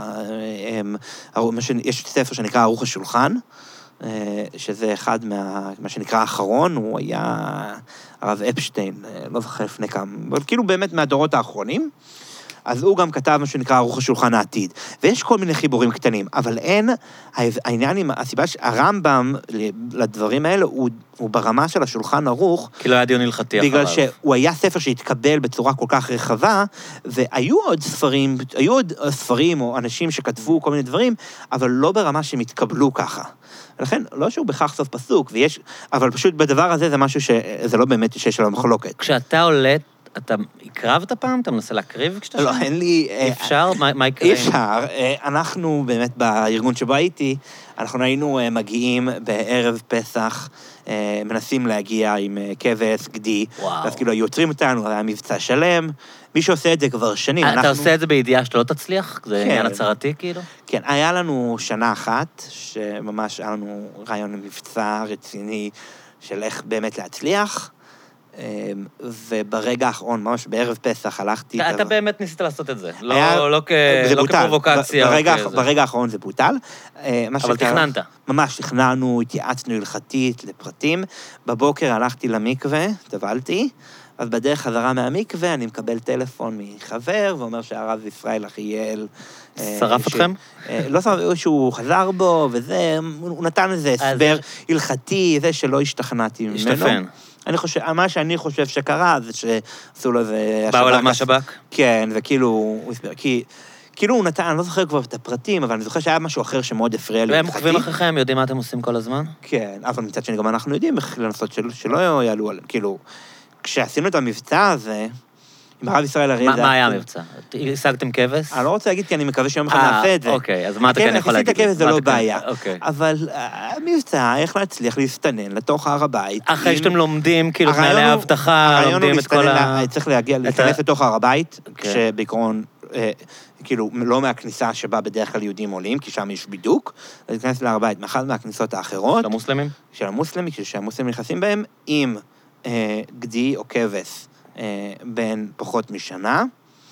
יש ספר שנקרא ערוך השולחן, שזה אחד מה שנקרא האחרון, הוא היה הרב אפשטיין, לא זוכר לפני כמה, אבל כאילו באמת מהדורות האחרונים, אז הוא גם כתב מה שנקרא ערוך השולחן העתיד, ויש כל מיני חיבורים קטנים, אבל אין, העניין עם הסיבה שהרמב"ם לדברים האלה, הוא ברמה של השולחן ערוך, כי לא היה דיון הלכתי אחריו. בגלל שהוא היה ספר שהתקבל בצורה כל כך רחבה, והיו עוד ספרים או אנשים שכתבו כל מיני דברים, אבל לא ברמה שהם התקבלו ככה. ולכן, לא שהוא בכך סוף פסוק, אבל פשוט בדבר הזה זה משהו שזה לא באמת שיש עליו מחלוקת. כשאתה עולה, אתה הקרבת פעם? אתה מנסה להקריב כשאתה שם? לא, אין לי... אפשר? מה יקרה? אי אפשר. אנחנו באמת בארגון שבו הייתי, אנחנו היינו מגיעים בערב פסח, מנסים להגיע עם כבש, גדי, ואז כאילו היו עוצרים אותנו, היה מבצע שלם, מי שעושה את זה כבר שנים. אתה עושה את זה בידיעה שאתה לא תצליח? זה עניין הצהרתי כאילו? כן, היה לנו שנה אחת, שממש היה לנו רעיון למבצע רציני של איך באמת להצליח, וברגע האחרון, ממש בערב פסח, הלכתי... אתה באמת ניסית לעשות את זה, לא כפרובוקציה. ברגע האחרון זה בוטל. אבל תכננת. ממש תכננו, התייעצנו הלכתית לפרטים. בבוקר הלכתי למקווה, טבלתי, אז בדרך חזרה מהמקווה אני מקבל טלפון מחבר, ואומר שהרב ישראל אחיאל... שרף אתכם? לא שרף, שהוא חזר בו, וזה, הוא נתן איזה הסבר הלכתי, זה שלא השתכנעתי ממנו. השתפן. מה שאני חושב שקרה, זה שעשו לו איזה... באו אליו מהשב"כ? כן, וכאילו, הוא הסבר, כאילו הוא נתן, אני לא זוכר כבר את הפרטים, אבל אני זוכר שהיה משהו אחר שמאוד הפריע לי. והם עוקבים אחריכם, יודעים מה אתם עושים כל הזמן? כן, אבל מצד שני גם אנחנו יודעים איך לנסות שלא יעלו עליהם. כאילו, כשעשינו את המבצע הזה, עם הרב ישראל אריאל... מה היה המבצע? השגתם כבש? אני לא רוצה להגיד, כי אני מקווה שיום אחד נעשה את זה. אוקיי, אז מה אתה כן יכול להגיד? עשית כבש זה לא בעיה. אבל המבצע, איך להצליח להסתנן לתוך הר הבית. אחרי שאתם לומדים, כאילו, תנהלי האבטחה, לומדים את כל ה... צריך להיכנס לתוך הר הבית, כשבעיקרון, כאילו, לא מהכניסה שבה בדרך כלל יהודים עולים, כי שם יש בידוק, להיכנס להר הבית מאחת מהכניסות האחרות. של המוסלמים? של המוסלמים, כשהמוסלמים נכנסים בהם, עם גדי או כבש בין פחות משנה,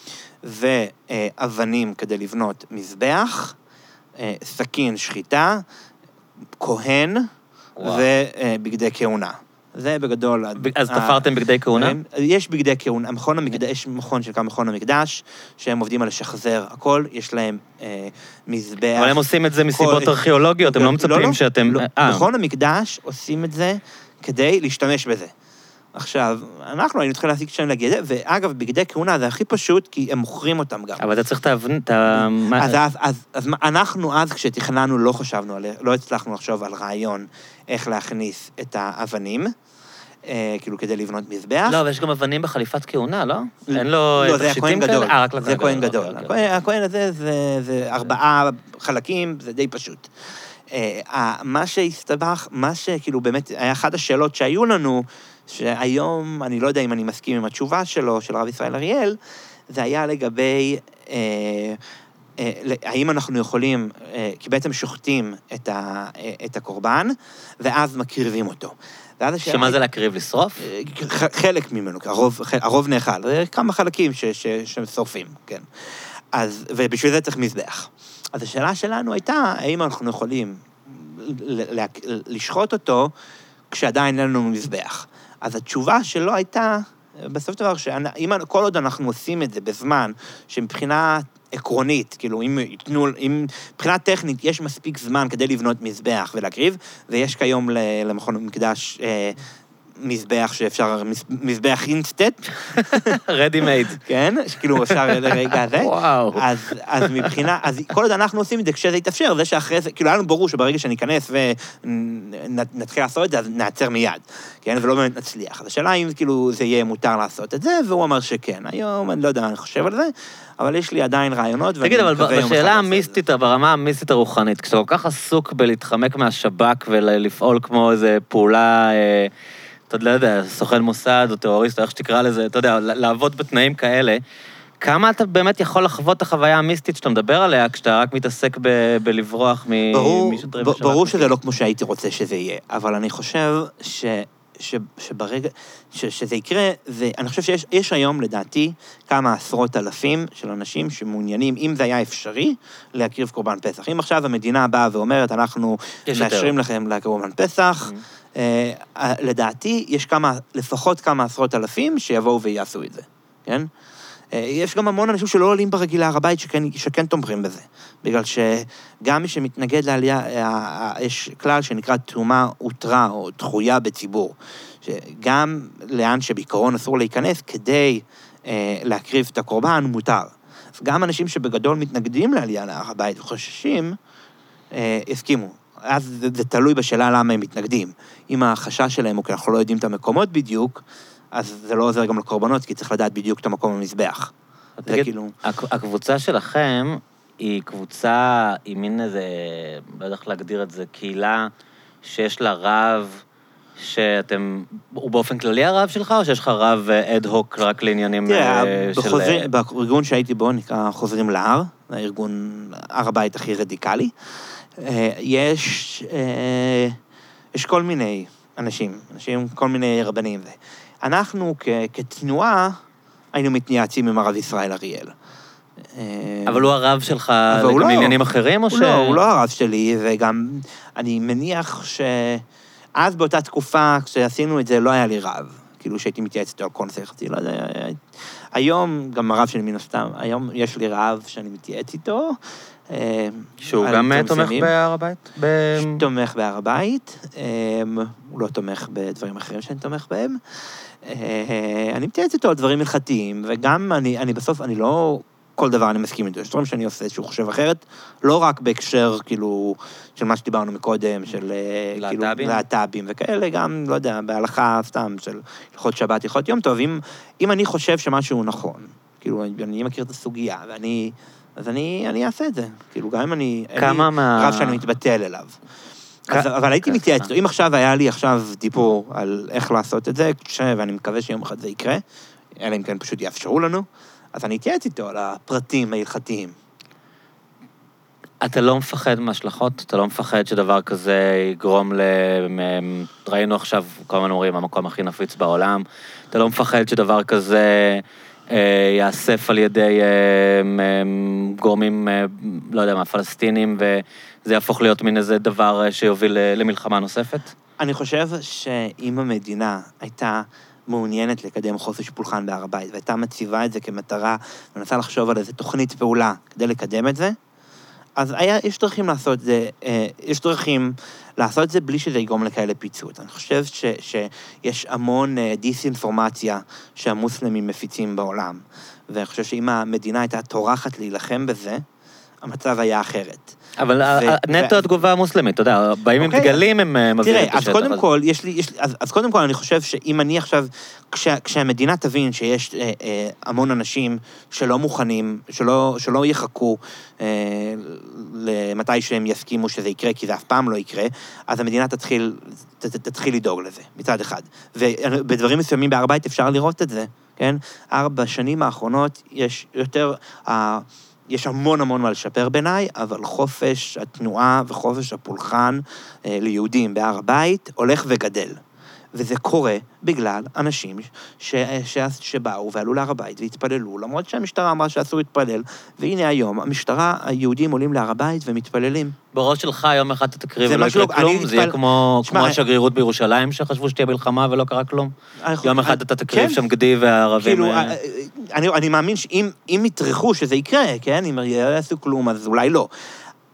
ואבנים כדי לבנות מזבח, סכין שחיטה, כהן ובגדי כהונה. זה בגדול... אז תפרתם בגדי כהונה? יש בגדי כהונה, יש מכון שנקרא מכון המקדש, שהם עובדים על לשחזר הכל, יש להם מזבח... אבל הם עושים את זה מסיבות ארכיאולוגיות, הם לא מצפים שאתם... מכון המקדש עושים את זה כדי להשתמש בזה. עכשיו, אנחנו היינו צריכים להשיג שם להגיע, ואגב, בגדי כהונה זה הכי פשוט, כי הם מוכרים אותם גם. אבל אתה צריך את אז אנחנו אז, כשתכננו, לא חשבנו עליה, לא הצלחנו לחשוב על רעיון איך להכניס את האבנים, כאילו כדי לבנות מזבח. לא, אבל יש גם אבנים בחליפת כהונה, לא? אין לו תכשיטים כאלה? רק זה כהן גדול. הכהן הזה זה 4 חלקים, זה די פשוט. מה שהסתבך, מה שכאילו באמת היה אחת השאלות שהיו לנו, שהיום, אני לא יודע אם אני מסכים עם התשובה שלו, של הרב ישראל אריאל, זה היה לגבי, האם אנחנו יכולים, כי בעצם שוחטים את הקורבן, ואז מקריבים אותו. שמה זה להקריב? לשרוף? חלק ממנו, הרוב נאכל, כמה חלקים ששורפים, כן. ובשביל זה צריך מזבח. אז השאלה שלנו הייתה, האם אנחנו יכולים לשחוט אותו, כשעדיין אין לנו מזבח. אז התשובה שלו הייתה, בסוף דבר, כל עוד אנחנו עושים את זה בזמן, שמבחינה עקרונית, כאילו, אם מבחינה טכנית יש מספיק זמן כדי לבנות מזבח ולהקריב, ויש כיום למכון המקדש מזבח שאפשר, מזבח אינסטט. ready made. כן, שכאילו אפשר לרגע הזה. וואו. אז מבחינה, אז כל עוד אנחנו עושים את זה כשזה יתאפשר, זה שאחרי זה, כאילו היה לנו ברור שברגע שניכנס ונתחיל לעשות את זה, אז נעצר מיד, כן, ולא באמת נצליח. אז השאלה אם כאילו זה יהיה מותר לעשות את זה, והוא אמר שכן. היום, אני לא יודע, אני חושב על זה, אבל יש לי עדיין רעיונות, תגיד, אבל בשאלה המיסטית, ברמה המיסטית הרוחנית, כשאתה כל כך עסוק בלהתחמק מהשב"כ ולפעול כמו איזה פעולה, אתה לא יודע, סוכן מוסד או טרוריסט, או איך שתקרא לזה, אתה יודע, לעבוד בתנאים כאלה, כמה אתה באמת יכול לחוות את החוויה המיסטית שאתה מדבר עליה, כשאתה רק מתעסק בלברוח ממישהו דברים בשב"כ? ברור שזה לא כמו שהייתי רוצה שזה יהיה, אבל אני חושב שברגע שזה יקרה, אני חושב שיש היום, לדעתי, כמה עשרות אלפים של אנשים שמעוניינים, אם זה היה אפשרי, להקריב קורבן פסח. אם עכשיו המדינה באה ואומרת, אנחנו מאשרים לכם לקורבן פסח, לדעתי, יש לפחות כמה עשרות אלפים שיבואו ויעשו את זה, כן? יש גם המון אנשים שלא עולים ברגיל להר הבית שכן תומכים בזה, בגלל שגם מי שמתנגד לעלייה, יש כלל שנקרא תרומה הותרה או דחויה בציבור, שגם לאן שבעיקרון אסור להיכנס כדי להקריב את הקורבן מותר. אז גם אנשים שבגדול מתנגדים לעלייה להר הבית וחוששים, הסכימו. אז זה תלוי בשאלה למה הם מתנגדים. אם החשש שלהם הוא כי אנחנו לא יודעים את המקומות בדיוק, אז זה לא עוזר גם לקורבנות, כי צריך לדעת בדיוק את המקום המזבח. תגיד, כאילו... הקבוצה שלכם היא קבוצה, היא מין איזה, לא יודע איך להגדיר את זה, קהילה שיש לה רב, שאתם, הוא באופן כללי הרב שלך, או שיש לך רב אד-הוק רק לעניינים של... בארגון שהייתי בו נקרא חוזרים להר, זה הארגון הר הבית הכי רדיקלי. יש כל מיני אנשים, כל מיני רבנים. אנחנו כתנועה היינו מתייעצים עם הרב ישראל אריאל. אבל הוא הרב שלך גם לעניינים אחרים, או ש... לא, הוא לא הרב שלי, וגם אני מניח שאז באותה תקופה, כשעשינו את זה, לא היה לי רב. כאילו שהייתי מתייעץ איתו על קונספט, לא יודע, היום, גם הרב שלי מן הסתם, היום יש לי רב שאני מתייעץ איתו, שהוא גם תומך בהר הבית? תומך בהר הבית, הוא לא תומך בדברים אחרים שאני תומך בהם. אני מתייעץ איתו על דברים הלכתיים, וגם אני בסוף, אני לא כל דבר אני מסכים איתו. יש דברים שאני עושה שהוא חושב אחרת, לא רק בהקשר, כאילו, של מה שדיברנו מקודם, של להט"בים וכאלה, גם, לא יודע, בהלכה סתם, של הלכות שבת, הלכות יום טוב, אם אני חושב שמשהו נכון, כאילו, אני מכיר את הסוגיה, אז אני אעשה את זה. כאילו, גם אם אני רב שאני מתבטל אליו. אבל הייתי מתייעץ איתו. אם עכשיו היה לי דיבור על איך לעשות את זה, ואני מקווה שיום אחד זה יקרה, אלא אם כן פשוט יאפשרו לנו, אז אני אתייעץ איתו על הפרטים ההלכתיים. אתה לא מפחד מהשלכות? אתה לא מפחד שדבר כזה יגרום ראינו עכשיו, כל הזמן אומרים, המקום הכי נפיץ בעולם. אתה לא מפחד שדבר כזה יאסף על ידי גורמים, לא יודע מה, פלסטינים, וזה יהפוך להיות מין איזה דבר שיוביל למלחמה נוספת? אני חושב שאם המדינה הייתה מעוניינת לקדם חופש פולחן בהר הבית, והייתה מציבה את זה כמטרה, ונסה לחשוב על איזה תוכנית פעולה כדי לקדם את זה, אז יש דרכים לעשות את זה, יש דרכים לעשות את זה בלי שזה יגרום לכאלה פיצוץ. אני חושב שיש המון דיסאינפורמציה שהמוסלמים מפיצים בעולם, ואני חושב שאם המדינה הייתה טורחת להילחם בזה, המצב היה אחרת. אבל נטו התגובה המוסלמית, אתה יודע, באים עם דגלים, הם מביאים את השטח. תראה, אז קודם כל אני חושב שאם אני עכשיו, כשהמדינה תבין שיש המון אנשים שלא מוכנים, שלא יחכו למתי שהם יסכימו שזה יקרה, כי זה אף פעם לא יקרה, אז המדינה תתחיל לדאוג לזה, מצד אחד. ובדברים מסוימים בהר הבית אפשר לראות את זה, כן? 4 שנים האחרונות יש המון מה לשפר בעיניי, אבל חופש התנועה וחופש הפולחן ליהודים בהר הבית הולך וגדל. וזה קורה בגלל אנשים שבאו ועלו להר הבית והתפללו, למרות שהמשטרה אמרה שאסור להתפלל, והנה היום, היהודים עולים להר הבית ומתפללים. בראש שלך יום אחד אתה תקריב ולא יקרה כלום? זה יהיה כמו השגרירות בירושלים שחשבו שתהיה מלחמה ולא קרה כלום? יום אחד אתה תקריב שם גדי והערבים... אני מאמין שאם יטרחו שזה יקרה, כן? אם יעשו כלום, אז אולי לא.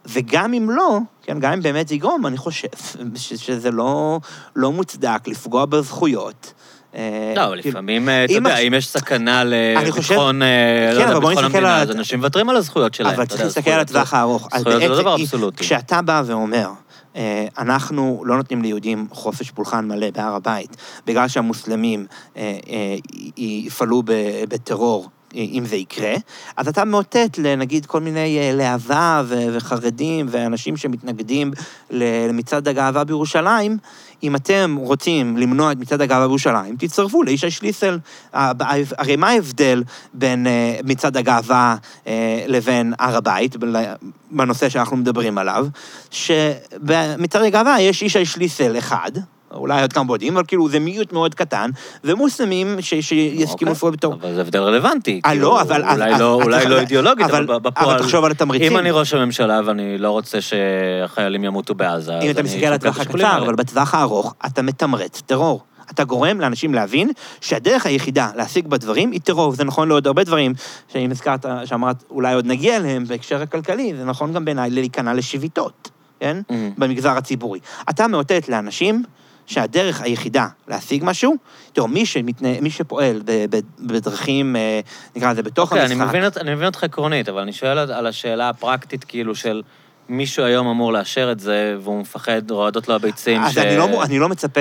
וגם אם לא, כן, גם אם באמת זה יגרום, אני חושב שזה לא מוצדק לפגוע בזכויות. לא, לפעמים, אתה יודע, אם יש סכנה לביטחון המדינה, אז אנשים מוותרים על הזכויות שלהם. אבל צריך להסתכל על הטווח הארוך. זכויות זה לא דבר אבסולוטי. כשאתה בא ואומר, אנחנו לא נותנים ליהודים חופש פולחן מלא בהר הבית, בגלל שהמוסלמים יפעלו בטרור, אם זה יקרה, אז אתה מאותת לנגיד כל מיני להבה וחרדים ואנשים שמתנגדים למצעד הגאווה בירושלים, אם אתם רוצים למנוע את מצעד הגאווה בירושלים, תצטרפו לאיש השליסל. הרי מה ההבדל בין מצעד הגאווה לבין הר הבית, בנושא שאנחנו מדברים עליו, שבמצעד הגאווה יש איש השליסל אחד, אולי עוד כמה בודדים, אבל כאילו זה מיעוט מאוד קטן, ומוסלמים שיסכימו לפעול בתור... אבל זה הבדל רלוונטי. לא, אבל... אולי לא אידיאולוגית, אבל בפועל... אבל תחשוב על התמריצים. אם אני ראש הממשלה ואני לא רוצה שהחיילים ימותו בעזה, אם אתה מסתכל על הטווח הקצר, אבל בטווח הארוך, אתה מתמרץ טרור. אתה גורם לאנשים להבין שהדרך היחידה להשיג בדברים היא טרור, וזה נכון לעוד הרבה דברים, שאני מזכרת, שאמרת, אולי עוד נגיע אליהם בהקשר הכלכלי, זה נכון גם בעיניי להיכנע לשביתות, כן? במגזר הציבורי. אתה מאותת לאנשים שהדרך היחידה להשיג משהו, תראו, מי שפועל בדרכים, נקרא לזה, בתוך המשחק... אני מבין אותך עקרונית, אבל אני שואל על השאלה הפרקטית, כאילו, של מישהו היום אמור לאשר את זה, והוא מפחד, רועדות לו הביצים אז אני לא מצפה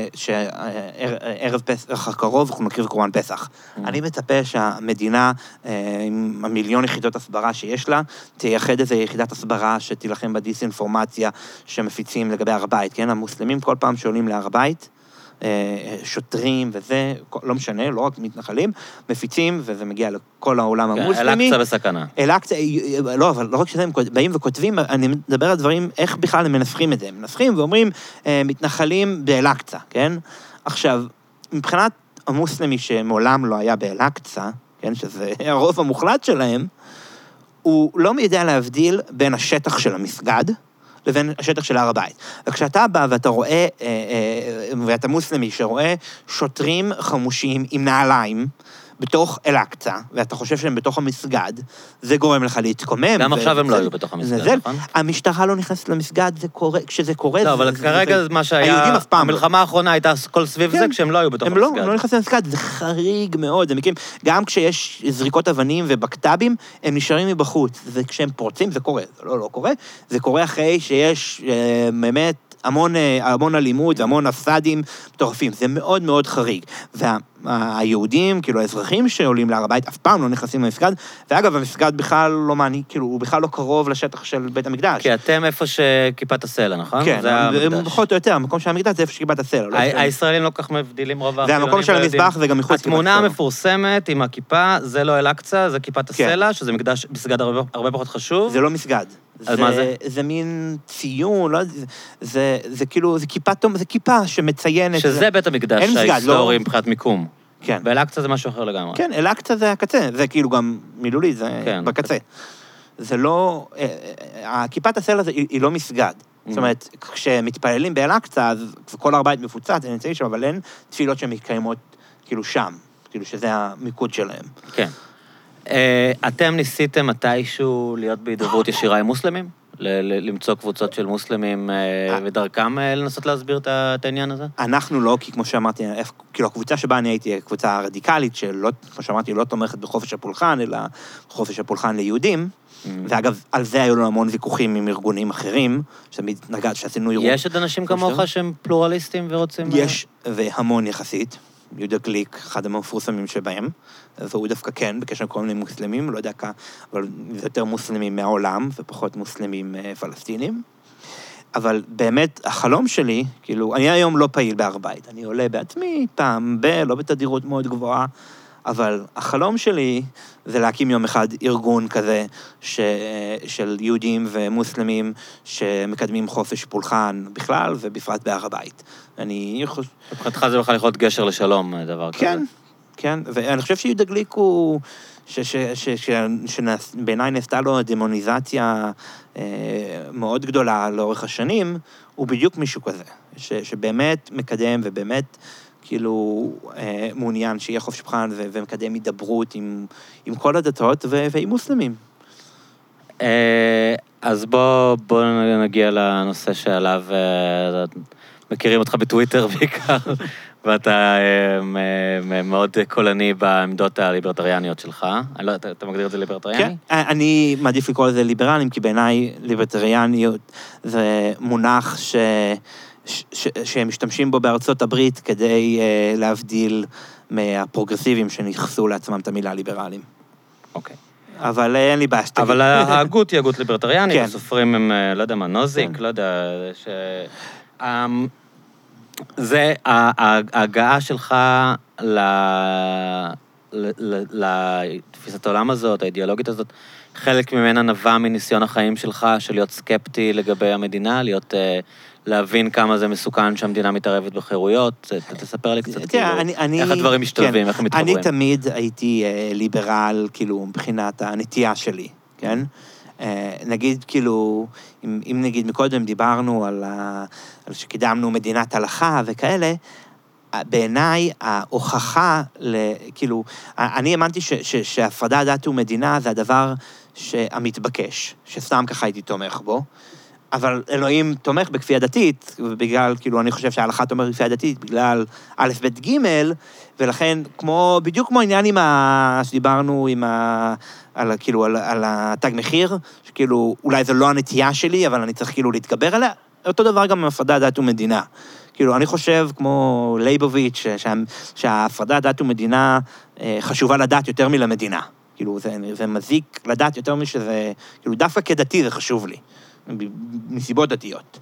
שערב פסח הקרוב, אנחנו נקריב קורבן פסח. אני מצפה שהמדינה, עם המיליון יחידות הסברה שיש לה, תייחד איזו יחידת הסברה שתילחם בדיסאינפורמציה שמפיצים לגבי הר הבית, כן? המוסלמים כל פעם שעולים להר הבית, שוטרים וזה, לא משנה, לא רק מתנחלים, מפיצים, וזה מגיע לכל העולם המוסלמי. אל-אקצא בסכנה. לא, אבל לא רק שזה, הם באים וכותבים, אני מדבר על דברים, איך בכלל הם מנסחים את זה. הם מנסחים ואומרים, מתנחלים באל-אקצא, כן? עכשיו, מבחינת המוסלמי שמעולם לא היה באל-אקצא, כן, שזה הרוב המוחלט שלהם, הוא לא יודע להבדיל בין השטח של המסגד, לבין השטח של הר הבית. וכשאתה בא ואתה רואה, ואתה מוסלמי שרואה שוטרים חמושים עם נעליים, בתוך אל-אקצא, ואתה חושב שהם בתוך המסגד, זה גורם לך להתקומם. גם עכשיו הם לא היו בתוך המסגד, נכון? המשטרה לא נכנסת למסגד, כשזה קורה... לא, אבל כרגע מה שהיה... המלחמה האחרונה הייתה כל סביב זה, כשהם לא היו בתוך המסגד. הם לא נכנסים למסגד, זה חריג מאוד. גם כשיש זריקות אבנים ובקטבים, הם נשארים מבחוץ. וכשהם פורצים, זה קורה. זה לא קורה. זה קורה אחרי שיש באמת המון אלימות והמון אסדים מטורפים. זה מאוד מאוד חריג. היהודים, כאילו האזרחים שעולים להר הבית, אף פעם לא נכנסים למסגד, ואגב, המסגד בכלל לא מעניק, כאילו, הוא בכלל לא קרוב לשטח של בית המקדש. כי אתם איפה שכיפת הסלע, נכון? כן, פחות או יותר, המקום של המקדש זה איפה שכיפת הסלע. הישראלים לא כך מבדילים רוב זה המקום של המזבח, זה גם מחוץ כיפת הסלע. התמונה המפורסמת עם הכיפה, זה לא אל-אקצא, זה כיפת הסלע, שזה מסגד הרבה פחות חשוב. זה לא מסגד. אז מה זה? זה מין ציון, לא, זה כאילו, זה כיפה שמציינת... שזה בית המקדש ההיסטורי מבחינת מיקום. כן. ואל-אקצא זה משהו אחר לגמרי. כן, אל-אקצא זה הקצה, זה כאילו גם מילולי, זה כן, בקצה. זה לא... כיפת הסלע היא לא מסגד. זאת אומרת, כשמתפללים באל-אקצא, אז כל הר הבית מפוצץ, הם נמצאים שם, אבל אין תפילות שמתקיימות כאילו שם, כאילו שזה המיקוד שלהם. כן. אתם ניסיתם מתישהו להיות בהידברות ישירה עם מוסלמים? למצוא קבוצות של מוסלמים ודרכם לנסות להסביר את העניין הזה? אנחנו לא, כי כמו שאמרתי, כאילו הקבוצה שבה אני הייתי, הקבוצה הרדיקלית, שלא, כמו שאמרתי, לא תומכת בחופש הפולחן, אלא חופש הפולחן ליהודים, ואגב, על זה היו לנו המון ויכוחים עם ארגונים אחרים, שתמיד נגד שעשינו אירוע. יש את אנשים כמוך שהם פלורליסטים ורוצים... יש, והמון יחסית. יהודה גליק, אחד המפורסמים שבהם, והוא דווקא כן, בקשר לכל מיני מוסלמים, לא יודע כמה, אבל זה יותר מוסלמים מהעולם, ופחות מוסלמים פלסטינים. אבל באמת, החלום שלי, כאילו, אני היום לא פעיל בהר הבית, אני עולה בעצמי פעם לא בתדירות מאוד גבוהה, אבל החלום שלי זה להקים יום אחד ארגון כזה של יהודים ומוסלמים שמקדמים חופש פולחן בכלל ובפרט בהר הבית. מבחינתך זה בכלל יכול להיות גשר לשלום, דבר כזה. כן, כן, ואני חושב שיהודה גליק הוא, שבעיניי נעשתה לו דמוניזציה מאוד גדולה לאורך השנים, הוא בדיוק מישהו כזה, שבאמת מקדם ובאמת כאילו מעוניין שיהיה חופש פולחן ומקדם הידברות עם כל הדתות ועם מוסלמים. אז בוא נגיע לנושא שעליו מכירים אותך בטוויטר בעיקר, ואתה מאוד קולני בעמדות הליברטריאניות שלך. אתה מגדיר את זה ליברטריאני? כן, אני מעדיף לקרוא לזה ליברלים, כי בעיניי ליברטריאניות זה מונח שהם משתמשים בו בארצות הברית כדי להבדיל מהפרוגרסיבים שנכנסו לעצמם את המילה ליברלים. אוקיי. אבל אין לי בעיה שתגיד. אבל ההגות היא הגות ליברטריאנית, כן. הסופרים הם, לא יודע מה, נוזיק, לא יודע, זה ההגעה שלך לתפיסת העולם הזאת, האידיאולוגית הזאת, חלק ממנה נבע מניסיון החיים שלך, של להיות סקפטי לגבי המדינה, להבין כמה זה מסוכן שהמדינה מתערבת בחירויות, תספר לי קצת, כאילו, איך הדברים משתלבים, איך הם מתחברים. אני תמיד הייתי ליברל, כאילו, מבחינת הנטייה שלי, כן? נגיד, כאילו, אם נגיד מקודם דיברנו על שקידמנו מדינת הלכה וכאלה, בעיניי ההוכחה, כאילו, אני האמנתי שהפרדת דת ומדינה זה הדבר המתבקש, שסתם ככה הייתי תומך בו, אבל אלוהים תומך בכפייה דתית, בגלל, כאילו, אני חושב שההלכה תומך בכפייה דתית, בגלל א', ב', ג', ולכן, בדיוק כמו העניין שדיברנו על התג מחיר, שכאילו, אולי זו לא הנטייה שלי, אבל אני צריך כאילו להתגבר עליה, אותו דבר גם עם הפרדת דת ומדינה. כאילו, אני חושב, כמו לייבוביץ', שההפרדת דת ומדינה חשובה לדת יותר מלמדינה. כאילו, זה מזיק לדת יותר משזה, כאילו, דווקא כדתי זה חשוב לי. מסיבות דתיות.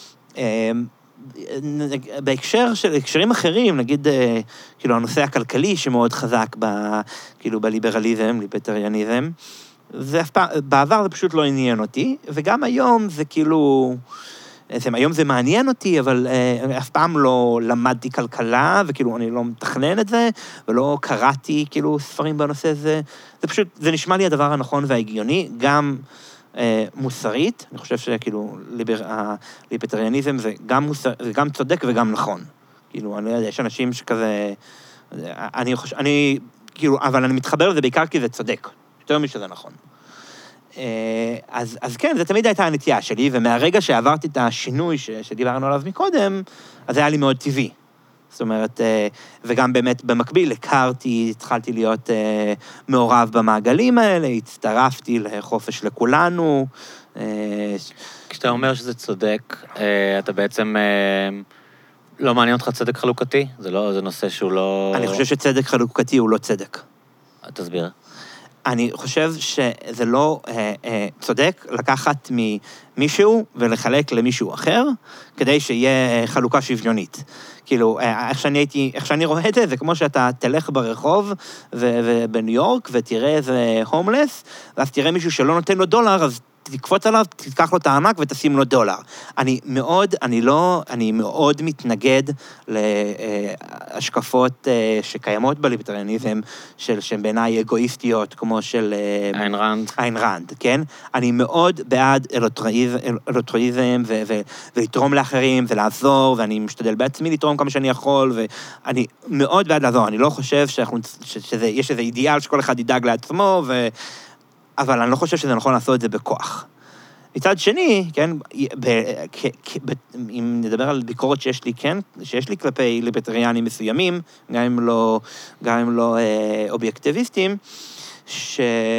בהקשרים אחרים, נגיד, כאילו, הנושא הכלכלי שמאוד חזק כאילו, בליברליזם, ליברטריאניזם, בעבר זה פשוט לא עניין אותי, וגם היום זה כאילו, היום זה מעניין אותי, אבל אף פעם לא למדתי כלכלה, וכאילו, אני לא מתכנן את זה, ולא קראתי, כאילו, ספרים בנושא הזה. זה פשוט, זה נשמע לי הדבר הנכון וההגיוני, גם מוסרית, אני חושב שכאילו ליברטריאניזם זה גם צודק וגם נכון. כאילו, אני יודע, יש אנשים שכזה, כאילו, אבל אני מתחבר לזה בעיקר כי זה צודק, יותר משזה נכון. אז כן, זה תמיד הייתה הנטייה שלי, ומהרגע שעברתי את השינוי שדיברנו עליו מקודם, אז זה היה לי מאוד טבעי. זאת אומרת, וגם באמת במקביל התחלתי להיות מעורב במעגלים האלה, הצטרפתי לחופש לכולנו. כשאתה אומר שזה צודק, אתה בעצם לא מעניין אותך צדק חלוקתי? זה נושא שהוא לא... אני חושב שצדק חלוקתי הוא לא צדק. תסביר. אני חושב שזה לא צודק לקחת ממישהו ולחלק למישהו אחר, כדי שיהיה חלוקה שוויונית. כאילו, איך שאני רואה את זה, זה כמו שאתה תלך ברחוב בניו יורק ותראה איזה הומלס, ואז תראה מישהו שלא נותן לו $, אז תקפוץ עליו, תיקח לו את הענק ותשים לו $. אני מאוד מתנגד להשקפות שקיימות בליברטריאניזם, שהן בעיניי אגואיסטיות, כמו של... איין רנד, כן? אני מאוד בעד אלטרואיזם ולתרום לאחרים ולעזור, ואני משתדל בעצמי לתרום כמה שאני יכול, ואני מאוד בעד לעזור. אני לא חושב שיש איזה אידיאל שכל אחד ידאג לעצמו, אבל אני לא חושב שזה נכון לעשות את זה בכוח. מצד שני, כן, אם נדבר על ביקורת שיש לי כלפי ליברטריאנים מסוימים, גם אם לא אובייקטיביסטים, שיש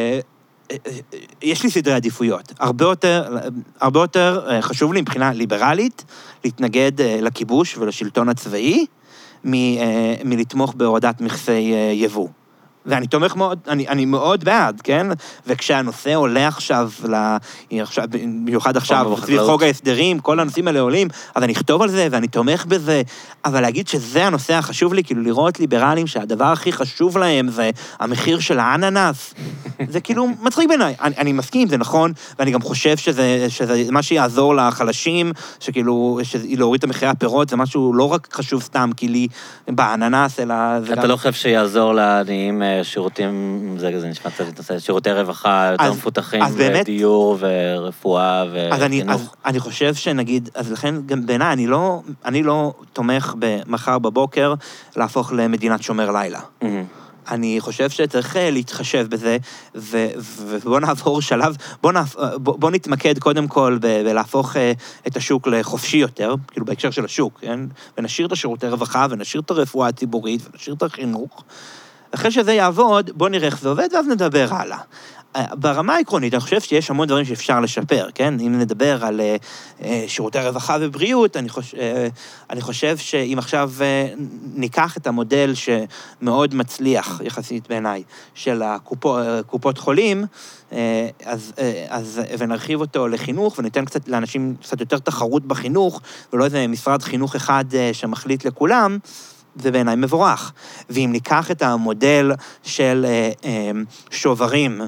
לי סדרי עדיפויות. הרבה יותר חשוב לי מבחינה ליברלית להתנגד לכיבוש ולשלטון הצבאי, מלתמוך בהורדת מכסי יבוא. ואני תומך מאוד, אני מאוד בעד, כן? וכשהנושא עולה עכשיו, במיוחד עכשיו, סביב חוק ההסדרים, כל הנושאים האלה עולים, אז אני אכתוב על זה ואני תומך בזה, אבל להגיד שזה הנושא החשוב לי, כאילו לראות ליברלים שהדבר הכי חשוב להם זה המחיר של האננס, זה כאילו מצחיק בעיניי. אני מסכים, זה נכון, ואני גם חושב שזה מה שיעזור לחלשים, שכאילו, להוריד את המחירי הפירות, זה משהו לא רק חשוב סתם, כי לי באננס, אלא... אתה לא חושב שיעזור לעניים שירותים, זה נשמע קצת להתנשא, שירותי רווחה יותר מפותחים, ודיור ורפואה וחינוך. אז אני חושב שנגיד, אז לכן גם בעיניי, אני לא תומך במחר בבוקר להפוך למדינת שומר לילה. אני חושב שצריך להתחשב בזה, ובוא נעבור שלב, בוא נתמקד קודם כל בלהפוך את השוק לחופשי יותר, כאילו בהקשר של השוק, כן? ונשאיר את השירותי רווחה, ונשאיר את הרפואה הציבורית, ונשאיר את החינוך. אחרי שזה יעבוד, בוא נראה איך זה עובד, ואז נדבר הלאה. ברמה העקרונית, אני חושב שיש המון דברים שאפשר לשפר, כן? אם נדבר על שירותי רווחה ובריאות, אני חושב שאם עכשיו ניקח את המודל שמאוד מצליח, יחסית בעיניי, של קופות חולים, ונרחיב אותו לחינוך, וניתן קצת לאנשים קצת יותר תחרות בחינוך, ולא איזה משרד חינוך אחד שמחליט לכולם, זה בעיניי מבורך. ואם ניקח את המודל של שוברים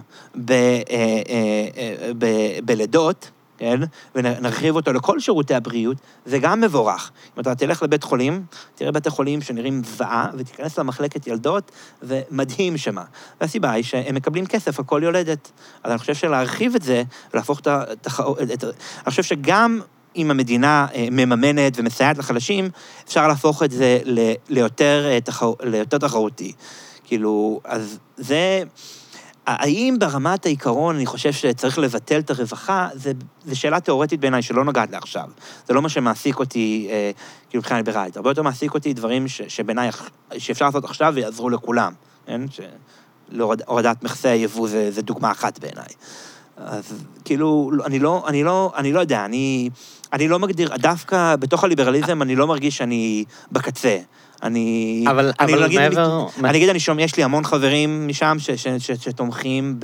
בלידות, כן? ונרחיב אותו לכל שירותי הבריאות, זה גם מבורך. אם אתה תלך לבית חולים, תראה בית החולים שנראים זוועה, ותיכנס למחלקת ילדות, ומדהים שמה. והסיבה היא שהם מקבלים כסף על כל יולדת. אז אני חושב שלהרחיב את זה, ולהפוך אני חושב שגם אם המדינה מממנת ומסייעת לחלשים, אפשר להפוך את זה ליותר תחרותי. כאילו, אז זה... האם ברמת העיקרון אני חושב שצריך לבטל את הרווחה, זה שאלה תיאורטית בעיניי שלא נוגעת לעכשיו. זה לא מה שמעסיק אותי, כאילו, מבחינה ליברלית. הרבה יותר מעסיק אותי דברים שבעיניי, שאפשר לעשות עכשיו ויעזרו לכולם. כן? הורדת מכסי היבוא זה דוגמה אחת בעיניי. אז כאילו, אני לא יודע, אני לא מגדיר, דווקא בתוך הליברליזם אני לא מרגיש שאני בקצה. אני אגיד, יש לי המון חברים משם שתומכים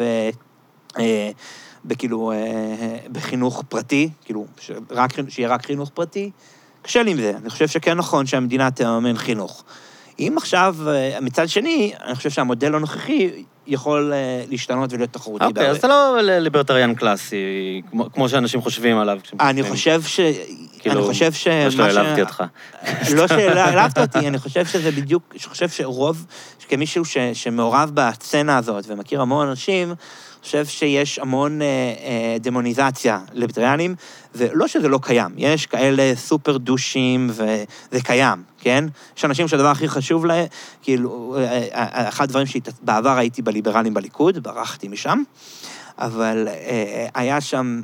כאילו, בחינוך פרטי, כאילו, שיהיה רק חינוך פרטי, קשה לי עם זה. אני חושב שכן נכון שהמדינה תאמן חינוך. אם עכשיו, מצד שני, אני חושב שהמודל הנוכחי יכול להשתנות ולהיות תחרותי. אוקיי, אז זה לא ליברטריאן קלאסי, כמו שאנשים חושבים עליו. אני חושב לא העלבתי אותך. לא שהעלבת אותי, אני חושב שזה בדיוק, אני חושב שרוב, כמישהו שמעורב בסצנה הזאת ומכיר המון אנשים, אני חושב שיש המון דמוניזציה ליברטריאנים, ולא שזה לא קיים, יש כאלה סופר דושים וזה קיים, כן? יש אנשים שהדבר הכי חשוב להם, כאילו, אחד הדברים שבעבר הייתי בליברלים בליכוד, ברחתי משם, אבל היה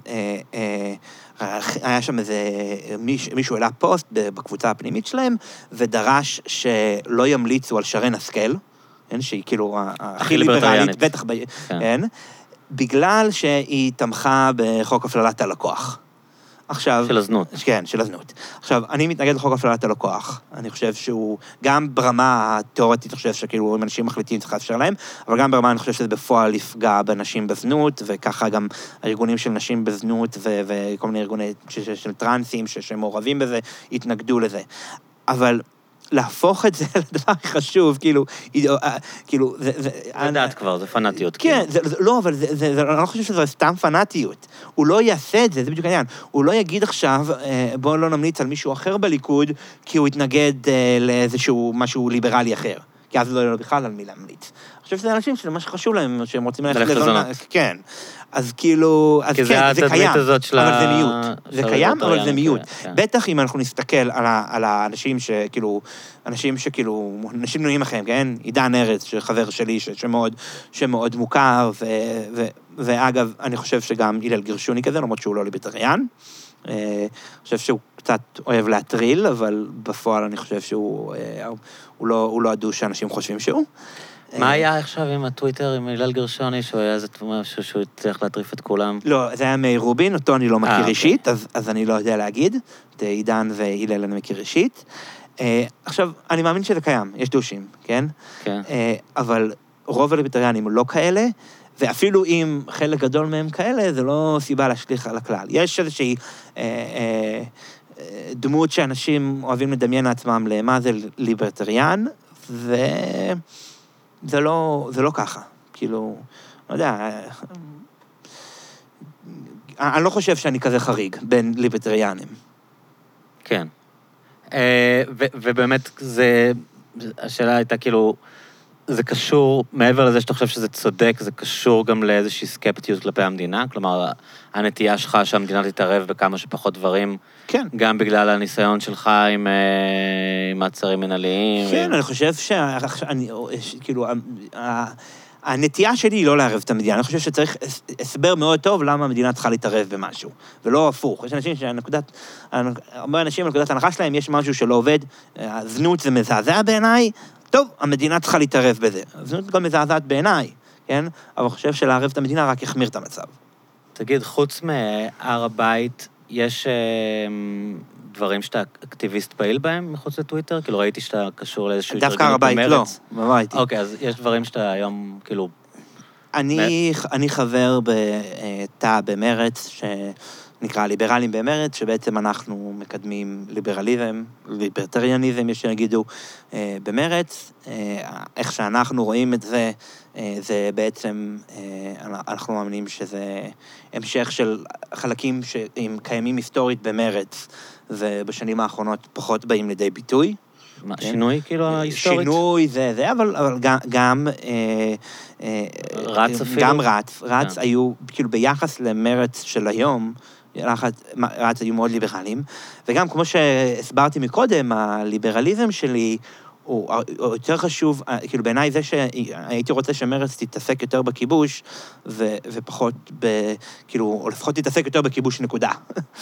שם איזה, מישהו העלה פוסט בקבוצה הפנימית שלהם, ודרש שלא ימליצו על שרן השכל, שהיא כאילו הכי ליברלית, בטח, כן? בגלל שהיא תמכה בחוק הפללת הלקוח. עכשיו... של הזנות. כן, של הזנות. עכשיו, אני מתנגד לחוק הפללת הלקוח. אני חושב שהוא, גם ברמה התיאורטית, אני חושב שכאילו, אם אנשים מחליטים, צריך לאפשר להם, אבל גם ברמה, אני חושב שזה בפועל יפגע בנשים בזנות, וככה גם הארגונים של נשים בזנות, וכל מיני ארגוני של טרנסים, שמעורבים בזה, יתנגדו לזה. אבל... להפוך את זה לדבר חשוב, כאילו, זה דעת כבר, זה פנאטיות. כן, לא, אבל אני לא חושב שזו סתם פנאטיות. הוא לא יעשה את זה, זה בדיוק העניין. הוא לא יגיד עכשיו, בואו לא נמליץ על מישהו אחר בליכוד, כי הוא יתנגד לאיזשהו משהו ליברלי אחר. כי אז לא יהיה לו בכלל על מי להמליץ. אני חושב שזה אנשים שזה מה שחשוב להם, שהם רוצים ללכת לזונה. כן. אז כאילו, אז כן, זה קיים, אבל זה מיעוט. זה קיים, אבל זה מיעוט. בטח אם אנחנו נסתכל על האנשים שכאילו, אנשים נועים אחרים, כן? עידן ארץ, שחבר שלי, שמאוד מוכר, ואגב, אני חושב שגם הלל גרשוני כזה, למרות שהוא לא ליברטריאן. אני חושב שהוא קצת אוהב להטריל, אבל בפועל אני חושב שהוא לא הדוש שאנשים חושבים שהוא. מה היה עכשיו עם הטוויטר, עם הלל גרשוני, שהוא היה איזה משהו שהוא הצליח להטריף את כולם? לא, זה היה מאיר רובין, אותו אני לא מכיר אישית, אז אני לא יודע להגיד. את עידן והלל אני מכיר אישית. עכשיו, אני מאמין שזה קיים, יש דושים, כן? כן. אבל רוב הליברטריאנים לא כאלה, ואפילו אם חלק גדול מהם כאלה, זה לא סיבה להשליך על הכלל. יש איזושהי דמות שאנשים אוהבים לדמיין לעצמם למה זה ליברטריאן, זה לא ככה. כאילו, לא יודע, אני לא חושב שאני כזה חריג בין ליברטריאנים. כן. ובאמת, השאלה הייתה כאילו, זה קשור, מעבר לזה שאתה חושב שזה צודק, זה קשור גם לאיזושהי סקפטיות כלפי המדינה, כלומר, הנטייה שלך שהמדינה תתערב בכמה שפחות דברים, כן. גם בגלל הניסיון שלך עם מעצרים מנהליים. כן, אני חושב כאילו, הנטייה שלי היא לא לערב את המדינה, אני חושב שצריך הסבר מאוד טוב למה המדינה צריכה להתערב במשהו, ולא הפוך. יש אנשים הרבה אנשים, נקודת ההנחה שלהם, יש משהו שלא עובד, הזנות זה מזעזע בעיניי, טוב, המדינה צריכה להתערב בזה. הזנות גם מזעזעת בעיניי, כן? אבל אני חושב שלערב את המדינה רק יחמיר את המצב. תגיד, חוץ מהר הבית, יש דברים שאתה אקטיביסט פעיל בהם מחוץ לטוויטר? כאילו ראיתי שאתה קשור לאיזשהו התארגנות במרץ. דווקא הר הבית לא, בבית. אוקיי, אז יש דברים שאתה היום, כאילו... אני חבר בתא במרץ, שנקרא ליברלים במרץ, שבעצם אנחנו מקדמים ליברליזם, ליברטריאניזם, יש שיגידו, במרץ. איך שאנחנו רואים את זה, זה בעצם, אנחנו מאמינים שזה המשך של חלקים שהם קיימים היסטורית במרץ, ובשנים האחרונות פחות באים לידי ביטוי. שינוי, כאילו, ההיסטורית? שינוי, זה, אבל גם... רץ אפילו? גם רץ היו, כאילו, ביחס למרץ של היום, רץ היו מאוד ליברליים, וגם כמו שהסברתי מקודם, הליברליזם שלי הוא יותר חשוב, כאילו בעיניי זה שהייתי רוצה שמרץ תתעסק יותר בכיבוש, ופחות כאילו, או לפחות תתעסק יותר בכיבוש נקודה.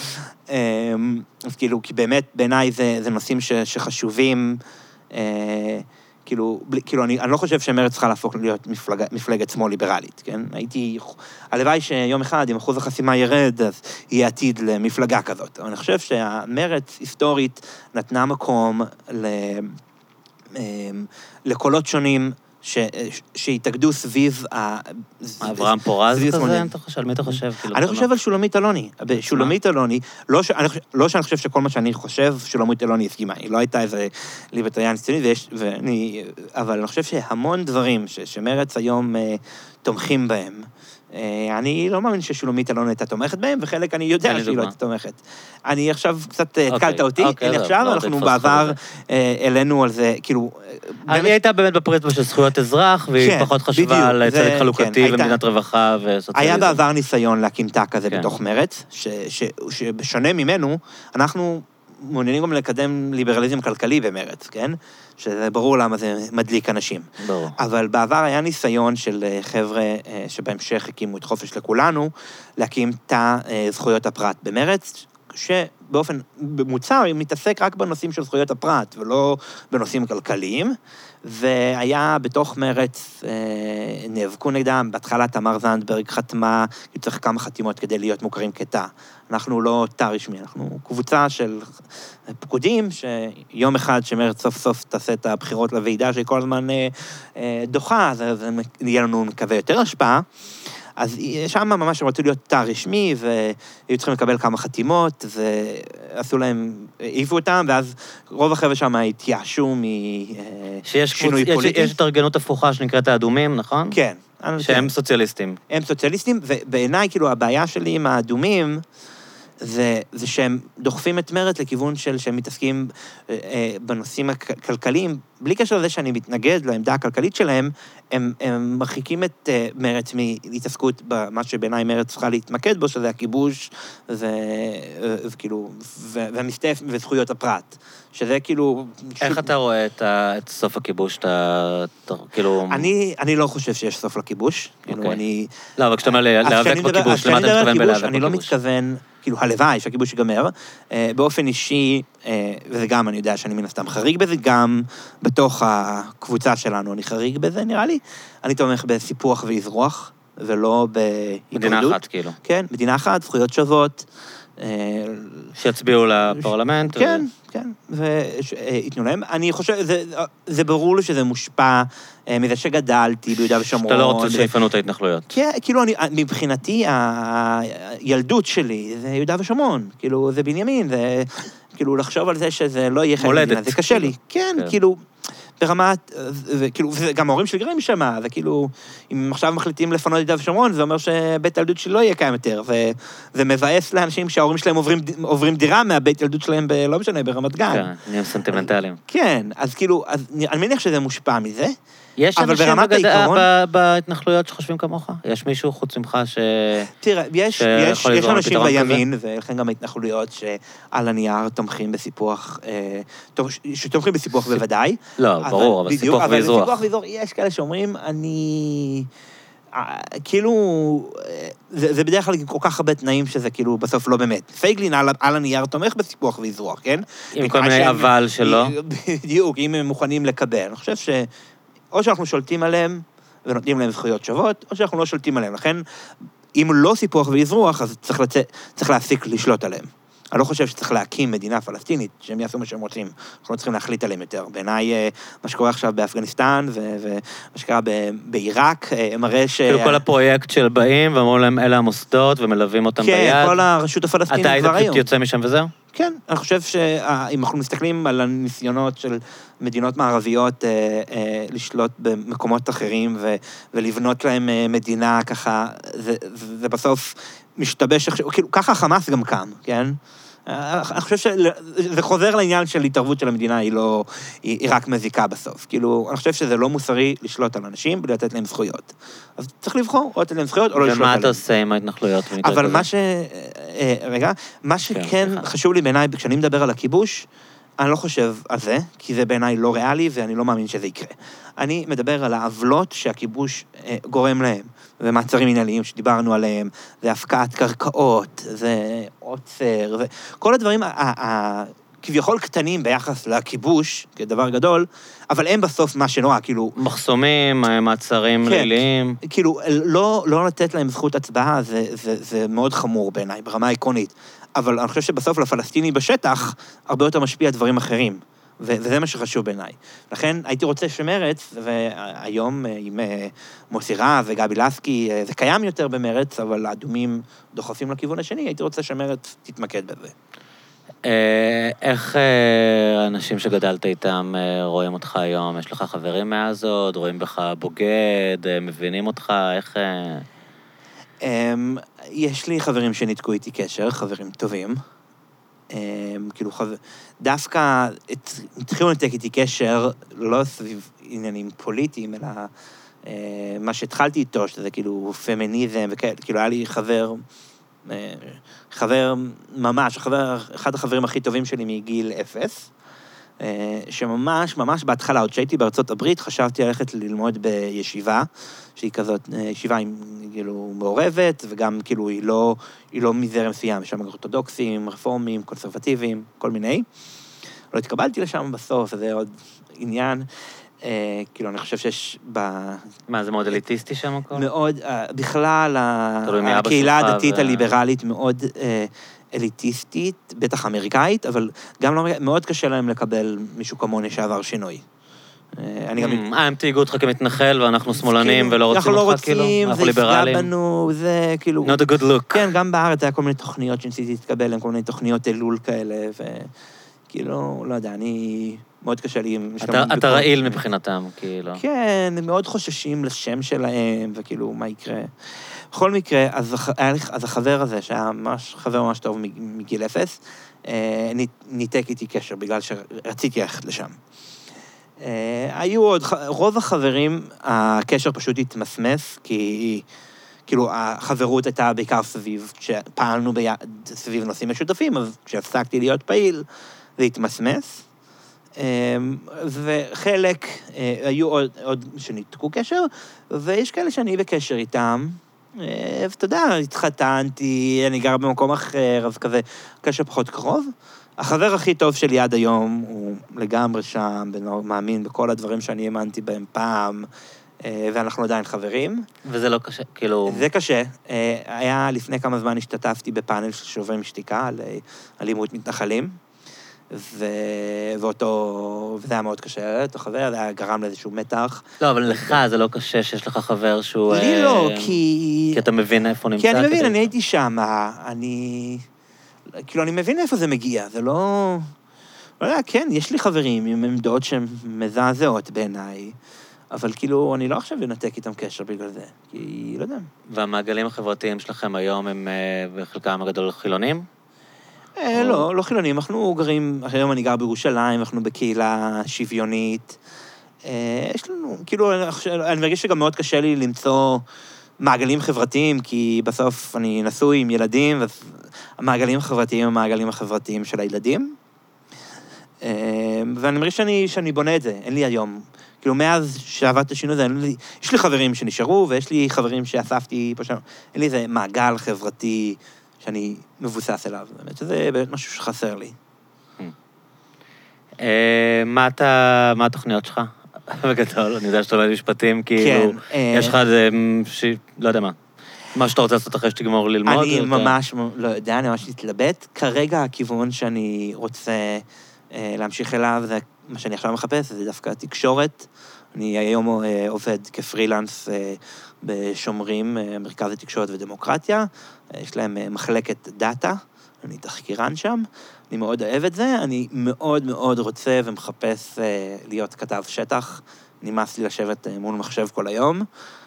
אז כאילו, כי באמת בעיניי זה נושאים שחשובים, כאילו, אני לא חושב שמרץ צריכה להפוך להיות מפלגת שמאל ליברלית, כן? הלוואי שיום אחד, אם אחוז החסימה ירד, אז יהיה עתיד למפלגה כזאת. אבל אני חושב שהמרץ היסטורית נתנה מקום לקולות שונים שהתאגדו סביב אברהם פורז כזה, על מי אתה חושב? אני חושב על שולמית אלוני. שולמית אלוני, לא שאני חושב שכל מה שאני חושב, שולמית אלוני הסכימה. היא לא הייתה איזה ליברטריאנית ציונית, אבל אני חושב שהמון דברים שמרץ היום תומכים בהם, אני לא מאמין ששולמית אלוני הייתה תומכת בהם, וחלק אני יודע שהיא לא הייתה תומכת. אני עכשיו קצת התקלת אותי, הנה עכשיו אנחנו בעבר אלינו על זה, כאילו... היא הייתה באמת בפריזמה של זכויות אזרח, והיא פחות חשבה על צדק חלוקתי ומדינת רווחה וסוציאליזם. היה בעבר ניסיון להקים תא כזה בתוך מרץ, שבשונה ממנו, אנחנו מעוניינים גם לקדם ליברליזם כלכלי במרץ, כן? שזה ברור למה זה מדליק אנשים. ברור. אבל בעבר היה ניסיון של חבר'ה שבהמשך הקימו את חופש לכולנו, להקים תא זכויות הפרט במרץ, שבאופן מוצר מתעסק רק בנושאים של זכויות הפרט, ולא בנושאים כלכליים, והיה בתוך מרץ, נאבקו נגדם, בהתחלה תמר זנדברג חתמה, צריך כמה חתימות כדי להיות מוכרים כתא. אנחנו לא תא רשמי, אנחנו קבוצה של פקודים, שיום אחד שמרץ סוף סוף תעשה את הבחירות לוועידה, שהיא כל הזמן דוחה, אז יהיה לנו מקווה יותר השפעה, אז שם ממש רצו להיות תא רשמי, והיו צריכים לקבל כמה חתימות, ועשו להם, העיפו אותם, ואז רוב החבר'ה שם התייאשו משינוי פוליטי. יש התארגנות הפוכה שנקראת האדומים, נכון? כן. שהם סוציאליסטים. הם סוציאליסטים, ובעיניי, כאילו, הבעיה שלי עם האדומים, זה שהם דוחפים את מרץ לכיוון שהם מתעסקים בנושאים הכלכליים, בלי קשר לזה שאני מתנגד לעמדה הכלכלית שלהם, הם מרחיקים את מרץ מהתעסקות במה שבעיניי מרץ צריכה להתמקד בו, שזה הכיבוש, וכאילו, והמסתף וזכויות הפרט. שזה כאילו... איך אתה רואה את סוף הכיבוש? כאילו... אני לא חושב שיש סוף לכיבוש. לא, אבל כשאתה אומר להיאבק בכיבוש, למה אתה מתכוון בלהיאבק בכיבוש? אני לא מתכוון, כאילו, הלוואי שהכיבוש ייגמר, באופן אישי, וזה גם, אני יודע שאני מן הסתם חריג בזה, גם בתוך הקבוצה שלנו אני חריג בזה, נראה לי. אני תומך בסיפוח ואזרוח, ולא בהתמודדות. מדינה אחת, כאילו. כן, מדינה אחת, זכויות שוות. שיצביעו לפרלמנט. כן, כן, ויתנו להם. אני חושב, זה ברור לי שזה מושפע מזה שגדלתי ביהודה ושומרון. שאתה לא רוצה שיפנו את ההתנחלויות. כן, כאילו, מבחינתי, הילדות שלי זה יהודה ושומרון. כאילו, זה בנימין, זה כאילו לחשוב על זה שזה לא יהיה חלק מדינה. זה קשה לי. כן, כאילו... ברמת, וכאילו, וגם ההורים שלי גרים שם, וכאילו, אם עכשיו מחליטים לפנות יהודה ושומרון, זה אומר שבית ילדות שלי לא יהיה קיים יותר, וזה מבאס לאנשים שההורים שלהם עוברים דירה מהבית ילדות שלהם, לא משנה, ברמת גן. כן, נהיים סנטימנטליים. כן, אז כאילו, אני מניח שזה מושפע מזה, יש אבל אנשים ברמת העיקרון... בהתנחלויות שחושבים כמוך? יש מישהו חוץ ממך תראה, יש לזרום אנשים לפתרון כזה? בימין, ולכן גם ההתנחלויות שעל הנייר תומכים בסיפוח, שתומכים בסיפוח בוודאי. לא, ברור, אבל סיפוח אבל ואזרוח. סיפוח ואזרוח, יש כאלה שאומרים, כאילו, זה בדרך כלל כל כך הרבה תנאים שזה כאילו בסוף לא באמת. פייגלין על הנייר תומך בסיפוח ואזרוח, כן? עם כל מיני אבל שלו. בדיוק, אם הם מוכנים לקבל. אני חושב או שאנחנו שולטים עליהם ונותנים להם זכויות שוות, או שאנחנו לא שולטים עליהם. לכן, אם לא סיפוח ואזרוח, אז צריך להפסיק לשלוט עליהם. אני לא חושב שצריך להקים מדינה פלסטינית, שהם יעשו מה שהם רוצים. אנחנו לא צריכים להחליט עליהם יותר. בעיניי, מה שקורה עכשיו באפגניסטן, ומה שקרה בעיראק, מראה כאילו כל הפרויקט של באים, ואמרו להם, אלה המוסדות, ומלווים אותם ביד. כן, כל הרשות הפלסטינית כבר היום. אתה היית יוצא משם וזהו? כן, אני חושב שאם אנחנו מסתכלים על הניסיונות של מדינות מערביות לשלוט במקומות אחרים ולבנות להם מדינה ככה, זה בסוף משתבש, כאילו ככה החמאס גם קם, כן? אני חושב שזה חוזר לעניין של התערבות של המדינה, היא רק מזיקה בסוף. כאילו, אני חושב שזה לא מוסרי לשלוט על אנשים בלי לתת להם זכויות. אז צריך לבחור, או לתת להם זכויות, או לא לשלוט עליהם. ומה אתה עושה עם ההתנחלויות? אבל מה שכן חשוב לי בעיניי, כשאני מדבר על הכיבוש, אני לא חושב על זה, כי זה בעיניי לא ריאלי, ואני לא מאמין שזה יקרה. אני מדבר על העוולות שהכיבוש גורם להם, ומעצרים מנהליים שדיברנו עליהם, זה הפקעת קרקעות, זה עוצר, כל הדברים כביכול קטנים ביחס לכיבוש, כדבר גדול, אבל הם בסוף מה שנורא, כאילו... מחסומים, מעצרים ליליים. כאילו, לא לתת להם זכות הצבעה, זה מאוד חמור בעיניי, ברמה העקרונית. אבל אני חושב שבסוף לפלסטיני בשטח, הרבה יותר משפיע דברים אחרים. וזה מה שחשוב בעיניי. לכן הייתי רוצה שמרץ, והיום עם מוסי רז וגבי לסקי, זה קיים יותר במרץ, אבל האדומים דוחפים לכיוון השני, הייתי רוצה שמרץ תתמקד בזה. איך האנשים שגדלת איתם רואים אותך היום? יש לך חברים מאז עוד? רואים בך בוגד? מבינים אותך? איך... יש לי חברים שניתקו איתי קשר, חברים טובים. כאילו, דווקא התחילו לנתק איתי קשר, לא סביב עניינים פוליטיים, אלא מה שהתחלתי איתו, שזה כאילו פמיניזם, וכאילו היה לי חבר ממש, אחד החברים הכי טובים שלי מגיל 0, שממש, ממש בהתחלה, עוד שהייתי בארצות הברית, חשבתי ללכת ללמוד בישיבה, שהיא כזאת, ישיבה עם, כאילו, מעורבת, וגם, כאילו, היא לא מזרם מסוים, יש שם אורתודוקסים, רפורמים, קונסרבטיביים, כל מיני. לא התקבלתי לשם בסוף, זה עוד עניין. כאילו, אני חושב שיש מה, זה מאוד אליטיסטי שם הכל? מאוד, בכלל, הקהילה הדתית הליברלית מאוד אליטיסטית, בטח אמריקאית, אבל גם לא, מאוד קשה להם לקבל מישהו כמוני שעבר שינוי. הם תהיגו אותך כמתנחל, ואנחנו שמאלנים ולא רוצים אותך, כאילו? אנחנו ליברלים. זה יפגע בנו, זה כאילו... Not a good look. כן, גם בארץ היה כל מיני תוכניות שניסיתי להתקבל, הם כל מיני תוכניות אלול כאלה, וכאילו, לא יודע, אני... מאוד קשה לי... אתה רעיל מבחינתם, כאילו. כן, הם מאוד חוששים לשם שלהם, וכאילו, מה יקרה. בכל מקרה, אז החבר הזה, שהיה חבר ממש טוב מגיל 0, ניתק איתי קשר, בגלל שרציתי ללכת לשם. היו עוד, רוב החברים, הקשר פשוט התמסמס, כי כאילו החברות הייתה בעיקר סביב, כשפעלנו סביב נושאים משותפים, אז כשהפסקתי להיות פעיל, זה התמסמס. וחלק, היו עוד שניתקו קשר, ויש כאלה שאני בקשר איתם, ואתה יודע, התחתנתי, אני גר במקום אחר, אז כזה קשר פחות קרוב. החבר הכי טוב שלי עד היום הוא לגמרי שם, מאמין בכל הדברים שאני האמנתי בהם פעם, ואנחנו עדיין חברים. וזה לא קשה, כאילו... זה קשה. היה לפני כמה זמן השתתפתי בפאנל של שוברים שתיקה על אלימות מתנחלים, וזה היה מאוד קשה, אותו חבר, זה היה גרם לאיזשהו מתח. לא, אבל לך זה לא קשה שיש לך חבר שהוא... לי לא, כי... כי אתה מבין איפה נמצא. כי אני מבין, אני הייתי שם, כאילו, אני מבין איפה זה מגיע, זה לא... לא יודע, כן, יש לי חברים עם עמדות שהן מזעזעות בעיניי, אבל כאילו, אני לא עכשיו לנתק איתם קשר בגלל זה, כי לא יודע. והמעגלים החברתיים שלכם היום הם בחלקם הגדול חילונים? לא חילונים, אנחנו גרים, היום אני גר בירושלים, אנחנו בקהילה שוויונית, יש לנו, כאילו, אני מרגיש שגם מאוד קשה לי למצוא מעגלים חברתיים, כי בסוף אני נשוי עם ילדים, והמעגלים החברתיים הם המעגלים החברתיים של הילדים. ואני מרגיש שאני בונה את זה, אין לי היום. כאילו, מאז שעבדתי השינוי הזה, יש לי חברים שנשארו, ויש לי חברים שאספתי פה שם. אין לי איזה מעגל חברתי שאני מבוסס אליו. באמת שזה באמת משהו שחסר לי. מה התוכניות שלך? בגדול, אני יודע שאתה לומד משפטים, כאילו, יש לך איזה, לא יודע מה. מה שאתה רוצה לעשות אחרי שתגמור ללמוד? אני ממש, לא יודע, אני ממש מתלבט. כרגע הכיוון שאני רוצה להמשיך אליו, זה מה שאני עכשיו מחפש, זה דווקא תקשורת. אני היום עובד כפרילנס בשומרים, מרכז לתקשורת ודמוקרטיה. יש להם מחלקת דאטה, אני תחקירן שם. אני מאוד אוהב את זה, אני מאוד מאוד רוצה ומחפש להיות כתב שטח. נמאס לי לשבת מול מחשב כל היום.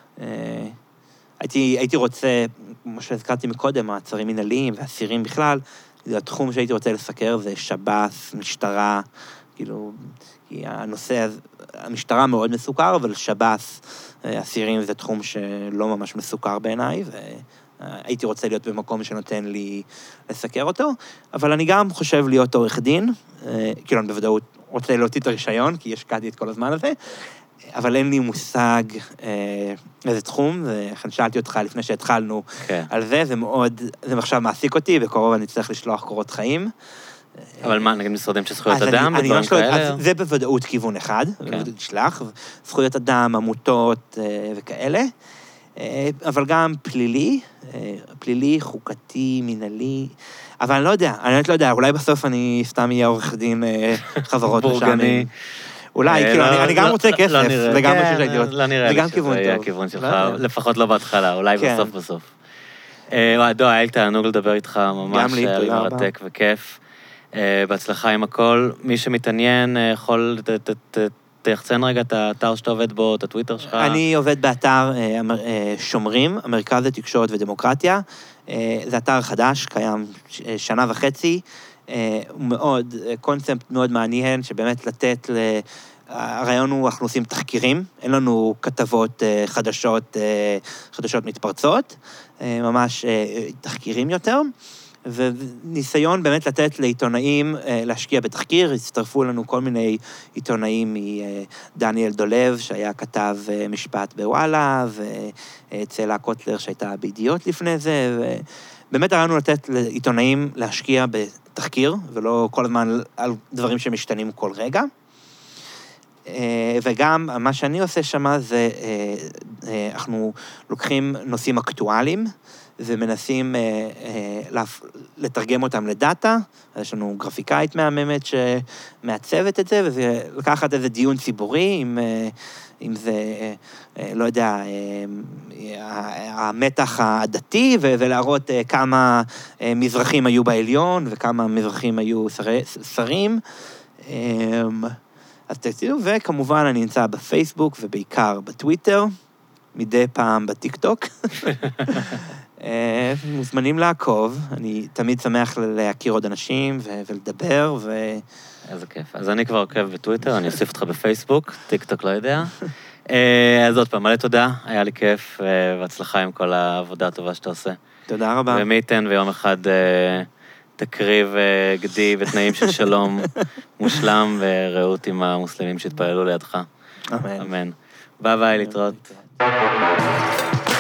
הייתי רוצה, כמו שהזכרתי מקודם, מעצרים מנהליים ואסירים בכלל, זה התחום שהייתי רוצה לסקר, זה שב"ס, משטרה, כאילו, כי הנושא, המשטרה מאוד מסוכר, אבל שב"ס, אסירים זה תחום שלא ממש מסוכר בעיניי, והייתי רוצה להיות במקום שנותן לי לסקר אותו, אבל אני גם חושב להיות עורך דין, כאילו, אני בוודאות רוצה להוציא את הרישיון, כי השקעתי את כל הזמן הזה, אבל אין לי מושג איזה תחום, וכן שאלתי אותך לפני שהתחלנו על זה, זה עכשיו מעסיק אותי, בקרוב אני צריך לשלוח קורות חיים. אבל מה, נגיד משרדים של זכויות אדם, ודברים כאלה? זה בוודאות כיוון אחד, לשלח, זכויות אדם, עמותות וכאלה, אבל גם פלילי, חוקתי, מנהלי, אבל אני לא יודע, אולי בסוף אני סתם אהיה עורך דין חברות בורגני. אולי, כאילו, אני גם רוצה כסף, זה גם משהו שהייתי רוצה. לא נראה לי שזה יהיה הכיוון שלך, לפחות לא בהתחלה, אולי בסוף. דו, היה לי תענוג לדבר איתך, ממש היה לי מרתק וכיף. בהצלחה עם הכל. מי שמתעניין יכול, תחצן רגע את האתר שאתה עובד בו, את הטוויטר שלך. אני עובד באתר שומרים, המרכז לתקשורת ודמוקרטיה. זה אתר חדש, קיים 1.5 שנה. הוא מאוד, קונספט מאוד מעניין, שבאמת לתת הרעיון הוא, אנחנו עושים תחקירים, אין לנו כתבות חדשות מתפרצות, ממש תחקירים יותר, וניסיון באמת לתת לעיתונאים להשקיע בתחקיר, הצטרפו לנו כל מיני עיתונאים מדניאל דולב, שהיה כתב משפט בוואלה, וצלה קוטלר שהייתה בידיעות לפני זה, ובאמת הרעיון הוא לתת לעיתונאים להשקיע בתחקיר, ולא כל הזמן על דברים שמשתנים כל רגע. וגם מה שאני עושה שמה זה, אנחנו לוקחים נושאים אקטואליים, ומנסים לתרגם אותם לדאטה, יש לנו גרפיקאית מהממת שמעצבת את זה, וזה לקחת איזה דיון ציבורי, אם זה, לא יודע, המתח הדתי, ולהראות כמה מזרחים היו בעליון, וכמה מזרחים היו שרים. אז תקציבו, וכמובן אני נמצא בפייסבוק, ובעיקר בטוויטר, מדי פעם בטיקטוק. מוזמנים לעקוב, אני תמיד שמח להכיר עוד אנשים ולדבר, איזה כיף. אז אני כבר עוקב בטוויטר, אני אוסיף אותך בפייסבוק, טיקטוק לא יודע. אז עוד פעם, מלא תודה, היה לי כיף, והצלחה עם כל העבודה הטובה שאתה עושה. תודה רבה. ומי ייתן ויום אחד תקריב גדי ותנאים של שלום מושלם ורעות עם המוסלמים שהתפללו לידך. אמן. אמן. ביי ביי, להתראות.